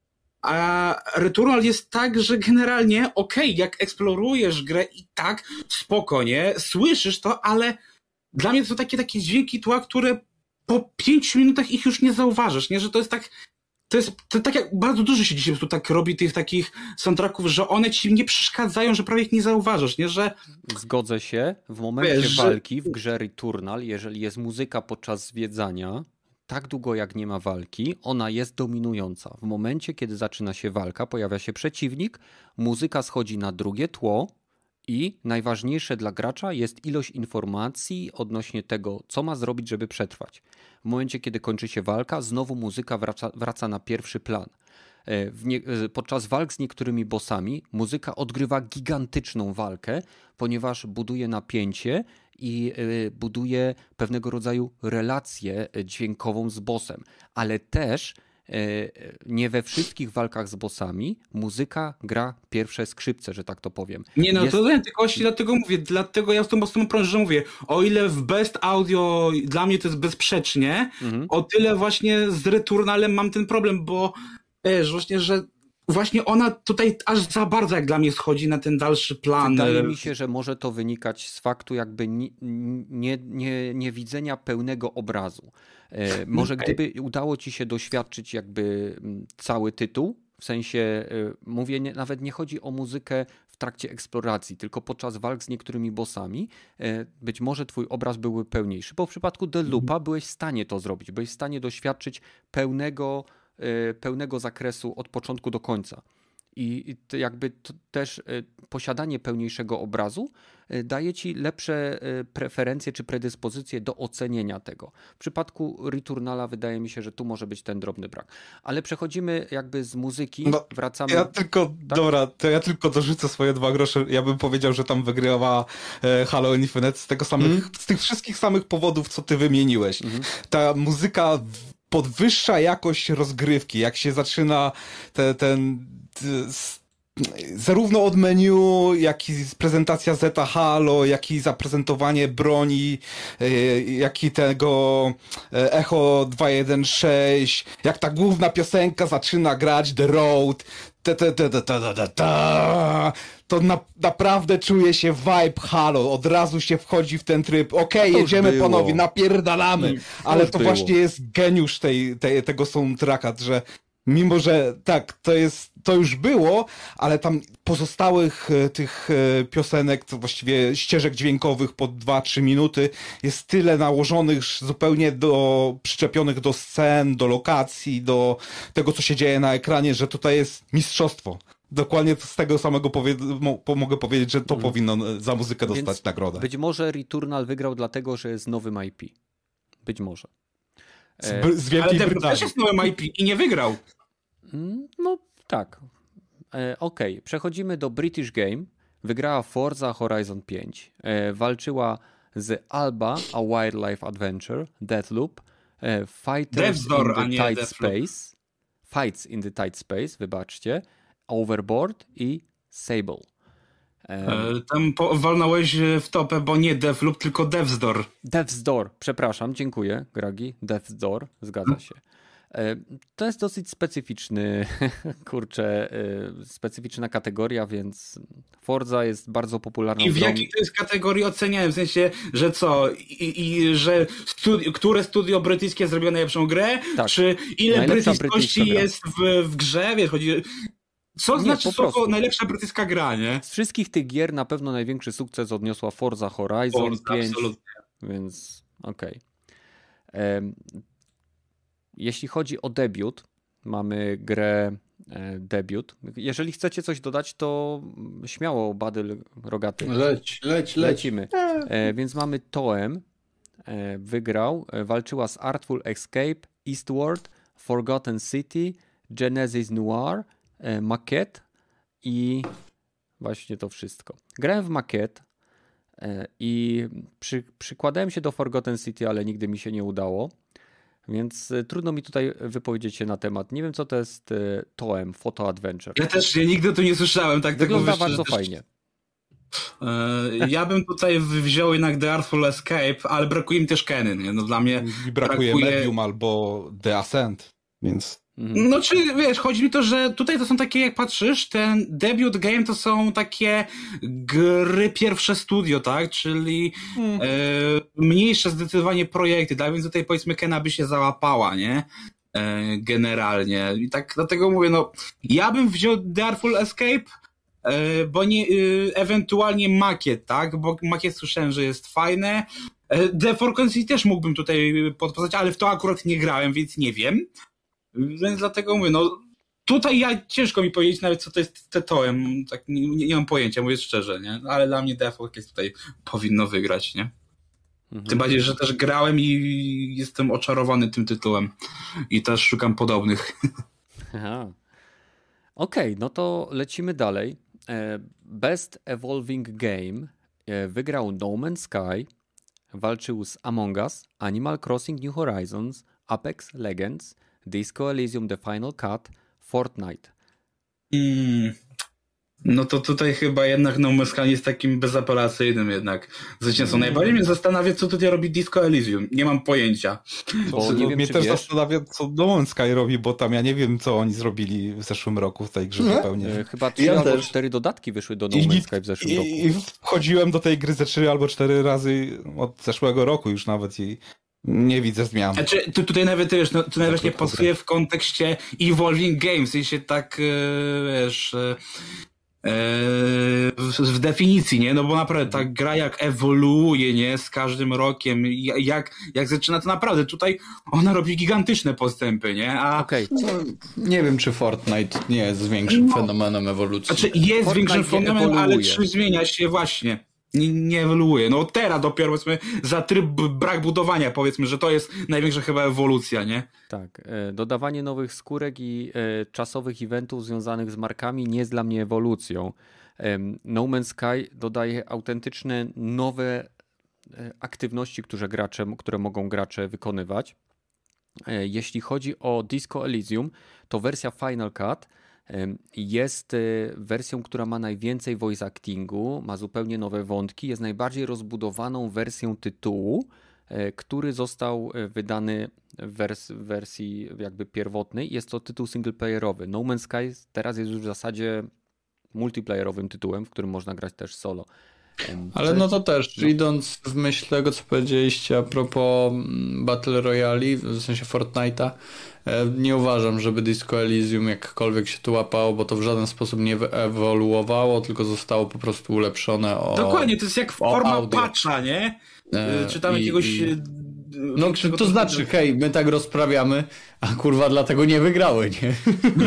A Returnal jest tak, że generalnie okej, okay, jak eksplorujesz grę i tak spoko, nie? Słyszysz to, ale dla mnie to są takie, takie dźwięki tła, które po pięciu minutach ich już nie zauważysz, nie? Że to jest tak, to jest to tak jak bardzo dużo się dzisiaj tu tak robi tych takich soundtracków, że one ci nie przeszkadzają, że prawie ich nie zauważasz, nie? Że... Zgodzę się. W momencie Wiesz, walki że... w grze Returnal, jeżeli jest muzyka podczas zwiedzania, tak długo jak nie ma walki, ona jest dominująca. W momencie, kiedy zaczyna się walka, pojawia się przeciwnik, muzyka schodzi na drugie tło i najważniejsze dla gracza jest ilość informacji odnośnie tego, co ma zrobić, żeby przetrwać. W momencie, kiedy kończy się walka, znowu muzyka wraca, wraca na pierwszy plan. W nie, podczas walk z niektórymi bossami muzyka odgrywa gigantyczną walkę, ponieważ buduje napięcie i buduje pewnego rodzaju relację dźwiękową z bossem, ale też nie we wszystkich walkach z bossami muzyka gra pierwsze skrzypce, że tak to powiem. Nie, no jest... to nie, tylko właśnie dlatego mówię, dlatego ja z tą mocną prążę, że mówię, o ile w Best Audio dla mnie to jest bezsprzecznie, mhm. o tyle właśnie z Returnalem mam ten problem, bo wiesz, właśnie, że właśnie ona tutaj aż za bardzo jak dla mnie schodzi na ten dalszy plan. Wydaje mi się, że może to wynikać z faktu jakby nie, nie, nie, nie widzenia pełnego obrazu. E, może okay. gdyby udało ci się doświadczyć jakby cały tytuł, w sensie e, mówię, nie, nawet nie chodzi o muzykę w trakcie eksploracji, tylko podczas walk z niektórymi bossami, e, być może twój obraz byłby pełniejszy, bo w przypadku Deathloopa byłeś w stanie to zrobić, byłeś w stanie doświadczyć pełnego pełnego zakresu od początku do końca. I jakby też posiadanie pełniejszego obrazu daje ci lepsze preferencje czy predyspozycje do ocenienia tego. W przypadku Returnala wydaje mi się, że tu może być ten drobny brak. Ale przechodzimy jakby z muzyki, no, wracamy... Ja tylko, tak? dobra, to ja tylko dorzucę swoje dwa grosze. Ja bym powiedział, że tam wygrała Halo Infinite z tego samych, mm. z tych wszystkich samych powodów, co ty wymieniłeś. Mm. Ta muzyka podwyższa jakość rozgrywki, jak się zaczyna te, ten... Te, zarówno od menu, jak i prezentacja Zeta Halo, jak i zaprezentowanie broni, jak i tego Echo dwa jeden sześć, jak ta główna piosenka zaczyna grać The Road, ta, ta, ta, ta, ta, ta, ta, to na, naprawdę czuje się vibe Halo, od razu się wchodzi w ten tryb, okej, okay, jedziemy było. panowie, napierdalamy, mm, ale to było. właśnie jest geniusz tej, tej, tego soundtracka, że mimo, że tak, to jest, to już było, ale tam pozostałych tych piosenek, to właściwie ścieżek dźwiękowych po dwa trzy minuty jest tyle nałożonych zupełnie do, przyczepionych do scen, do lokacji, do tego, co się dzieje na ekranie, że tutaj jest mistrzostwo. Dokładnie z tego samego powie- mo- mogę powiedzieć, że to mm. powinno za muzykę dostać Więc nagrodę. Być może Returnal wygrał dlatego, że jest nowym I P. Być może. Z, z Wielkiej Ale Brytanii. też jest nowym I P i nie wygrał. No tak. E, Okej, okay. Przechodzimy do British Game. Wygrała Forza Horizon pięć. E, walczyła z Alba, A Wildlife Adventure, Deathloop, e, Fighters Deathdoor, in the Tight Space, Fights in the Tight Space, wybaczcie, Overboard i Sable. E, Tam po- walnąłeś w topę, bo nie Deathloop, tylko Death's Door. Death's Door, przepraszam, dziękuję, Gragi. Death's Door, zgadza się. To jest dosyć specyficzny, kurczę, specyficzna kategoria, więc Forza jest bardzo popularną I w grą. jakiej to jest kategorii oceniałem? W sensie, że co? I, i że studi- które studio brytyjskie zrobiło najlepszą grę? Tak. Czy ile Najlepsza brytyjskości brytyjska gra. jest w, w grze? Wiesz, chodzi... Co Nie, znaczy po słowo prostu. najlepsza brytyjska gra, nie? Z wszystkich tych gier na pewno największy sukces odniosła Forza Horizon Forza, pięć, absolutnie. więc okej. Okay. Jeśli chodzi o debiut, mamy grę e, debiut. Jeżeli chcecie coś dodać, to śmiało, Badyl Rogaty. Leć, leć, leć. Lecimy. E, więc mamy Toem, e, wygrał, e, walczyła z Artful Escape, Eastward, Forgotten City, Genesis Noir, e, Maquette i właśnie to wszystko. Grałem w Maquette e, i przy, przykładałem się do Forgotten City, ale nigdy mi się nie udało. Więc trudno mi tutaj wypowiedzieć się na temat. Nie wiem, co to jest Toem, Photo Adventure. Ja też ja nigdy o tym nie słyszałem. Tak Wygląda tego bardzo też... fajnie. Ja bym tutaj wziął jednak The Artful Escape, ale brakuje mi też Keny, nie? No dla mnie Mi brakuje, brakuje Medium albo The Ascent, więc... Mhm. No czy wiesz, chodzi mi to, że tutaj to są takie, jak patrzysz, ten debut game to są takie gry pierwsze studio, tak? Czyli Hmm. e, mniejsze zdecydowanie projekty, tak? Więc tutaj powiedzmy Kena by się załapała, nie? E, generalnie. I tak dlatego mówię, no ja bym wziął The Artful Escape, e, bo nie, e, ewentualnie Makiet, tak? Bo Makiet słyszałem, że jest fajne. E, The Forgotten City też mógłbym tutaj podpowiedzieć, ale w to akurat nie grałem, więc nie wiem. Więc dlatego mówię, no tutaj ja ciężko mi powiedzieć nawet, co to jest Tetoem, tak nie, nie, nie mam pojęcia, mówię szczerze, nie? Ale dla mnie Default jest tutaj powinno wygrać, nie? Mhm. Tym bardziej, że też grałem i jestem oczarowany tym tytułem i też szukam podobnych. Aha. Okej, okay, no to lecimy dalej. Best Evolving Game wygrał No Man's Sky, walczył z Among Us, Animal Crossing New Horizons, Apex Legends, Disco Elysium The Final Cut, Fortnite. Mm. No to tutaj chyba jednak No Man's Sky jest takim bezapelacyjnym jednak zwycięzcą. Mm. Najbardziej mnie zastanawia, co tutaj robi Disco Elysium. Nie mam pojęcia. Bo nie wiem, mnie czy też wiesz. zastanawia, co No Man's Sky robi, bo tam ja nie wiem, co oni zrobili w zeszłym roku w tej grze Nie? zupełnie. E, Chyba trzy Ja albo też. cztery dodatki wyszły do No I- Man's Sky w zeszłym I, roku. I wchodziłem do tej gry ze trzy albo cztery razy od zeszłego roku już nawet i nie widzę zmian. Znaczy, tu, tutaj nawet wiesz, no, tu nawet właśnie pasuje w kontekście Evolving Games, w sensie tak, e, wiesz, e, w, w definicji, nie? No bo naprawdę ta gra jak ewoluuje, nie? Z każdym rokiem, jak, jak zaczyna to naprawdę, tutaj ona robi gigantyczne postępy, nie? A Okej, No, nie wiem, czy Fortnite nie jest większym No. fenomenem ewolucji. Znaczy jest Fortnite większym nie fenomenem, ale ewoluuje. czy zmienia się właśnie? Nie, nie ewoluuje. No teraz dopiero powiedzmy za tryb brak budowania powiedzmy, że to jest największa chyba ewolucja, nie? tak. E, Dodawanie nowych skórek i e, czasowych eventów związanych z markami nie jest dla mnie ewolucją. Em, No Man's Sky dodaje autentyczne, nowe e, aktywności, które, gracze, które mogą gracze wykonywać. E, Jeśli chodzi o Disco Elysium, to wersja Final Cut em, jest e, wersją, która ma najwięcej voice actingu, ma zupełnie nowe wątki, jest najbardziej rozbudowaną wersją tytułu, e, który został e, wydany w wers- w wersji jakby pierwotnej. Jest to tytuł singleplayerowy. No Man's Sky teraz jest już w zasadzie multiplayerowym tytułem, w którym można grać też solo. Em, Ale co no jest- to też, no. idąc w myśl tego, co powiedzieliście a propos mm, Battle Royale, w sensie Fortnite'a, e, nie uważam, żeby Disco Elysium jakkolwiek się tu łapało, bo to w żaden sposób nie ewoluowało, tylko zostało po prostu ulepszone o... Dokładnie, to jest jak o forma audio. patcha, nie? E, Czy tam i- jakiegoś... i- e, No większego to znaczy, tego- hej, my tak rozprawiamy, a kurwa dlatego nie wygrały, nie?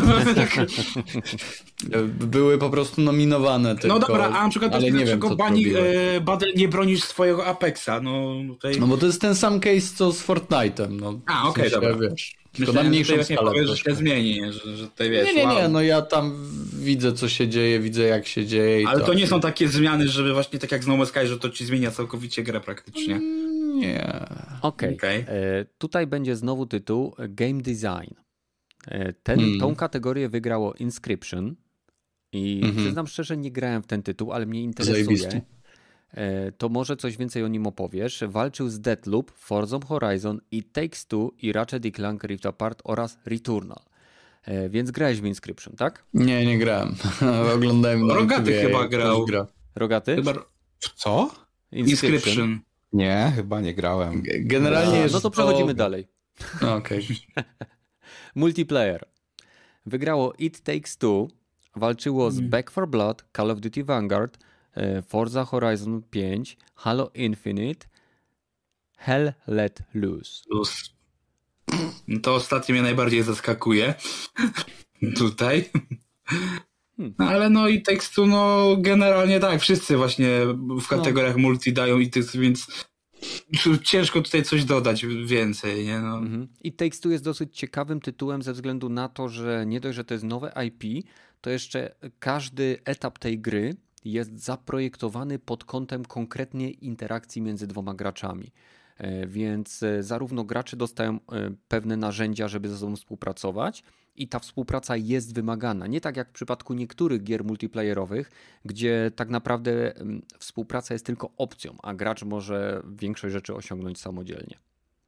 Były po prostu nominowane tylko. No dobra, a na przykład ale nie wiem, dlaczego co Bani, zrobiły. e, Badel nie bronisz swojego Apexa? No tutaj... No bo to jest ten sam case co z Fortnite'em. No, A, okej, w sensie, dobra. Wiesz, tylko Myślałem, na że mniejszą tutaj właśnie skalę. powiesz, że troszkę. się zmieni, nie? Że, że tutaj wiesz, Nie, nie, nie, wow. no ja tam widzę co się dzieje, widzę jak się dzieje. I Ale to nie są takie zmiany, żeby właśnie tak jak z No Man's Sky, że to ci zmienia całkowicie grę praktycznie. Nie. Okej. Okej. E, Tutaj będzie znowu tytuł e, Game Design. E, Ten, Hmm. Tą kategorię wygrało Inscription i Mhm. przyznam szczerze, nie grałem w ten tytuł, ale mnie interesuje. Zajebisty. to może coś więcej o nim opowiesz. Walczył z Deathloop, Forza Horizon, It Takes Two i Ratchet and Clank Rift Apart oraz Returnal. Więc grałeś w Inscription, tak? Nie, nie grałem. Oglądałem na Rogaty YouTubie, chyba jak grał. ktoś gra. Rogaty? Chyba W co? Inscription. Inscription. Nie, chyba nie grałem. G- Generalnie A, jest no to przechodzimy dalej. No, okej. Multiplayer. Wygrało It Takes Two, walczyło z Back four Blood, Call of Duty Vanguard, e, Forza Horizon pięć, Halo Infinite, Hell Let Loose. Plus. To ostatnie mnie najbardziej zaskakuje. Tutaj. No, ale no i tekstu, no generalnie tak, wszyscy właśnie w kategoriach no. multi dają i tych, więc ciężko tutaj coś dodać więcej, nie? No. Mhm. I Takes Two jest dosyć ciekawym tytułem ze względu na to, że nie dość, że to jest nowe I P, to jeszcze każdy etap tej gry jest zaprojektowany pod kątem konkretnie interakcji między dwoma graczami. Więc zarówno gracze dostają pewne narzędzia, żeby ze sobą współpracować i ta współpraca jest wymagana. Nie tak jak w przypadku niektórych gier multiplayerowych, gdzie tak naprawdę współpraca jest tylko opcją, a gracz może większość rzeczy osiągnąć samodzielnie.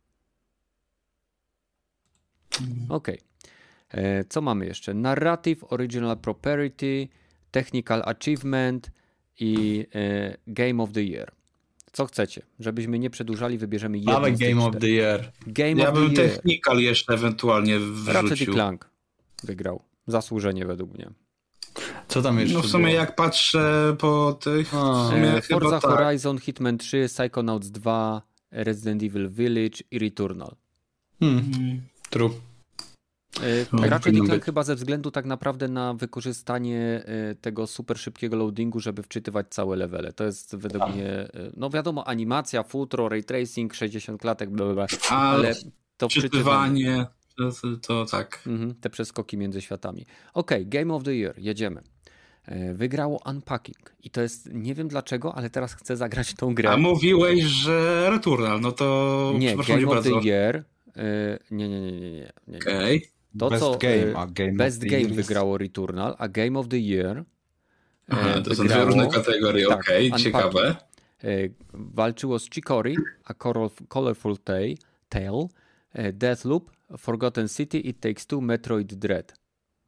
Okej. Okay. Co mamy jeszcze? Narrative, Original Property, Technical Achievement i Game of the Year. Co chcecie? Żebyśmy nie przedłużali, wybierzemy jedno Mamy z tych Game of czterech. the Year. Game ja of bym the Year. Technical jeszcze ewentualnie wrzucił. Ratchet and Clank wygrał. Zasłużenie według mnie. Co tam jeszcze No w sumie było? jak patrzę po tych... A, w sumie E, chyba Forza tak. Horizon, Hitman trzy, Psychonauts dwa, Resident Evil Village i Returnal. Hmm. True. E, No, Ratchet powinno and Clank być. chyba ze względu tak naprawdę na wykorzystanie e, tego super szybkiego loadingu, żeby wczytywać całe levele. To jest według mnie, e, no wiadomo, animacja, futro, ray tracing, sześćdziesiąt klatek, bla, bla, bla, A ale to wczytywanie. Czytywanie, to, to tak. Mhm, te przeskoki między światami. Okej, okay, Game of the Year, jedziemy. E, Wygrało Unpacking i to jest, nie wiem dlaczego, ale teraz chcę zagrać tą grę. A mówiłeś, że Returnal, no to... Nie, przepraszam Game cię of the bardzo. Year. e, Nie, nie, nie, nie, nie. nie. Okej. Okay. To, Best co, Game, e, a Game Best of the Game Year jest- wygrało Returnal, a Game of the Year e, Aha, to są dwie wygrało- różne kategorie, tak, okej, Unpacking. ciekawe. E, Walczyło z Chicory, A Colorful- Colorful Tale, Tale e, Deathloop, Forgotten City, It Takes Two, Metroid Dread.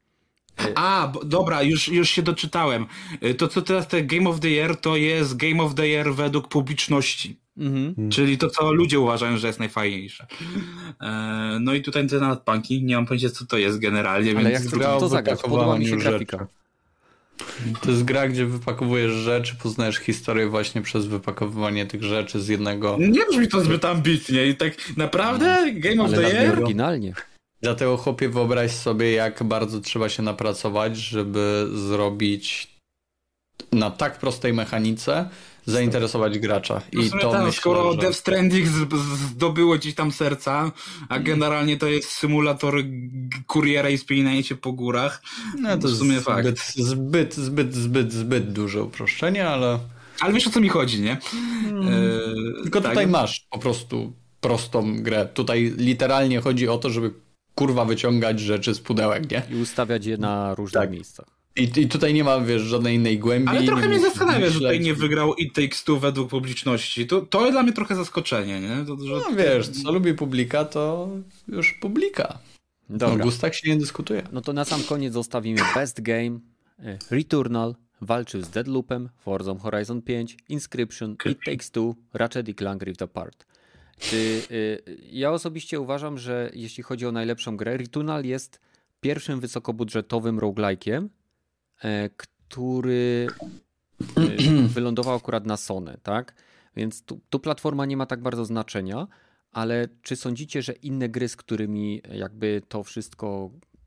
A, bo, dobra, już, już się doczytałem. Y, To co teraz te Game of the Year, to jest Game of the Year według publiczności. Mhm. Czyli to, co ludzie uważają, że jest najfajniejsze. E, no i tutaj te nadpanki, nie mam pojęcia, co to jest generalnie, Ale więc... jak gra chcesz o to zagrać, podoba mi się wypakowaniu grafika. rzeczy. To jest gra, gdzie wypakowujesz rzeczy, poznajesz historię właśnie przez wypakowywanie tych rzeczy z jednego... Nie brzmi to zbyt ambitnie i tak naprawdę Game of Ale the tak Year? oryginalnie. Dlatego chłopie, wyobraź sobie, jak bardzo trzeba się napracować, żeby zrobić na tak prostej mechanice zainteresować gracza. No w I sumie to tam, myślę, skoro że... Death Stranding z, z, zdobyło gdzieś tam serca, a generalnie to jest symulator g- kuriera i spinanie się po górach, No, to w sumie jest fakt. zbyt, zbyt, zbyt, zbyt, zbyt duże uproszczenie, ale... Ale wiesz, o co mi chodzi, nie? E, Tylko tak. tutaj masz po prostu prostą grę. Tutaj literalnie chodzi o to, żeby kurwa wyciągać rzeczy z pudełek, nie? I ustawiać je na różnych Tak. miejscach. I, I tutaj nie ma, wiesz, żadnej innej głębi. Ale trochę nie mnie musisz zastanawia, że tutaj myśleć. nie wygrał It Takes Two według publiczności. To, to jest dla mnie trochę zaskoczenie, nie? To, że... No wiesz, co lubi publika, to już publika. O Dobra. gustach się nie dyskutuje. No to na sam koniec zostawimy Best Game. E, Returnal walczył z Deathloopem, Forza Horizon pięć, Inscription, It Takes Two, Ratchet and Clank Rift Apart. Czy, y, ja osobiście uważam, że jeśli chodzi o najlepszą grę, Returnal jest pierwszym wysokobudżetowym roguelike'iem, e, który y, wylądował akurat na Sony, tak? Więc tu, tu platforma nie ma tak bardzo znaczenia, ale czy sądzicie, że inne gry, z którymi jakby to wszystko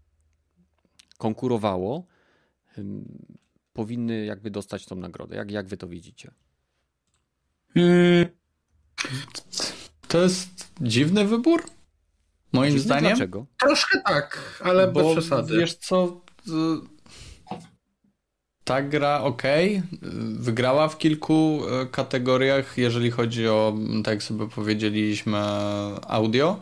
konkurowało, ym, powinny jakby dostać tą nagrodę? Jak, jak wy to widzicie? Hmm, To jest dziwny wybór, moim Dziwne, zdaniem. Dlaczego? troszkę tak, ale bez Bo przesady. wiesz co, y, ta gra okej, wygrała w kilku y, kategoriach, jeżeli chodzi o, tak jak sobie powiedzieliśmy, audio,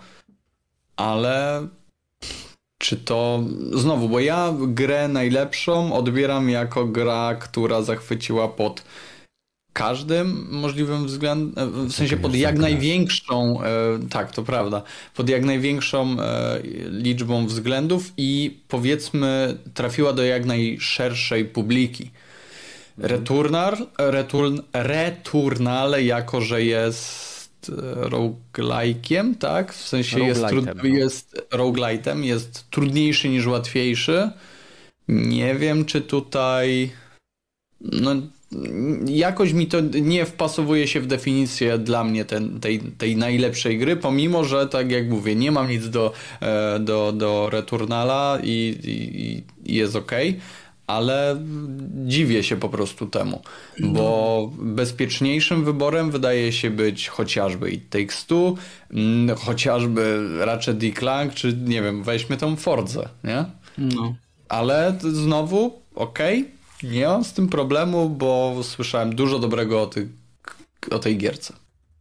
ale czy to, znowu, bo ja grę najlepszą odbieram jako gra, która zachwyciła pod każdym możliwym względem, w sensie pod jak największą, tak, to prawda, pod jak największą liczbą względów i powiedzmy trafiła do jak najszerszej publiki. Returnal, Return, Returnal jako, że jest roguelike'iem, tak? W sensie jest, trud, no. jest roguelite'em, jest trudniejszy niż łatwiejszy. Nie wiem, czy tutaj no jakoś mi to nie wpasowuje się w definicję dla mnie ten, tej, tej najlepszej gry, pomimo, że tak jak mówię, nie mam nic do, do, do Returnala i, i, i jest okej. Ale dziwię się po prostu temu, bo bezpieczniejszym wyborem wydaje się być chociażby It Takes Two, chociażby Ratchet and Clank, czy nie wiem, weźmy tą Forzę, nie? No. Ale znowu, okej, okay, nie mam z tym problemu, bo słyszałem dużo dobrego o, tych, o tej gierce.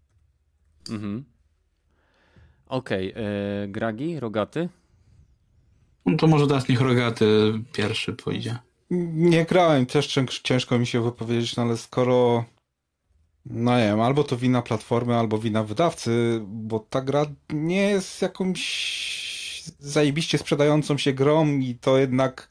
Mhm. Okej, okay. Gragi, Rogaty? No to może teraz niech Rogaty pierwszy pójdzie. Nie grałem, też ciężko mi się wypowiedzieć, no ale skoro, no nie wiem, albo to wina platformy, albo wina wydawcy, bo ta gra nie jest jakąś zajebiście sprzedającą się grą i to jednak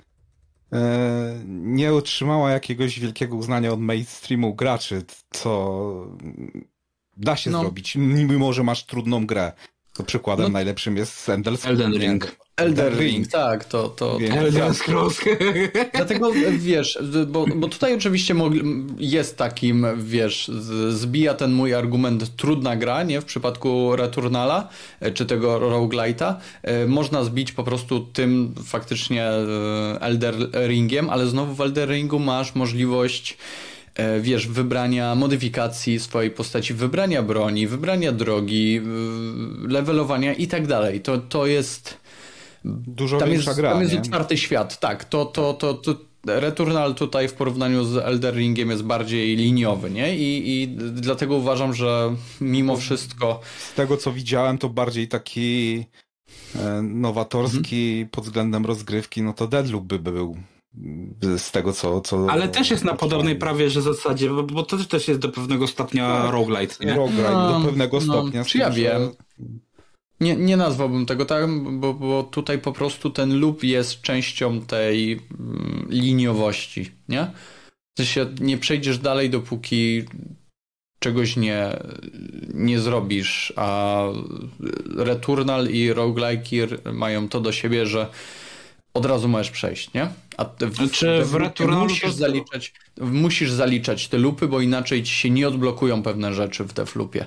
e, nie otrzymała jakiegoś wielkiego uznania od mainstreamu graczy, co da się no. zrobić, mimo że masz trudną grę. To przykładem no. najlepszym jest Elden, Elden Ring. Elden Ring, tak, to... to, to Elden Scrolls. Dlatego, wiesz, bo, bo tutaj oczywiście jest takim, wiesz, zbija ten mój argument trudna gra, nie? W przypadku Returnala, czy tego roguelite'a, można zbić po prostu tym faktycznie Elden Ringiem, ale znowu w Elden Ringu masz możliwość wiesz, wybrania modyfikacji swojej postaci, wybrania broni, wybrania drogi, levelowania i tak dalej. To, to jest... Dużo tam większa jest, gra, tam jest nie? otwarty świat, tak. To, to, to, to Returnal tutaj w porównaniu z Elden Ringiem jest bardziej liniowy, nie? I, i dlatego uważam, że mimo wszystko... Z tego, co widziałem, to bardziej taki e, nowatorski mhm. pod względem rozgrywki, no to Deadloop by był. Z tego, co... co ale też jest na podobnej prawie, że zasadzie, bo, bo to też jest do pewnego stopnia tak. roguelite, nie? Roguelite, no, do pewnego no, stopnia. Czy ja wiem? Że... Nie, nie nazwałbym tego tak, bo, bo tutaj po prostu ten loop jest częścią tej mm, liniowości, nie? W sensie nie przejdziesz dalej, dopóki czegoś nie, nie zrobisz, a Returnal i roguelike mają to do siebie, że od razu możesz przejść, nie? A w, Czy w, w Returnalu musisz to... zaliczać, musisz zaliczać te loopy, bo inaczej ci się nie odblokują pewne rzeczy w Deathloopie.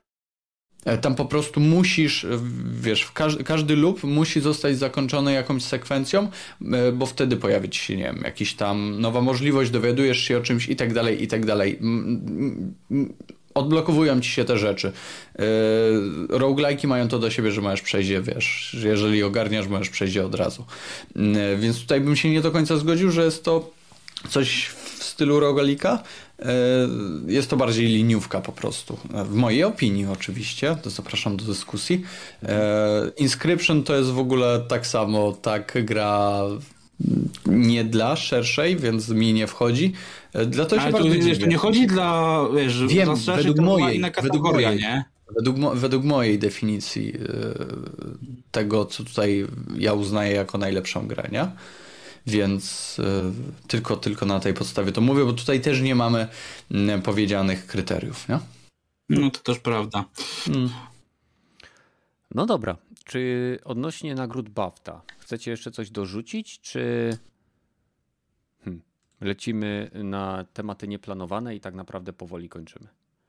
Tam po prostu musisz, wiesz, w każdy, każdy loop musi zostać zakończony jakąś sekwencją, bo wtedy pojawi ci się, nie wiem, jakiś tam nowa możliwość, dowiadujesz się o czymś i tak dalej, i tak dalej. Odblokowują ci się te rzeczy. Yy, roguelike'i mają to do siebie, że możesz przejść je, wiesz, jeżeli ogarniasz, możesz przejść je od razu. Yy, więc tutaj bym się nie do końca zgodził, że jest to coś w stylu roguelike'a. Yy, jest to bardziej liniówka po prostu. W mojej opinii oczywiście, to zapraszam do dyskusji. Yy, Inscription to jest w ogóle tak samo, tak gra nie dla szerszej, więc mi nie wchodzi. Dlatego ale tu, wiesz, tu nie chodzi dla, wiesz, wiem, dla według mojej, inna według mojej, nie? Według, według mojej definicji yy, tego, co tutaj ja uznaję jako najlepszą grę, nie? Więc yy, tylko, tylko na tej podstawie to mówię, bo tutaj też nie mamy yy, powiedzianych kryteriów, nie? No to też prawda. Hmm. No dobra. Czy odnośnie nagród BAFTA chcecie jeszcze coś dorzucić, czy hmm. lecimy na tematy nieplanowane i tak naprawdę powoli kończymy?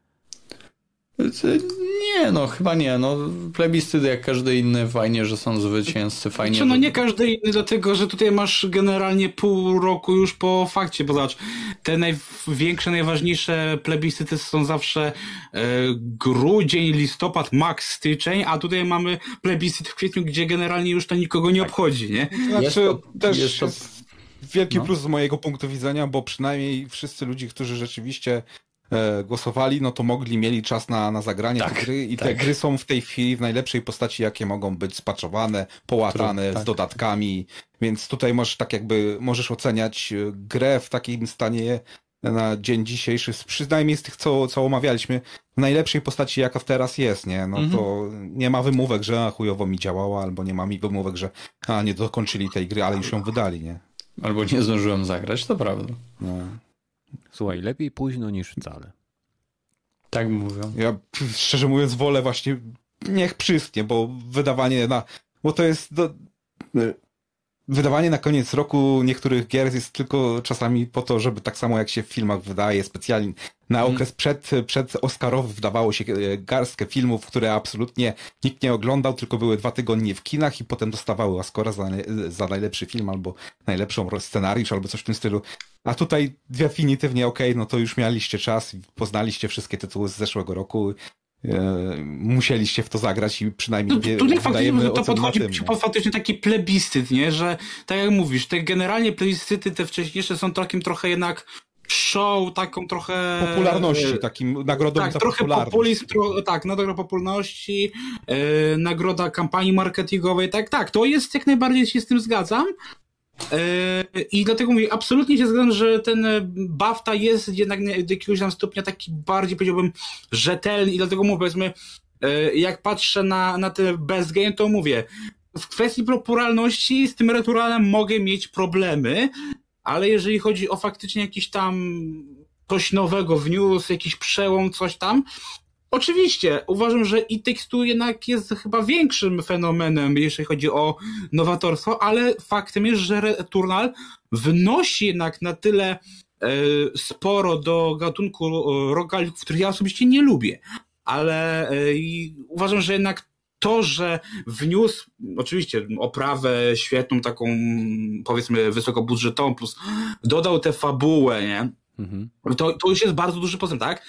Nie, no chyba nie. No, plebiscyty jak każdy inny, fajnie, że są zwycięzcy, fajnie. Znaczy, no że... nie każdy inny, dlatego że tutaj masz generalnie pół roku już po fakcie, bo zobacz, te największe, najważniejsze plebiscyty są zawsze e, grudzień, listopad, max styczeń, a tutaj mamy plebiscyt w kwietniu, gdzie generalnie już to nikogo nie obchodzi, nie? Znaczy, jest to, też jest to... wielki no. plus z mojego punktu widzenia, bo przynajmniej wszyscy ludzie, którzy rzeczywiście głosowali, no to mogli, mieli czas na, na zagranie tak, tej gry i tak. te gry są w tej chwili w najlepszej postaci, jakie mogą być spaczowane, połatane, True, tak. z dodatkami, więc tutaj możesz tak jakby, możesz oceniać grę w takim stanie na dzień dzisiejszy, przynajmniej z tych, co, co omawialiśmy, w najlepszej postaci, jaka teraz jest, nie? No mhm. to nie ma wymówek, że a, chujowo mi działała, albo nie ma mi wymówek, że a, nie dokończyli tej gry, ale już ją wydali, nie? Albo nie zdążyłem zagrać, to prawda. No. Słuchaj, lepiej późno niż wcale. Tak mówią. Ja szczerze mówiąc wolę właśnie, niech przysknie, bo wydawanie na... Bo to jest... Do, wydawanie na koniec roku niektórych gier jest tylko czasami po to, żeby tak samo jak się w filmach wydaje specjalnie na okres przed, przed Oscarowy wydawało się garstkę filmów, które absolutnie nikt nie oglądał, tylko były dwa tygodnie w kinach i potem dostawały Oscara za, za najlepszy film albo najlepszą scenariusz albo coś w tym stylu. A tutaj definitywnie okej, okay, no to już mieliście czas, poznaliście wszystkie tytuły z zeszłego roku, musieliście w to zagrać i przynajmniej no, tutaj faktycznie to podchodzi po faktycznie taki plebiscyt, nie? Że tak jak mówisz, te generalnie plebiscyty te wcześniejsze są takim trochę jednak show, taką trochę... Popularności, takim nagrodą tak, za trochę popularność. Populizm, tro, tak, nagroda popularności, yy, nagroda kampanii marketingowej, tak, tak, to jest jak najbardziej się z tym zgadzam. Yy, I dlatego mówię, absolutnie się zgadzam, że ten BAFTA jest jednak do jakiegoś tam stopnia taki bardziej, powiedziałbym, rzetelny i dlatego mówię, powiedzmy, yy, jak patrzę na, na te best game, to mówię, w kwestii popularności z tym returalem mogę mieć problemy, ale jeżeli chodzi o faktycznie jakiś tam coś nowego w news, jakiś przełom, coś tam, oczywiście, uważam, że It Takes Two jednak jest chyba większym fenomenem, jeśli chodzi o nowatorstwo, ale faktem jest, że Returnal wnosi jednak na tyle e, sporo do gatunku roguelike'ów, których ja osobiście nie lubię, ale e, uważam, że jednak to, że wniósł oczywiście oprawę świetną, taką powiedzmy wysokobudżetową, plus dodał tę fabułę, nie? Mhm. To, to już jest bardzo duży postęp, tak?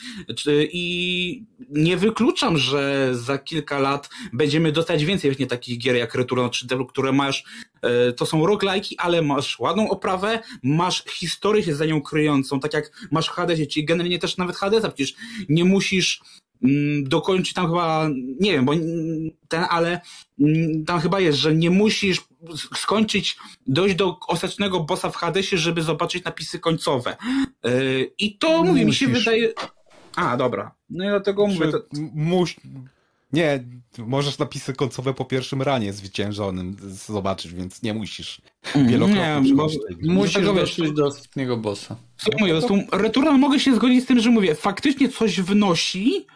I nie wykluczam, że za kilka lat będziemy dostać więcej właśnie takich gier jak Returnal trzy D, które masz, to są roguelike'i, ale masz ładną oprawę, masz historię się za nią kryjącą, tak jak masz w Hadesie, czyli generalnie też nawet Hadesa przecież nie musisz dokończyć tam chyba, nie wiem, bo ten, ale tam chyba jest, że nie musisz skończyć, dojść do ostatniego bossa w Hadesie, żeby zobaczyć napisy końcowe. I to, mówię, musisz. Mi się wydaje... A, dobra. No i dlatego mówię... To... Muś... Nie, możesz napisy końcowe po pierwszym ranie zwyciężonym zobaczyć, więc nie musisz wielokrotnie nie, bo musisz dotrzeć do ostatniego bossa. Co mówię, po prostu Returnal mogę się zgodzić z tym, że mówię, faktycznie coś wnosi.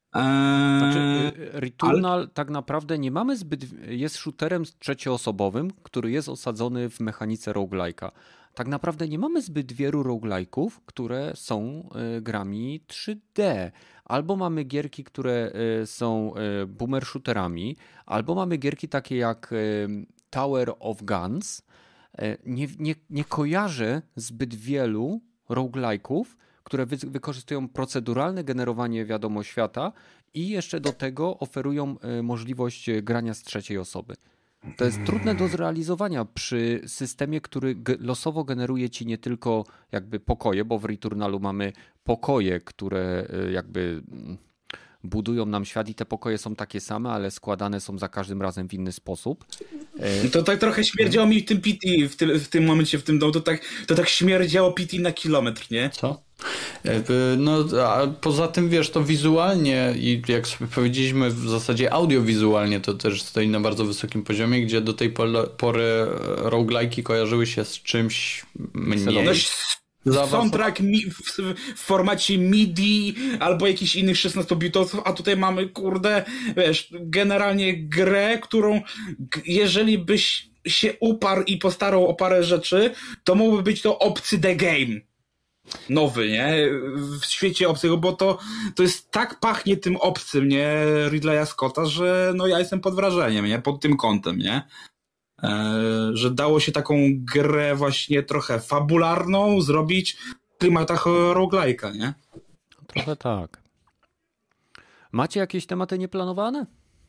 Znaczy, Returnal ale... tak naprawdę nie mamy zbyt... jest shooterem trzecioosobowym, który jest osadzony w mechanice roguelike'a. Tak naprawdę nie mamy zbyt wielu roguelike'ów, które są grami trzy D. Albo mamy gierki, które są boomer shooterami, albo mamy gierki takie jak Tower of Guns. Nie, nie, nie kojarzę zbyt wielu roguelike'ów, które wy, wykorzystują proceduralne generowanie wiadomoświata i jeszcze do tego oferują możliwość grania z trzeciej osoby. To jest trudne do zrealizowania przy systemie, który losowo generuje ci nie tylko jakby pokoje, bo w Returnalu mamy pokoje, które jakby budują nam świat i te pokoje są takie same, ale składane są za każdym razem w inny sposób. To tak trochę śmierdziało mi w tym P T, w tym, w tym momencie, w tym domu, to tak, to tak śmierdziało P T na kilometr, nie? Co? No, a poza tym, wiesz, to wizualnie i jak sobie powiedzieliśmy, w zasadzie audiowizualnie to też stoi na bardzo wysokim poziomie, gdzie do tej pory roguelike'i kojarzyły się z czymś mniej. Soundtrack mi, w, w formacie M I D I albo jakichś innych szesnastobitowców, a tutaj mamy, kurde, wiesz, generalnie grę, którą jeżeli byś się uparł i postarał o parę rzeczy, to mógłby być to obcy The Game. Nowy, nie? W świecie obcego, bo to, to jest tak pachnie tym obcym, nie? Ridleya Scotta, że no ja jestem pod wrażeniem, nie? Pod tym kątem, nie? Eee, że dało się taką grę właśnie trochę fabularną zrobić w klimatach roguelike'a, nie? Trochę tak. Macie jakieś tematy nieplanowane?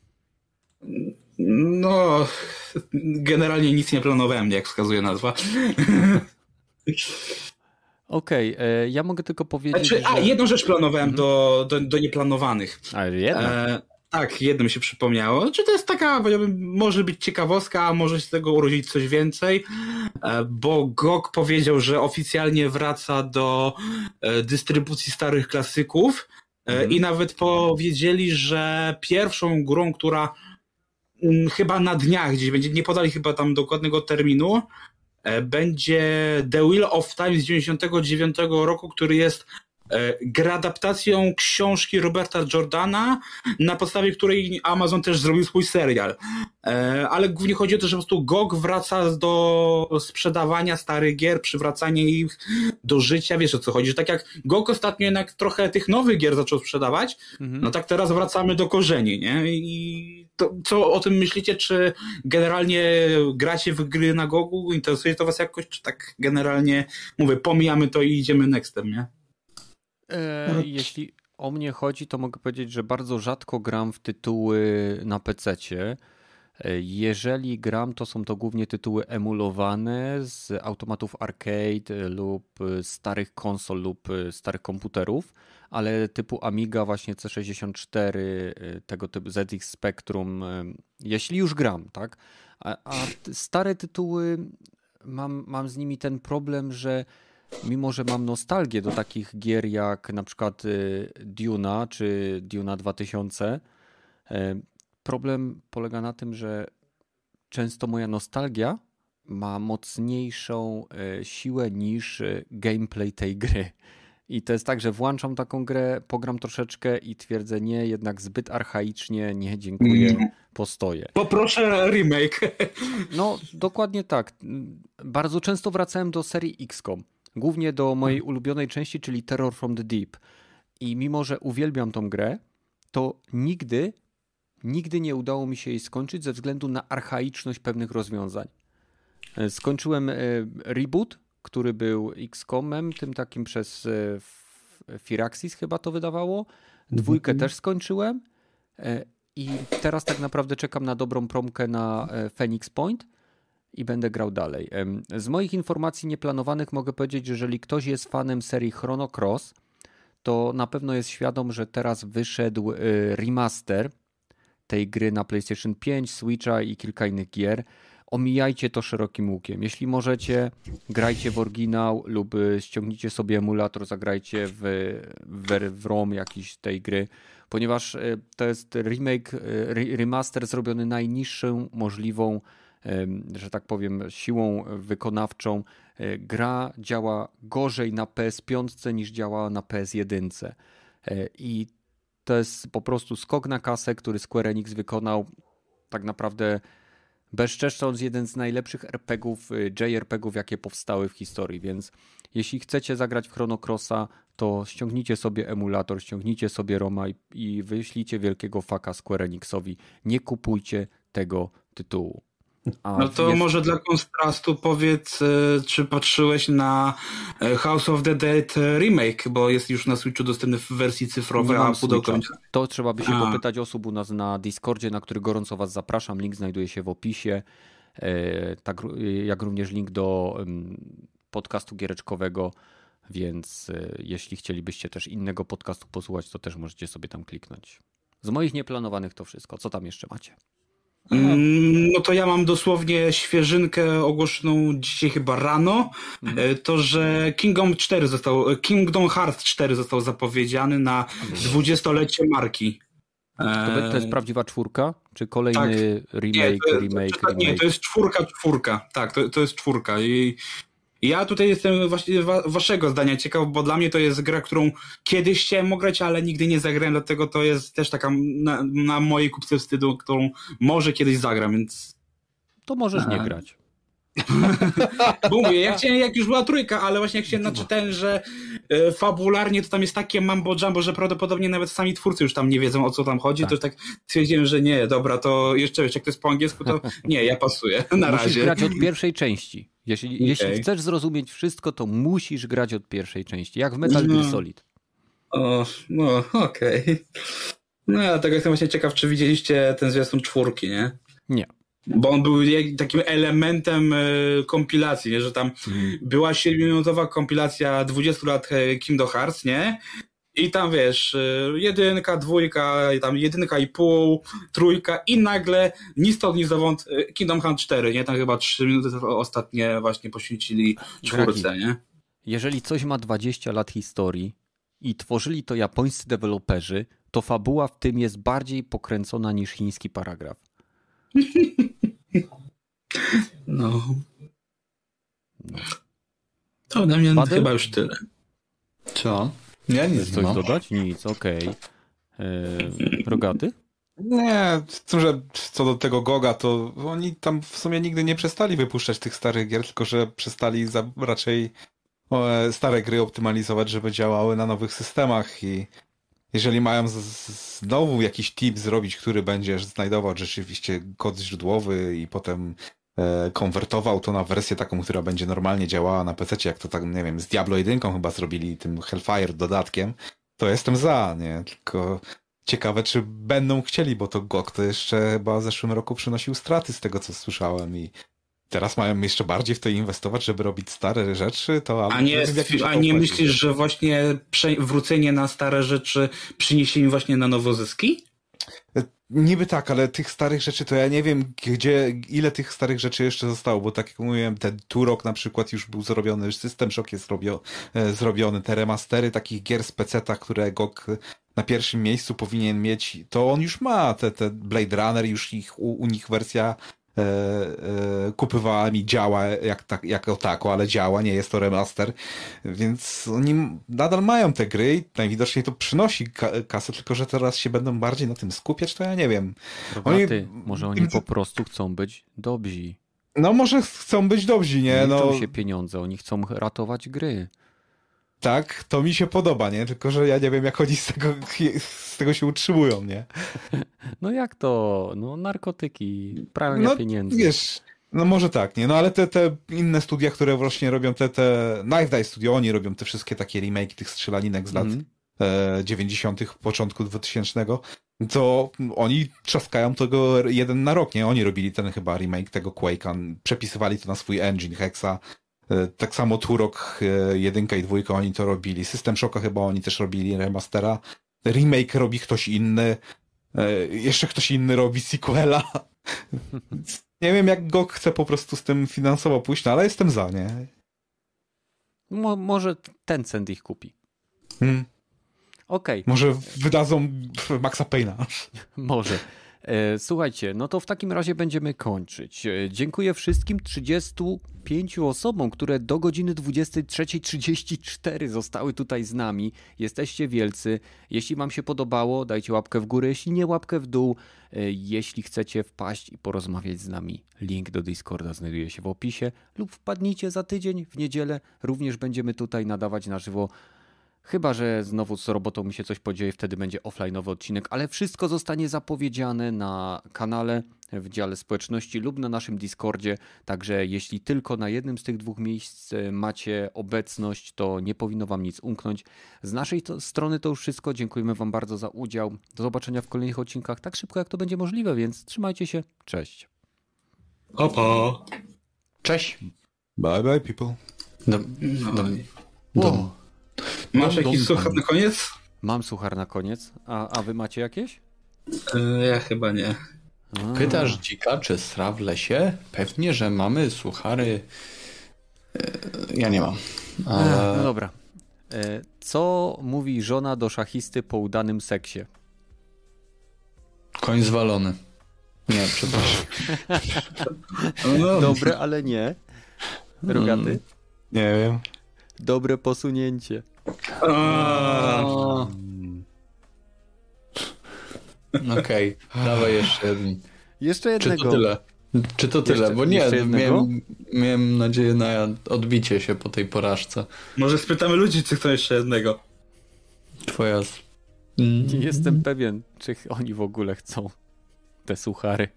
No, generalnie nic nie planowałem, jak wskazuje nazwa. Okej, okay, ja mogę tylko powiedzieć, znaczy, że... A, jedną rzecz planowałem hmm. do, do, do nieplanowanych. A, jedna? E, Tak, jedno mi się przypomniało. Czy to jest taka, powiedziałbym, może być ciekawostka, a może się z tego urodzić coś więcej, bo G O G powiedział, że oficjalnie wraca do dystrybucji starych klasyków mhm. i nawet powiedzieli, że pierwszą grą, która chyba na dniach gdzieś będzie, nie podali chyba tam dokładnego terminu, będzie The Wheel of Time z dziewięćdziesiątego dziewiątego roku, który jest adaptacją książki Roberta Jordana, na podstawie której Amazon też zrobił swój serial. Ale głównie chodzi o to, że po prostu G O G wraca do sprzedawania starych gier, przywracania ich do życia. Wiesz, o co chodzi? Że tak jak G O G ostatnio jednak trochę tych nowych gier zaczął sprzedawać, mhm. no tak teraz wracamy do korzeni, nie? I to, co o tym myślicie? Czy generalnie gracie w gry na G O G-u? Interesuje to was jakoś? Czy tak generalnie, mówię, pomijamy to i idziemy nextem, nie? E, jeśli o mnie chodzi, to mogę powiedzieć, że bardzo rzadko gram w tytuły na pececie. Jeżeli gram, to są to głównie tytuły emulowane z automatów arcade lub starych konsol lub starych komputerów, ale typu Amiga, właśnie C sześćdziesiąt cztery, tego typu Z X Spectrum, jeśli już gram, tak? A, a stare tytuły, mam, mam z nimi ten problem, że mimo że mam nostalgię do takich gier jak na przykład Duna czy Duna dwa tysiące, problem polega na tym, że często moja nostalgia ma mocniejszą siłę niż gameplay tej gry. I to jest tak, że włączam taką grę, pogram troszeczkę i twierdzę nie, jednak zbyt archaicznie, nie, dziękuję, mm. postoję. Poproszę remake. No, dokładnie tak. Bardzo często wracałem do serii X COM. Głównie do mojej ulubionej części, czyli Terror from the Deep. I mimo, że uwielbiam tą grę, to nigdy, nigdy nie udało mi się jej skończyć ze względu na archaiczność pewnych rozwiązań. Skończyłem reboot, który był X COM-em, tym takim przez Firaxis chyba to wydawało. Dwójkę mm-hmm. też skończyłem. I teraz tak naprawdę czekam na dobrą promkę na Phoenix Point. I będę grał dalej. Z moich informacji nieplanowanych mogę powiedzieć, że jeżeli ktoś jest fanem serii Chrono Cross, to na pewno jest świadom, że teraz wyszedł remaster tej gry na PlayStation pięć, Switcha i kilka innych gier. Omijajcie to szerokim łukiem. Jeśli możecie, grajcie w oryginał lub ściągnijcie sobie emulator, zagrajcie w, w, w ROM jakiś tej gry, ponieważ to jest remake, remaster zrobiony najniższą możliwą, że tak powiem, siłą wykonawczą. Gra działa gorzej na P S pięć niż działa na P S jeden. I to jest po prostu skok na kasę, który Square Enix wykonał tak naprawdę bezczeszcząc jeden z najlepszych er pe gie ów, J R P G ów, jakie powstały w historii. Więc jeśli chcecie zagrać w Chrono Crossa, to ściągnijcie sobie emulator, ściągnijcie sobie ROMa i, i wyślijcie wielkiego faka Square Enixowi. Nie kupujcie tego tytułu. A no to jest... może dla kontrastu powiedz, czy patrzyłeś na House of the Dead remake, bo jest już na Switchu dostępny w wersji cyfrowej, a pudełko. To trzeba by się a. popytać osób u nas na Discordzie, na który gorąco was zapraszam. Link znajduje się w opisie, tak jak również link do podcastu giereczkowego, więc jeśli chcielibyście też innego podcastu posłuchać, to też możecie sobie tam kliknąć. Z moich nieplanowanych to wszystko. Co tam jeszcze macie? No to ja mam dosłownie świeżynkę ogłoszoną dzisiaj chyba rano, mm. to, że Kingdom cztery został, Kingdom Hearts cztery został zapowiedziany na dwudziestolecie marki. To, to jest prawdziwa czwórka? Czy kolejny tak. remake, nie, to, remake, to, remake? Nie, to jest czwórka, czwórka. Tak, to, to jest czwórka. I ja tutaj jestem właśnie waszego zdania ciekaw, bo dla mnie to jest gra, którą kiedyś chciałem grać, ale nigdy nie zagrałem, dlatego to jest też taka na, na mojej kupce wstydu, którą może kiedyś zagram, więc... To możesz nie grać. Bo mówię, ja chciałem, jak już była trójka, ale właśnie jak się naczytałem, że e, fabularnie to tam jest takie mambo jumbo, że prawdopodobnie nawet sami twórcy już tam nie wiedzą, o co tam chodzi, tak. To już tak stwierdziłem, że nie, dobra, to jeszcze wiesz, jak to jest po angielsku, to nie, ja pasuję, na musisz razie. grać od pierwszej części. Jeśli, okay. jeśli chcesz zrozumieć wszystko, to musisz grać od pierwszej części, jak w Metal Gear no. Solid. O, no, okej. Okay. No ja tego jestem właśnie ciekaw, czy widzieliście ten zwiastun czwórki, nie? Nie. Bo on był takim elementem kompilacji, nie? Że tam hmm. była siedmiominutowa kompilacja dwudziestu lat Kingdom Hearts, nie? i tam wiesz, jedynka, dwójka, tam jedynka i pół, trójka i nagle ni stąd, ni zowąd Kingdom Hearts cztery, nie? Tam chyba trzy minuty ostatnie właśnie poświęcili czwórce, nie? Jeżeli coś ma dwadzieścia lat historii i tworzyli to japońscy deweloperzy, to fabuła w tym jest bardziej pokręcona niż chiński paragraf. No. To ode mnie Padel? chyba już tyle. Co? Ja nic Chcesz nie coś mam. dodać? Nic, okej. Okay. Rogaty? Nie, z tym, że co do tego Goga, to oni tam w sumie nigdy nie przestali wypuszczać tych starych gier, tylko że przestali za, raczej e, stare gry optymalizować, żeby działały na nowych systemach i jeżeli mają z, z, znowu jakiś tip zrobić, który będzie znajdował rzeczywiście kod źródłowy i potem e, konwertował to na wersję taką, która będzie normalnie działała na pececie, jak to tak, nie wiem, z Diablo jeden chyba zrobili tym Hellfire dodatkiem, to jestem za, nie? Tylko ciekawe, czy będą chcieli, bo to G O G to jeszcze chyba w zeszłym roku przynosił straty z tego, co słyszałem i teraz mają jeszcze bardziej w to inwestować, żeby robić stare rzeczy, to... A nie, a nie myślisz, że właśnie wrócenie na stare rzeczy przyniesie im właśnie na nowo zyski? Niby tak, ale tych starych rzeczy to ja nie wiem, gdzie, ile tych starych rzeczy jeszcze zostało, bo tak jak mówiłem, ten Turok na przykład już był zrobiony, System Shock jest zrobio, e, zrobiony, te remastery takich gier z peceta, które G O G na pierwszym miejscu powinien mieć, to on już ma, te, te Blade Runner, już ich, u, u nich wersja e, e, kupywała mi działa jak, tak, jako tako, ale działa, nie jest to remaster, więc oni nadal mają te gry i najwidoczniej to przynosi ka- kasę, tylko że teraz się będą bardziej na tym skupiać, to ja nie wiem. Rogaty, oni, może oni po prostu chcą być dobrzy. No może chcą być dobrzy, nie? Nie no liczą się pieniądze, oni chcą ratować gry. Tak, to mi się podoba, nie? Tylko że ja nie wiem, jak oni z tego, z tego się utrzymują, nie? No jak to? No narkotyki, prania no, pieniędzy. Wiesz, no może tak, nie? No ale te, te inne studia, które właśnie robią te, te Knife Dive Studio, oni robią te wszystkie takie remake tych strzelaninek z lat mm. e, dziewięćdziesiątych, początku dwutysięcznego, to oni trzaskają tego jeden na rok, nie? Oni robili ten chyba remake tego Quake'a, przepisywali to na swój engine Hexa. Tak samo Turok jedynka i dwójka oni to robili. System Shocka chyba oni też robili remastera. Remake robi ktoś inny. Jeszcze ktoś inny robi sequela. Nie wiem, jak G O G chce po prostu z tym finansowo pójść, no ale jestem za, nie? Mo- może Tencent ich kupi. Hmm. Okej. Okay. Może wydadzą Maxa Payne'a. Może. Słuchajcie, no to w takim razie będziemy kończyć. Dziękuję wszystkim trzydziestu pięciu osobom, które do godziny dwudziestej trzeciej trzydzieści cztery zostały tutaj z nami. Jesteście wielcy. Jeśli wam się podobało, dajcie łapkę w górę, jeśli nie łapkę w dół. Jeśli chcecie wpaść i porozmawiać z nami, link do Discorda znajduje się w opisie lub wpadnijcie za tydzień w niedzielę. Również będziemy tutaj nadawać na żywo. Chyba że znowu z robotą mi się coś podzieje, wtedy będzie offline'owy odcinek, ale wszystko zostanie zapowiedziane na kanale, w dziale społeczności lub na naszym Discordzie, także jeśli tylko na jednym z tych dwóch miejsc macie obecność, to nie powinno wam nic umknąć. Z naszej to, strony to już wszystko, dziękujemy wam bardzo za udział. Do zobaczenia w kolejnych odcinkach tak szybko jak to będzie możliwe, więc trzymajcie się, cześć. Opa. Cześć. Bye bye people. Do, do, do, Wow. Masz jakiś suchar na koniec? Mam suchar na koniec, a, a wy macie jakieś? Yy, ja chyba nie. A. Pytasz dzika, czy sra w lesie? Pewnie, że mamy suchary. Ja nie mam. Ale... No dobra. Co mówi żona do szachisty po udanym seksie? Koń zwalony. Nie, przepraszam. No, Dobre, ale nie. Rogaty? Nie wiem. Dobre posunięcie. Okej, okay. Dawaj jeszcze jeden. Jeszcze jednego. Czy to tyle? Czy to tyle? Jeszcze, Bo nie, miałem, miałem nadzieję na odbicie się po tej porażce. Może spytamy ludzi, czy chcą jeszcze jednego. Twoja... Nie jestem pewien, czy oni w ogóle chcą te suchary.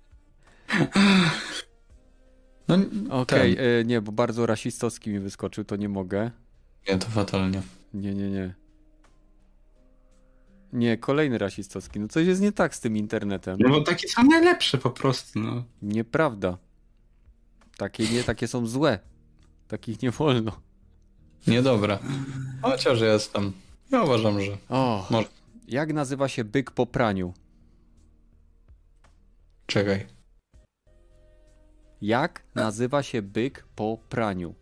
No, Okej, okay, nie, bo bardzo rasistowski mi wyskoczył, to nie mogę. Nie, to fatalnie. Nie, nie, nie. Nie, kolejny rasistowski. No coś jest nie tak z tym internetem. No bo takie są najlepsze po prostu, no. Nieprawda. Takie nie, takie są złe. Takich nie wolno. Niedobra. Chociaż jestem. Ja uważam, że... O, Może. jak nazywa się byk po praniu? Czekaj. Jak nazywa się byk po praniu?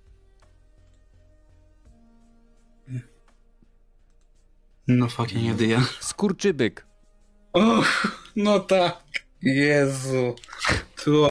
No fucking nie dyja. Skurczybyk. Och, no tak. Jezu. Tu